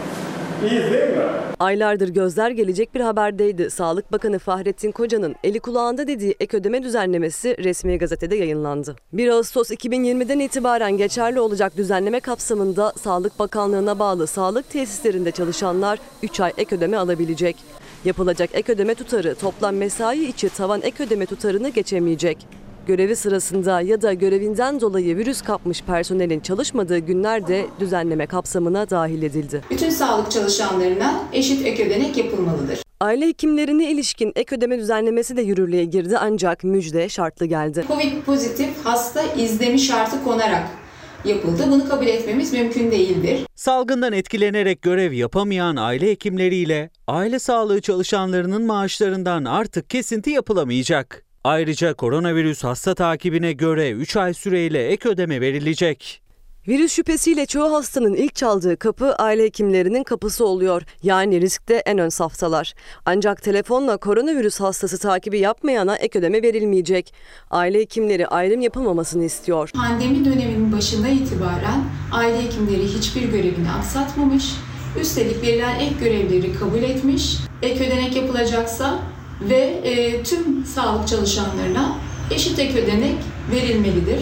İyiyiz değil mi? Aylardır gözler gelecek bir haberdeydi. Sağlık Bakanı Fahrettin Koca'nın eli kulağında dediği ek ödeme düzenlemesi resmi gazetede yayınlandı. 1 Ağustos 2020'den itibaren geçerli olacak düzenleme kapsamında Sağlık Bakanlığı'na bağlı sağlık tesislerinde çalışanlar 3 ay ek ödeme alabilecek. Yapılacak ek ödeme tutarı toplam mesai içi tavan ek ödeme tutarını geçemeyecek. Görevi sırasında ya da görevinden dolayı virüs kapmış personelin çalışmadığı günler de düzenleme kapsamına dahil edildi. Bütün sağlık çalışanlarına eşit ek ödenek yapılmalıdır. Aile hekimlerine ilişkin ek ödeme düzenlemesi de yürürlüğe girdi ancak müjde şartlı geldi. Covid pozitif hasta izlemi şartı konarak yapıldı. Bunu kabul etmemiz mümkün değildir. Salgından etkilenerek görev yapamayan aile hekimleriyle aile sağlığı çalışanlarının maaşlarından artık kesinti yapılamayacak. Ayrıca koronavirüs hasta takibine göre 3 ay süreyle ek ödeme verilecek. Virüs şüphesiyle çoğu hastanın ilk çaldığı kapı aile hekimlerinin kapısı oluyor. Yani riskte en ön saftalar. Ancak telefonla koronavirüs hastası takibi yapmayana ek ödeme verilmeyecek. Aile hekimleri ayrım yapılmamasını istiyor. Pandemi döneminin başından itibaren aile hekimleri hiçbir görevini aksatmamış. Üstelik verilen ek görevleri kabul etmiş. Ek ödenek yapılacaksa ve tüm sağlık çalışanlarına eşit ek ödenek verilmelidir.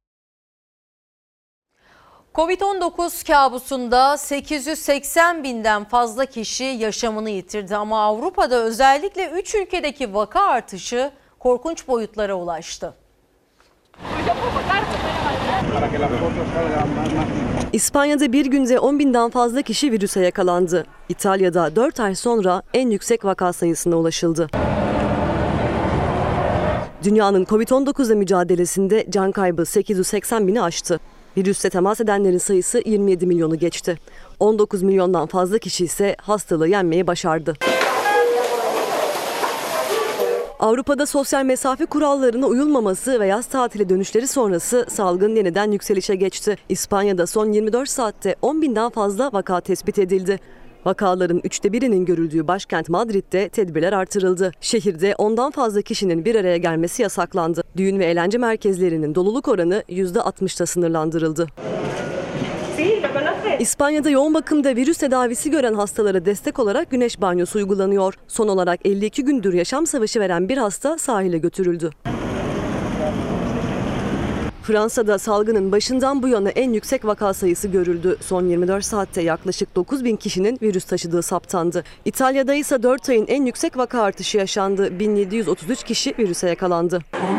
Covid-19 kabusunda 880 binden fazla kişi yaşamını yitirdi ama Avrupa'da özellikle 3 ülkedeki vaka artışı korkunç boyutlara ulaştı. İspanya'da bir günde 10 binden fazla kişi virüse yakalandı. İtalya'da 4 ay sonra en yüksek vaka sayısına ulaşıldı. Dünyanın Covid-19'la mücadelesinde can kaybı 880 bini aştı. Virüsle temas edenlerin sayısı 27 milyonu geçti. 19 milyondan fazla kişi ise hastalığı yenmeyi başardı. Avrupa'da sosyal mesafe kurallarına uyulmaması ve yaz tatili dönüşleri sonrası salgın yeniden yükselişe geçti. İspanya'da son 24 saatte 10 binden fazla vaka tespit edildi. Vakaların 1/3'ünün görüldüğü başkent Madrid'de tedbirler artırıldı. Şehirde 10'dan fazla kişinin bir araya gelmesi yasaklandı. Düğün ve eğlence merkezlerinin doluluk oranı %60'ta sınırlandırıldı. İspanya'da yoğun bakımda virüs tedavisi gören hastalara destek olarak güneş banyosu uygulanıyor. Son olarak 52 gündür yaşam savaşı veren bir hasta sahile götürüldü. Fransa'da salgının başından bu yana en yüksek vaka sayısı görüldü. Son 24 saatte yaklaşık 9.000 kişinin virüs taşıdığı saptandı. İtalya'da ise 4 ayın en yüksek vaka artışı yaşandı. 1733 kişi virüse yakalandı.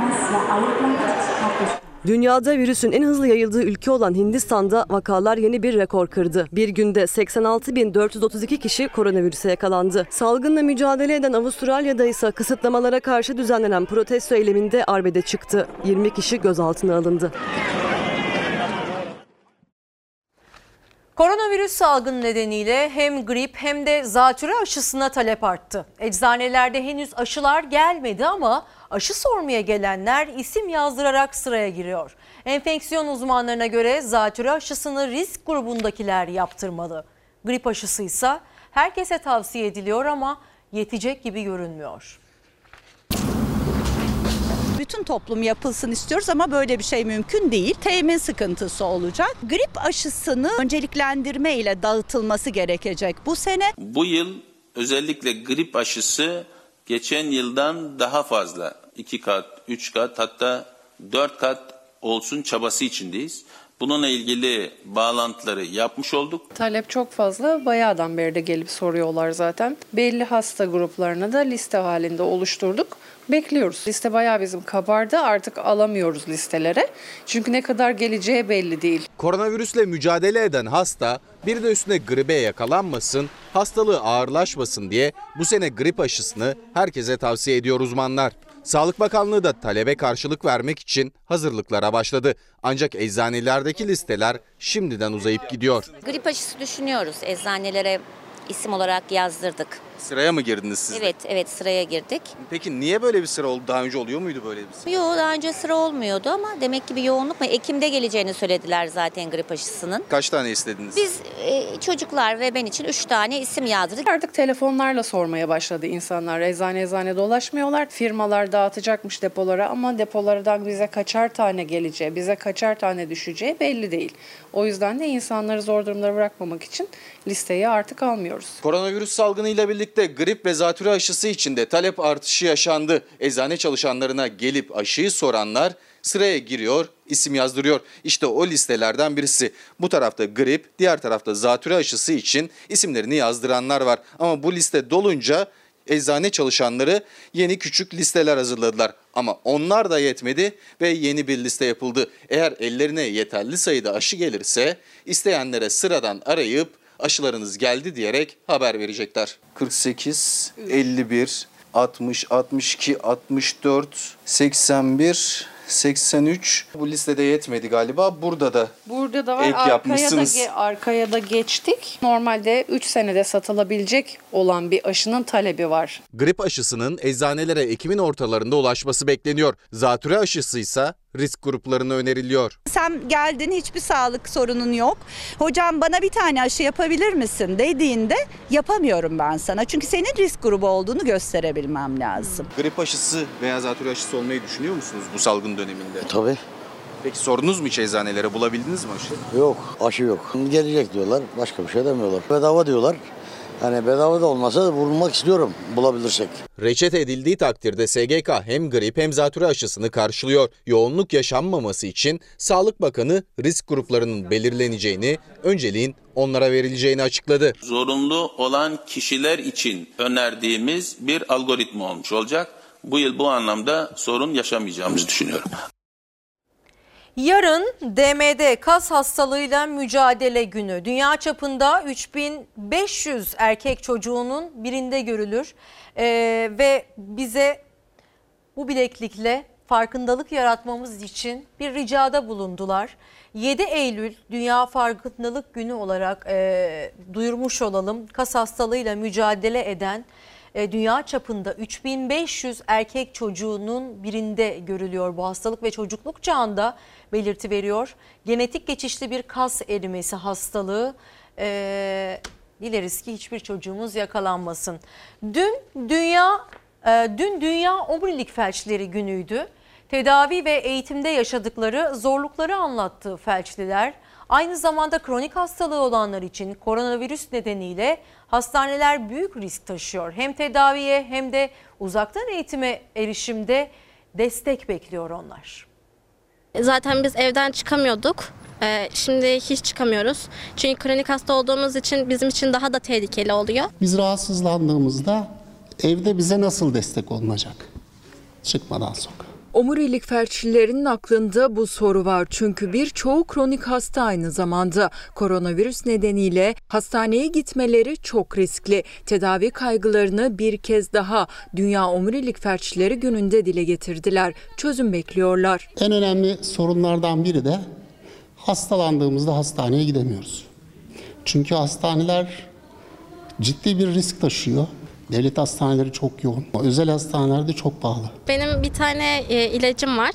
Dünyada virüsün en hızlı yayıldığı ülke olan Hindistan'da vakalar yeni bir rekor kırdı. Bir günde 86.432 kişi koronavirüse yakalandı. Salgınla mücadele eden Avustralya'da ise kısıtlamalara karşı düzenlenen protesto eyleminde arbede çıktı. 20 kişi gözaltına alındı. Koronavirüs salgını nedeniyle hem grip hem de zatürre aşısına talep arttı. Eczanelerde henüz aşılar gelmedi ama aşı sormaya gelenler isim yazdırarak sıraya giriyor. Enfeksiyon uzmanlarına göre zatürre aşısını risk grubundakiler yaptırmalı. Grip aşısı ise herkese tavsiye ediliyor ama yetecek gibi görünmüyor. Bütün toplum yapılsın istiyoruz ama böyle bir şey mümkün değil. Temin sıkıntısı olacak. Grip aşısını önceliklendirme ile dağıtılması gerekecek bu sene. Bu yıl özellikle grip aşısı geçen yıldan daha fazla 2 kat, 3 kat hatta 4 kat olsun çabası içindeyiz. Bununla ilgili bağlantıları yapmış olduk. Talep çok fazla. Bayağıdan beri de gelip soruyorlar zaten. Belli hasta gruplarını da liste halinde oluşturduk. Bekliyoruz. Liste bayağı bizim kabardı. Artık alamıyoruz listelere. Çünkü ne kadar geleceği belli değil. Koronavirüsle mücadele eden hasta bir de üstüne gribe yakalanmasın, hastalığı ağırlaşmasın diye bu sene grip aşısını herkese tavsiye ediyor uzmanlar. Sağlık Bakanlığı da talebe karşılık vermek için hazırlıklara başladı. Ancak eczanelerdeki listeler şimdiden uzayıp gidiyor. Grip aşısı düşünüyoruz. Eczanelere isim olarak yazdırdık. Sıraya mı girdiniz siz de? Evet sıraya girdik. Peki niye böyle bir sıra oldu? Daha önce oluyor muydu böyle bir sıra? Yok, daha önce sıra olmuyordu ama demek ki bir yoğunluk mu? Ekim'de geleceğini söylediler zaten grip aşısının. Kaç tane istediniz? Biz çocuklar ve ben için 3 tane isim yazdırdık. Artık telefonlarla sormaya başladı insanlar. Eczane dolaşmıyorlar. Firmalar dağıtacakmış depolara ama depolardan bize kaçar tane geleceği, bize kaçar tane düşeceği belli değil. O yüzden de insanları zor durumda bırakmamak için listeyi artık almıyoruz. Koronavirüs salgınıyla birlikte grip ve zatürre aşısı için de talep artışı yaşandı. Eczane çalışanlarına gelip aşıyı soranlar sıraya giriyor, isim yazdırıyor. İşte o listelerden birisi. Bu tarafta grip, diğer tarafta zatürre aşısı için isimlerini yazdıranlar var. Ama bu liste dolunca eczane çalışanları yeni küçük listeler hazırladılar. Ama onlar da yetmedi ve yeni bir liste yapıldı. Eğer ellerine yeterli sayıda aşı gelirse isteyenlere sıradan arayıp aşılarınız geldi diyerek haber verecekler. 48, 51, 60, 62, 64, 81, 83. Bu listede yetmedi galiba. Burada da var. ek yapmışsınız. Arkaya da geçtik. Normalde 3 senede satılabilecek olan bir aşının talebi var. Grip aşısının eczanelere Ekim'in ortalarında ulaşması bekleniyor. Zatürre aşısı ise risk gruplarına öneriliyor. Sen geldin, hiçbir sağlık sorunun yok. Hocam bana bir tane aşı yapabilir misin dediğinde yapamıyorum ben sana. Çünkü senin risk grubu olduğunu gösterebilmem lazım. Grip aşısı veya zatürre aşısı olmayı düşünüyor musunuz bu salgın döneminde? Tabii. Peki sordunuz mu hiç eczanelere, bulabildiniz mi aşı? Yok, aşı yok. Gelecek diyorlar, başka bir şey demiyorlar. Bedava diyorlar. Yani bedava da olmasa vurulmak istiyorum bulabilirsek. Reçete edildiği takdirde SGK hem grip hem zatürre aşısını karşılıyor. Yoğunluk yaşanmaması için Sağlık Bakanı risk gruplarının belirleneceğini, önceliğin onlara verileceğini açıkladı. Zorunlu olan kişiler için önerdiğimiz bir algoritma olmuş olacak. Bu yıl bu anlamda sorun yaşamayacağımızı düşünüyorum. Yarın DMD kas hastalığıyla mücadele günü. Dünya çapında 3500 erkek çocuğunun birinde görülür ve bize bu bileklikle farkındalık yaratmamız için bir ricada bulundular. 7 Eylül Dünya Farkındalık Günü olarak duyurmuş olalım. Kas hastalığıyla mücadele eden dünya çapında 3500 erkek çocuğunun birinde görülüyor bu hastalık ve çocukluk çağında belirti veriyor. Genetik geçişli bir kas erimesi hastalığı. Dileriz ki hiçbir çocuğumuz yakalanmasın. Dün Dünya Omurilik Felçleri Günü'ydü. Tedavi ve eğitimde yaşadıkları zorlukları anlattı felçliler. Aynı zamanda kronik hastalığı olanlar için koronavirüs nedeniyle hastaneler büyük risk taşıyor. Hem tedaviye hem de uzaktan eğitime erişimde destek bekliyor onlar. Zaten biz evden çıkamıyorduk. Şimdi hiç çıkamıyoruz. Çünkü kronik hasta olduğumuz için bizim için daha da tehlikeli oluyor. Biz rahatsızlandığımızda evde bize nasıl destek olunacak? Çıkmadan sokağa. Omurilik felçlilerinin aklında bu soru var. Çünkü birçoğu kronik hasta aynı zamanda. Koronavirüs nedeniyle hastaneye gitmeleri çok riskli. Tedavi kaygılarını bir kez daha Dünya Omurilik Felçlileri Günü'nde dile getirdiler. Çözüm bekliyorlar. En önemli sorunlardan biri de hastalandığımızda hastaneye gidemiyoruz. Çünkü hastaneler ciddi bir risk taşıyor. Devlet hastaneleri çok yoğun. Özel hastanelerde çok pahalı. Benim bir tane ilacım var.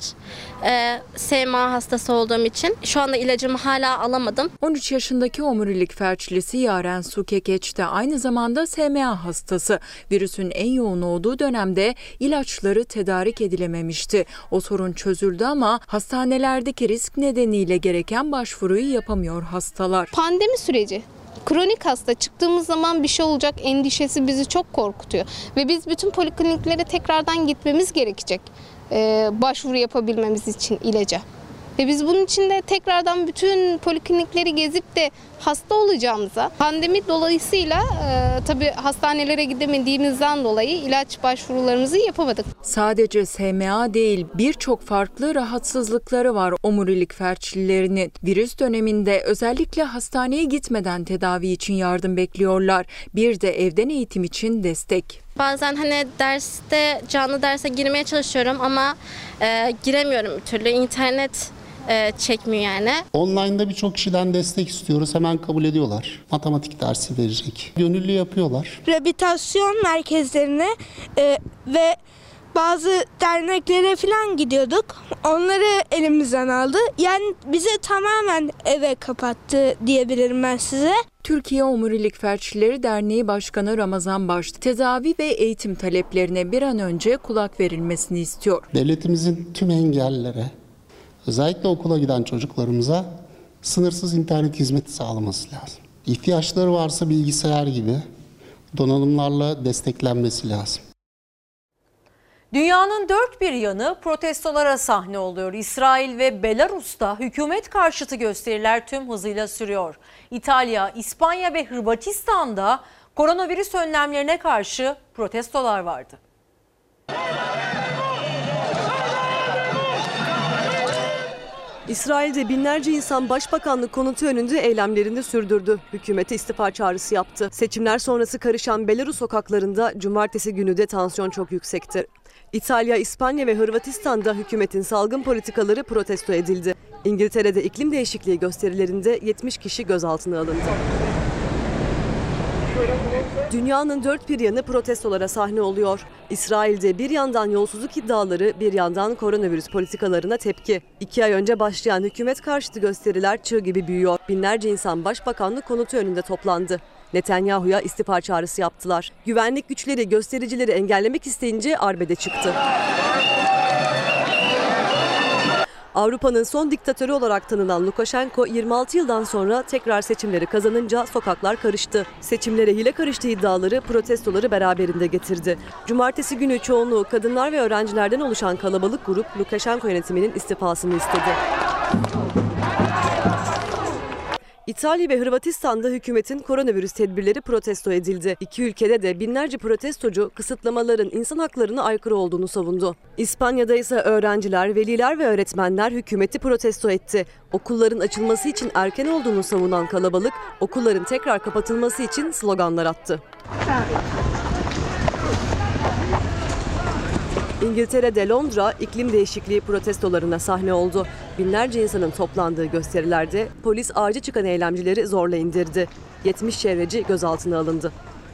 SMA hastası olduğum için. Şu anda ilacımı hala alamadım. 13 yaşındaki omurilik felçlisi Yaren Su Kekeç de aynı zamanda SMA hastası. Virüsün en yoğun olduğu dönemde ilaçları tedarik edilememişti. O sorun çözüldü ama hastanelerdeki risk nedeniyle gereken başvuruyu yapamıyor hastalar. Pandemi süreci. Kronik hasta çıktığımız zaman bir şey olacak endişesi bizi çok korkutuyor. Ve biz bütün polikliniklere tekrardan gitmemiz gerekecek başvuru yapabilmemiz için ilaca. Ve biz bunun için de tekrardan bütün poliklinikleri gezip de hasta olacağımıza, pandemi dolayısıyla tabii hastanelere gidemediğimizden dolayı ilaç başvurularımızı yapamadık. Sadece SMA değil, birçok farklı rahatsızlıkları var omurilik felçlilerinin. Virüs döneminde özellikle hastaneye gitmeden tedavi için yardım bekliyorlar. Bir de evden eğitim için destek. Bazen derste canlı derse girmeye çalışıyorum ama giremiyorum bir türlü. İnternet çekmiyor yani. Online'da birçok kişiden destek istiyoruz. Hemen kabul ediyorlar. Matematik dersi verecek. Gönüllü yapıyorlar. Rehabilitasyon merkezlerine ve bazı derneklere falan gidiyorduk. Onları elimizden aldı. Yani bizi tamamen eve kapattı diyebilirim ben size. Türkiye Omurilik Felçlileri Derneği Başkanı Ramazan Baş, tedavi ve eğitim taleplerine bir an önce kulak verilmesini istiyor. Devletimizin tüm engellilere, özellikle okula giden çocuklarımıza sınırsız internet hizmeti sağlaması lazım. İhtiyaçları varsa bilgisayar gibi donanımlarla desteklenmesi lazım. Dünyanın dört bir yanı protestolara sahne oluyor. İsrail ve Belarus'ta hükümet karşıtı gösteriler tüm hızıyla sürüyor. İtalya, İspanya ve Hırvatistan'da koronavirüs önlemlerine karşı protestolar vardı. İsrail'de binlerce insan Başbakanlık konutu önünde eylemlerini sürdürdü. Hükümete istifa çağrısı yaptı. Seçimler sonrası karışan Belarus sokaklarında cumartesi günü de tansiyon çok yüksekti. İtalya, İspanya ve Hırvatistan'da hükümetin salgın politikaları protesto edildi. İngiltere'de iklim değişikliği gösterilerinde 70 kişi gözaltına alındı. Dünyanın dört bir yanı protestolara sahne oluyor. İsrail'de bir yandan yolsuzluk iddiaları, bir yandan koronavirüs politikalarına tepki. 2 ay önce başlayan hükümet karşıtı gösteriler çığ gibi büyüyor. Binlerce insan Başbakanlık konutu önünde toplandı. Netanyahu'ya istifa çağrısı yaptılar. Güvenlik güçleri göstericileri engellemek isteyince arbede çıktı. Avrupa'nın son diktatörü olarak tanınan Lukashenko 26 yıldan sonra tekrar seçimleri kazanınca sokaklar karıştı. Seçimlere hile karıştığı iddiaları protestoları beraberinde getirdi. Cumartesi günü çoğunluğu kadınlar ve öğrencilerden oluşan kalabalık grup Lukashenko yönetiminin istifasını istedi. İtalya ve Hırvatistan'da hükümetin koronavirüs tedbirleri protesto edildi. İki ülkede de binlerce protestocu kısıtlamaların insan haklarına aykırı olduğunu savundu. İspanya'da ise öğrenciler, veliler ve öğretmenler hükümeti protesto etti. Okulların açılması için erken olduğunu savunan kalabalık, okulların tekrar kapatılması için sloganlar attı. İngiltere'de Londra iklim değişikliği protestolarına sahne oldu. Binlerce insanın toplandığı gösterilerde polis ağaca çıkan eylemcileri zorla indirdi. 70 çevreci gözaltına alındı.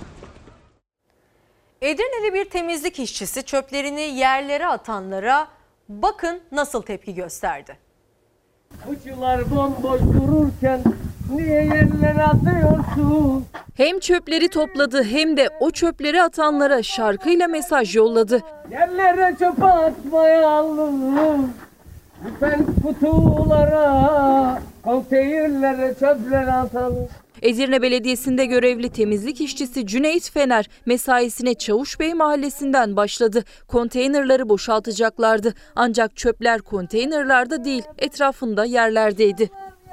Edirne'li bir temizlik işçisi çöplerini yerlere atanlara bakın nasıl tepki gösterdi. Uçular bomboş dururken niye yerlere atıyorsun? Hem çöpleri topladı hem de o çöpleri atanlara şarkıyla mesaj yolladı. Yerlere çöp atmayalım. Lütfen kutulara, konteynerlere çöpler atalım. Edirne Belediyesi'nde görevli temizlik işçisi Cüneyt Fener mesaisine Çavuşbey Mahallesi'nden başladı. Konteynerları boşaltacaklardı. Ancak çöpler konteynerlarda değil, etrafında yerlerdeydi.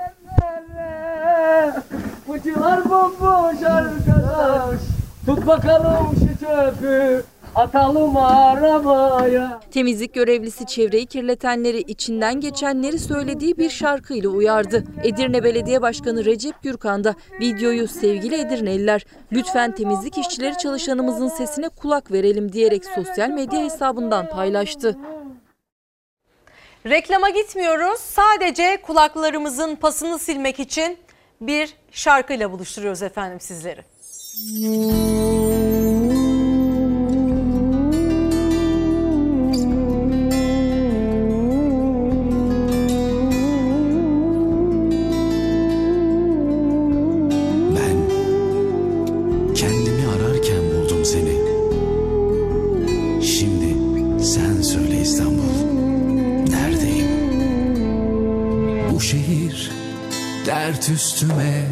Fıçılar bomboş arkadaş. Tut bakalım şu çöpü. Atalım arabaya. Temizlik görevlisi çevreyi kirletenleri, içinden geçenleri söylediği bir şarkıyla uyardı. Edirne Belediye Başkanı Recep Gürkan da videoyu sevgili Edirneliler lütfen temizlik işçileri çalışanımızın sesine kulak verelim diyerek sosyal medya hesabından paylaştı. Reklama gitmiyoruz. Sadece kulaklarımızın pasını silmek için bir şarkıyla buluşturuyoruz efendim sizleri. Dert üstüme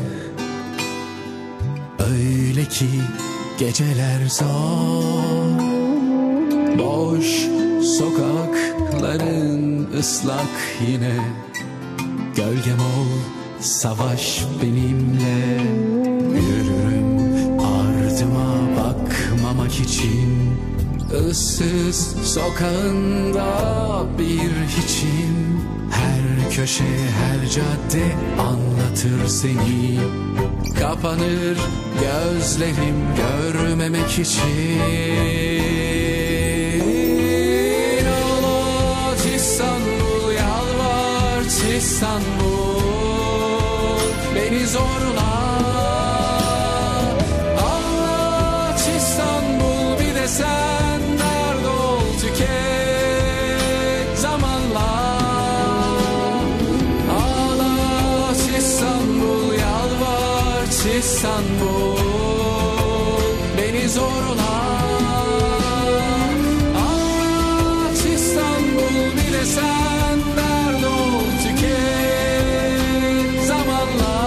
öyle ki geceler zor. Boş sokakların ıslak yine. Gölgem ol, savaş benimle. Yürürüm ardıma bakmamak için. Issız sokağında bir hiçim. Her köşe, her cadde anlatır seni. Kapanır gözlerim görmemek için. Ağlat İstanbul, yalvar İstanbul, beni zorla. Ağlat İstanbul, bir de sen dert ol, tüket zamanla. İstanbul, beni zorla. Aç İstanbul, bir de sen dert ol, tüket zamanla.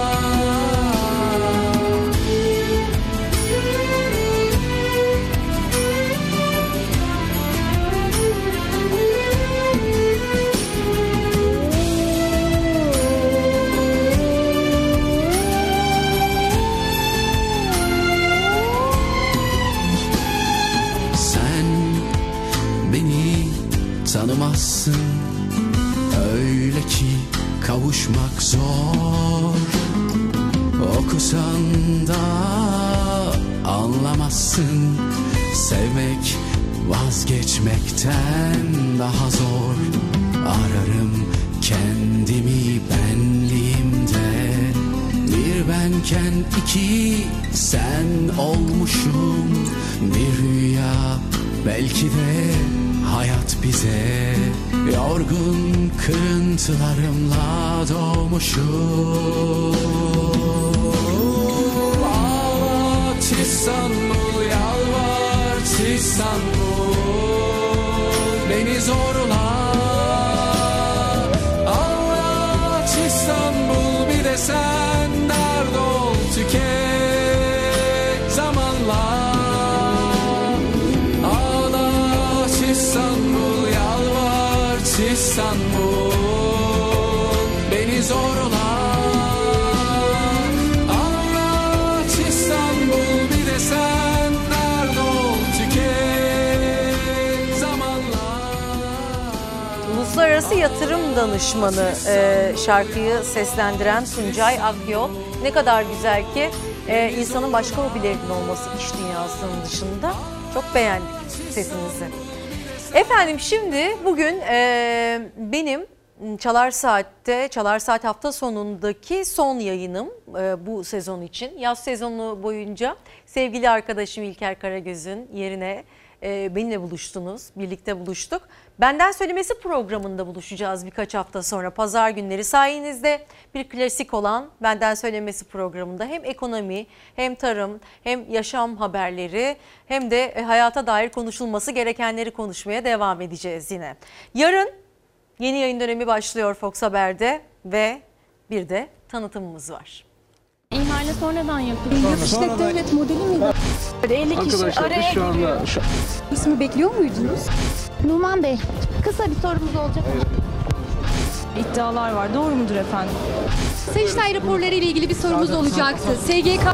Tanımazsın öyle ki kavuşmak zor. Okusan da anlamazsın. Sevmek vazgeçmekten daha zor. Ararım kendimi benliğimde. Bir benken iki sen olmuşum. Bir rüya belki de hayat bize yorgun kırıntılarımla doğmuşum. Ağlat İstanbul, yalvar İstanbul, beni zorla. Ağlat İstanbul, bir de sen dert ol, tüket zamanla. İstanbul, yalvar İstanbul, beni zorla. Ağlat İstanbul, bir de sen dert ol, tüket zamanla. Uluslararası Yatırım Danışmanı şarkıyı seslendiren Tuncay Akyol. Ne kadar güzel ki insanın başka hobilerinin olması iş dünyasının dışında. Çok beğendik sesinizi. Efendim şimdi bugün benim Çalar Saat hafta sonundaki son yayınım bu sezon için. Yaz sezonu boyunca sevgili arkadaşım İlker Karagöz'ün yerine benimle buluştunuz, birlikte buluştuk. Benden Söylemesi programında buluşacağız birkaç hafta sonra. Pazar günleri sayenizde bir klasik olan Benden Söylemesi programında hem ekonomi, hem tarım, hem yaşam haberleri, hem de hayata dair konuşulması gerekenleri konuşmaya devam edeceğiz yine. Yarın yeni yayın dönemi başlıyor Fox Haber'de ve bir de tanıtımımız var. İhale sonradan yapılıyor. İşte devlet modeli miydi? 50 kişi araya giriyor. İsmi bekliyor muydunuz? Numan Bey, kısa bir sorumuz olacak. İddialar var. Doğru mudur efendim? Sayıştay raporları ile ilgili bir sorumuz olacaktı. SGK...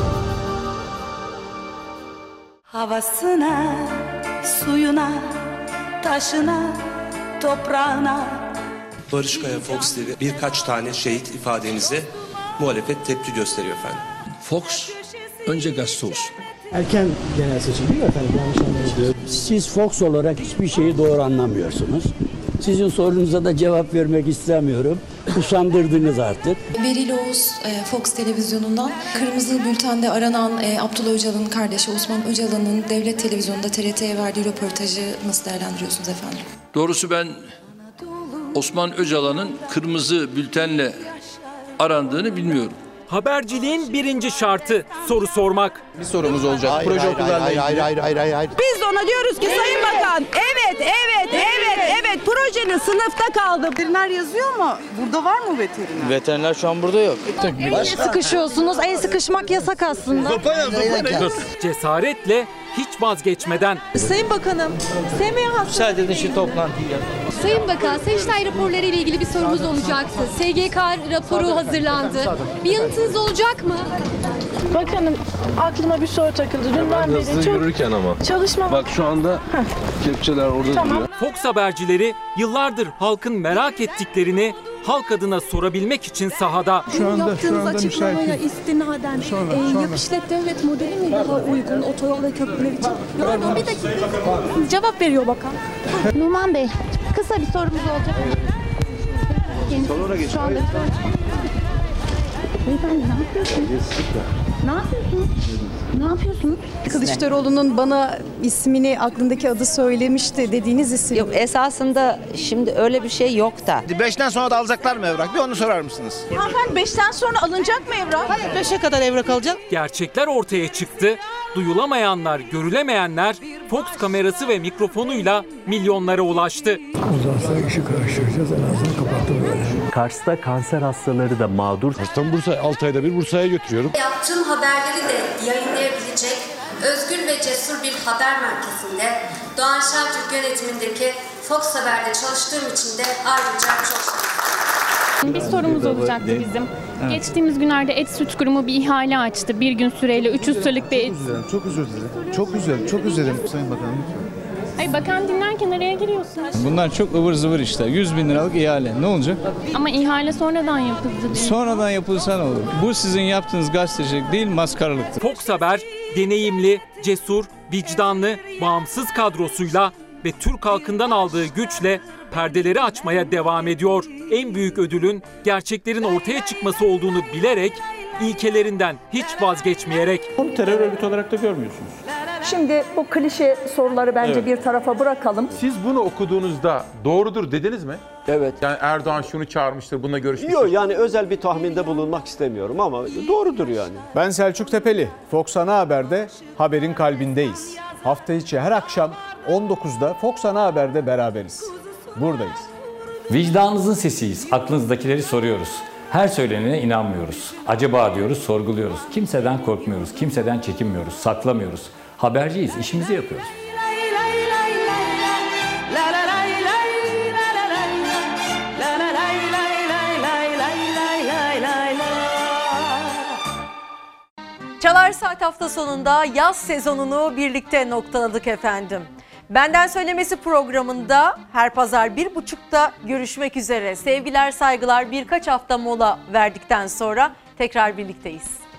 Havasına, suyuna, taşına, toprağına. Barış Kaya Fox TV birkaç tane şehit ifadenize muhalefet tepki gösteriyor efendim. Fox önce gazete olsun. Erken genel seçim değil mi efendim? Yanlış anlamadım. Siz Fox olarak hiçbir şeyi doğru anlamıyorsunuz. Sizin sorunuza da cevap vermek istemiyorum. Usandırdınız artık. Beril Oğuz Fox Televizyonu'ndan Kırmızı Bülten'de aranan Abdullah Öcalan'ın kardeşi Osman Öcalan'ın devlet televizyonunda TRT'ye verdiği röportajı nasıl değerlendiriyorsunuz efendim? Doğrusu ben Osman Öcalan'ın Kırmızı Bülten'le arandığını bilmiyorum. Haberciliğin birinci şartı soru sormak. Bir sorumuz olacak. Proje okullarla ilgili. Hayır. Biz de ona diyoruz ki Sayın Bakan, evet, projenin sınıfta kaldı. Veteriner yazıyor mu? Burada var mı veteriner? Veteriner şu an burada yok. Niye sıkışıyorsunuz? El sıkışmak yasak aslında. Cesaretle hiç vazgeçmeden. Sayın Bakanım, SMH Müsaade edin şu toplantıyı yap. Sayın Bakan, Sayıştay raporları ile ilgili bir sorumuz olacaktı. SGK raporu hazırlandı. Bir yanıtınız olacak mı? Bakanım, aklıma bir soru takıldı. Dünden beri çok yürürken ama. Çalışma. Bak şu anda kepçeler orada duruyor. Fox habercileri yıllardır halkın merak ettiklerini halk adına sorabilmek için sahada. Şu anda açıklamaya istinaden yap işlet devlet modeli mi daha uygun otoyol ve köprüler için? Yok, bir dakika. Cevap veriyor bakan. Numan Bey, kısa bir sorumuz olacak. Salona geç. Şu anda beyefendi ne yapıyorsunuz? Ne yapıyorsunuz? Kılıçdaroğlu'nun bana ismini, aklındaki adı söylemişti dediğiniz isim. Yok, esasında şimdi öyle bir şey yok da. 5'ten sonra da alacaklar mı evrak? Bir onu sorar mısınız? Hanımefendi 5'ten sonra alınacak mı evrak? Hayır, 5'e kadar evrak alacak. Gerçekler ortaya çıktı. Duyulamayanlar, görülemeyenler Fox kamerası ve mikrofonuyla milyonlara ulaştı. Uzaksa işi karıştıracağız, en azından kapattım böyle. Kars'ta kanser hastaları da mağdur. Kars'tan Bursa'ya, 6 ayda bir Bursa'ya götürüyorum. Yaptığım haberleri de yayınlayabilecek özgür ve cesur bir haber merkezinde Doğan Şentürk yönetimindeki Fox Haber'de çalıştığım için de ayrıca çok şanslıyım. Bir sorumuz olacaktı bizim. Evet. Geçtiğimiz günlerde Et Süt Kurumu bir ihale açtı. Bir gün süreyle 300 liralık bir et. Çok özür dilerim. Çok özledim Sayın Bakanım lütfen. Hayır, bakan dinlerken araya giriyorsunuz. Bunlar çok ıvır zıvır işler. 100 bin liralık ihale. Ne olacak? Ama ihale sonradan yapıldı değil. Sonradan yapılsa ne olur? Bu sizin yaptığınız gazetecilik değil, maskaralıktır. Fox Haber deneyimli, cesur, vicdanlı, bağımsız kadrosuyla ve Türk halkından aldığı güçle perdeleri açmaya devam ediyor. En büyük ödülün gerçeklerin ortaya çıkması olduğunu bilerek, ilkelerinden hiç vazgeçmeyerek. Onu terör örgütü olarak da görmüyorsunuz. Şimdi bu klişe soruları bence bir tarafa bırakalım. Siz bunu okuduğunuzda doğrudur dediniz mi? Evet. Yani Erdoğan şunu çağırmıştır, bununla görüşmüştür. Yok, yani özel bir tahminde bulunmak istemiyorum ama doğrudur yani. Ben Selçuk Tepeli. Fox Ana Haber'de haberin kalbindeyiz. Hafta içi her akşam 19'da Fox Ana Haber'de beraberiz. Buradayız. Vicdanınızın sesiyiz. Aklınızdakileri soruyoruz. Her söylenene inanmıyoruz. Acaba diyoruz, sorguluyoruz. Kimseden korkmuyoruz, kimseden çekinmiyoruz, saklamıyoruz. Haberciyiz, işimizi yapıyoruz. Çalar Saat hafta sonunda yaz sezonunu birlikte noktaladık efendim. Benden Söylemesi programında her pazar 1.30'da görüşmek üzere. Sevgiler, saygılar, birkaç hafta mola verdikten sonra tekrar birlikteyiz.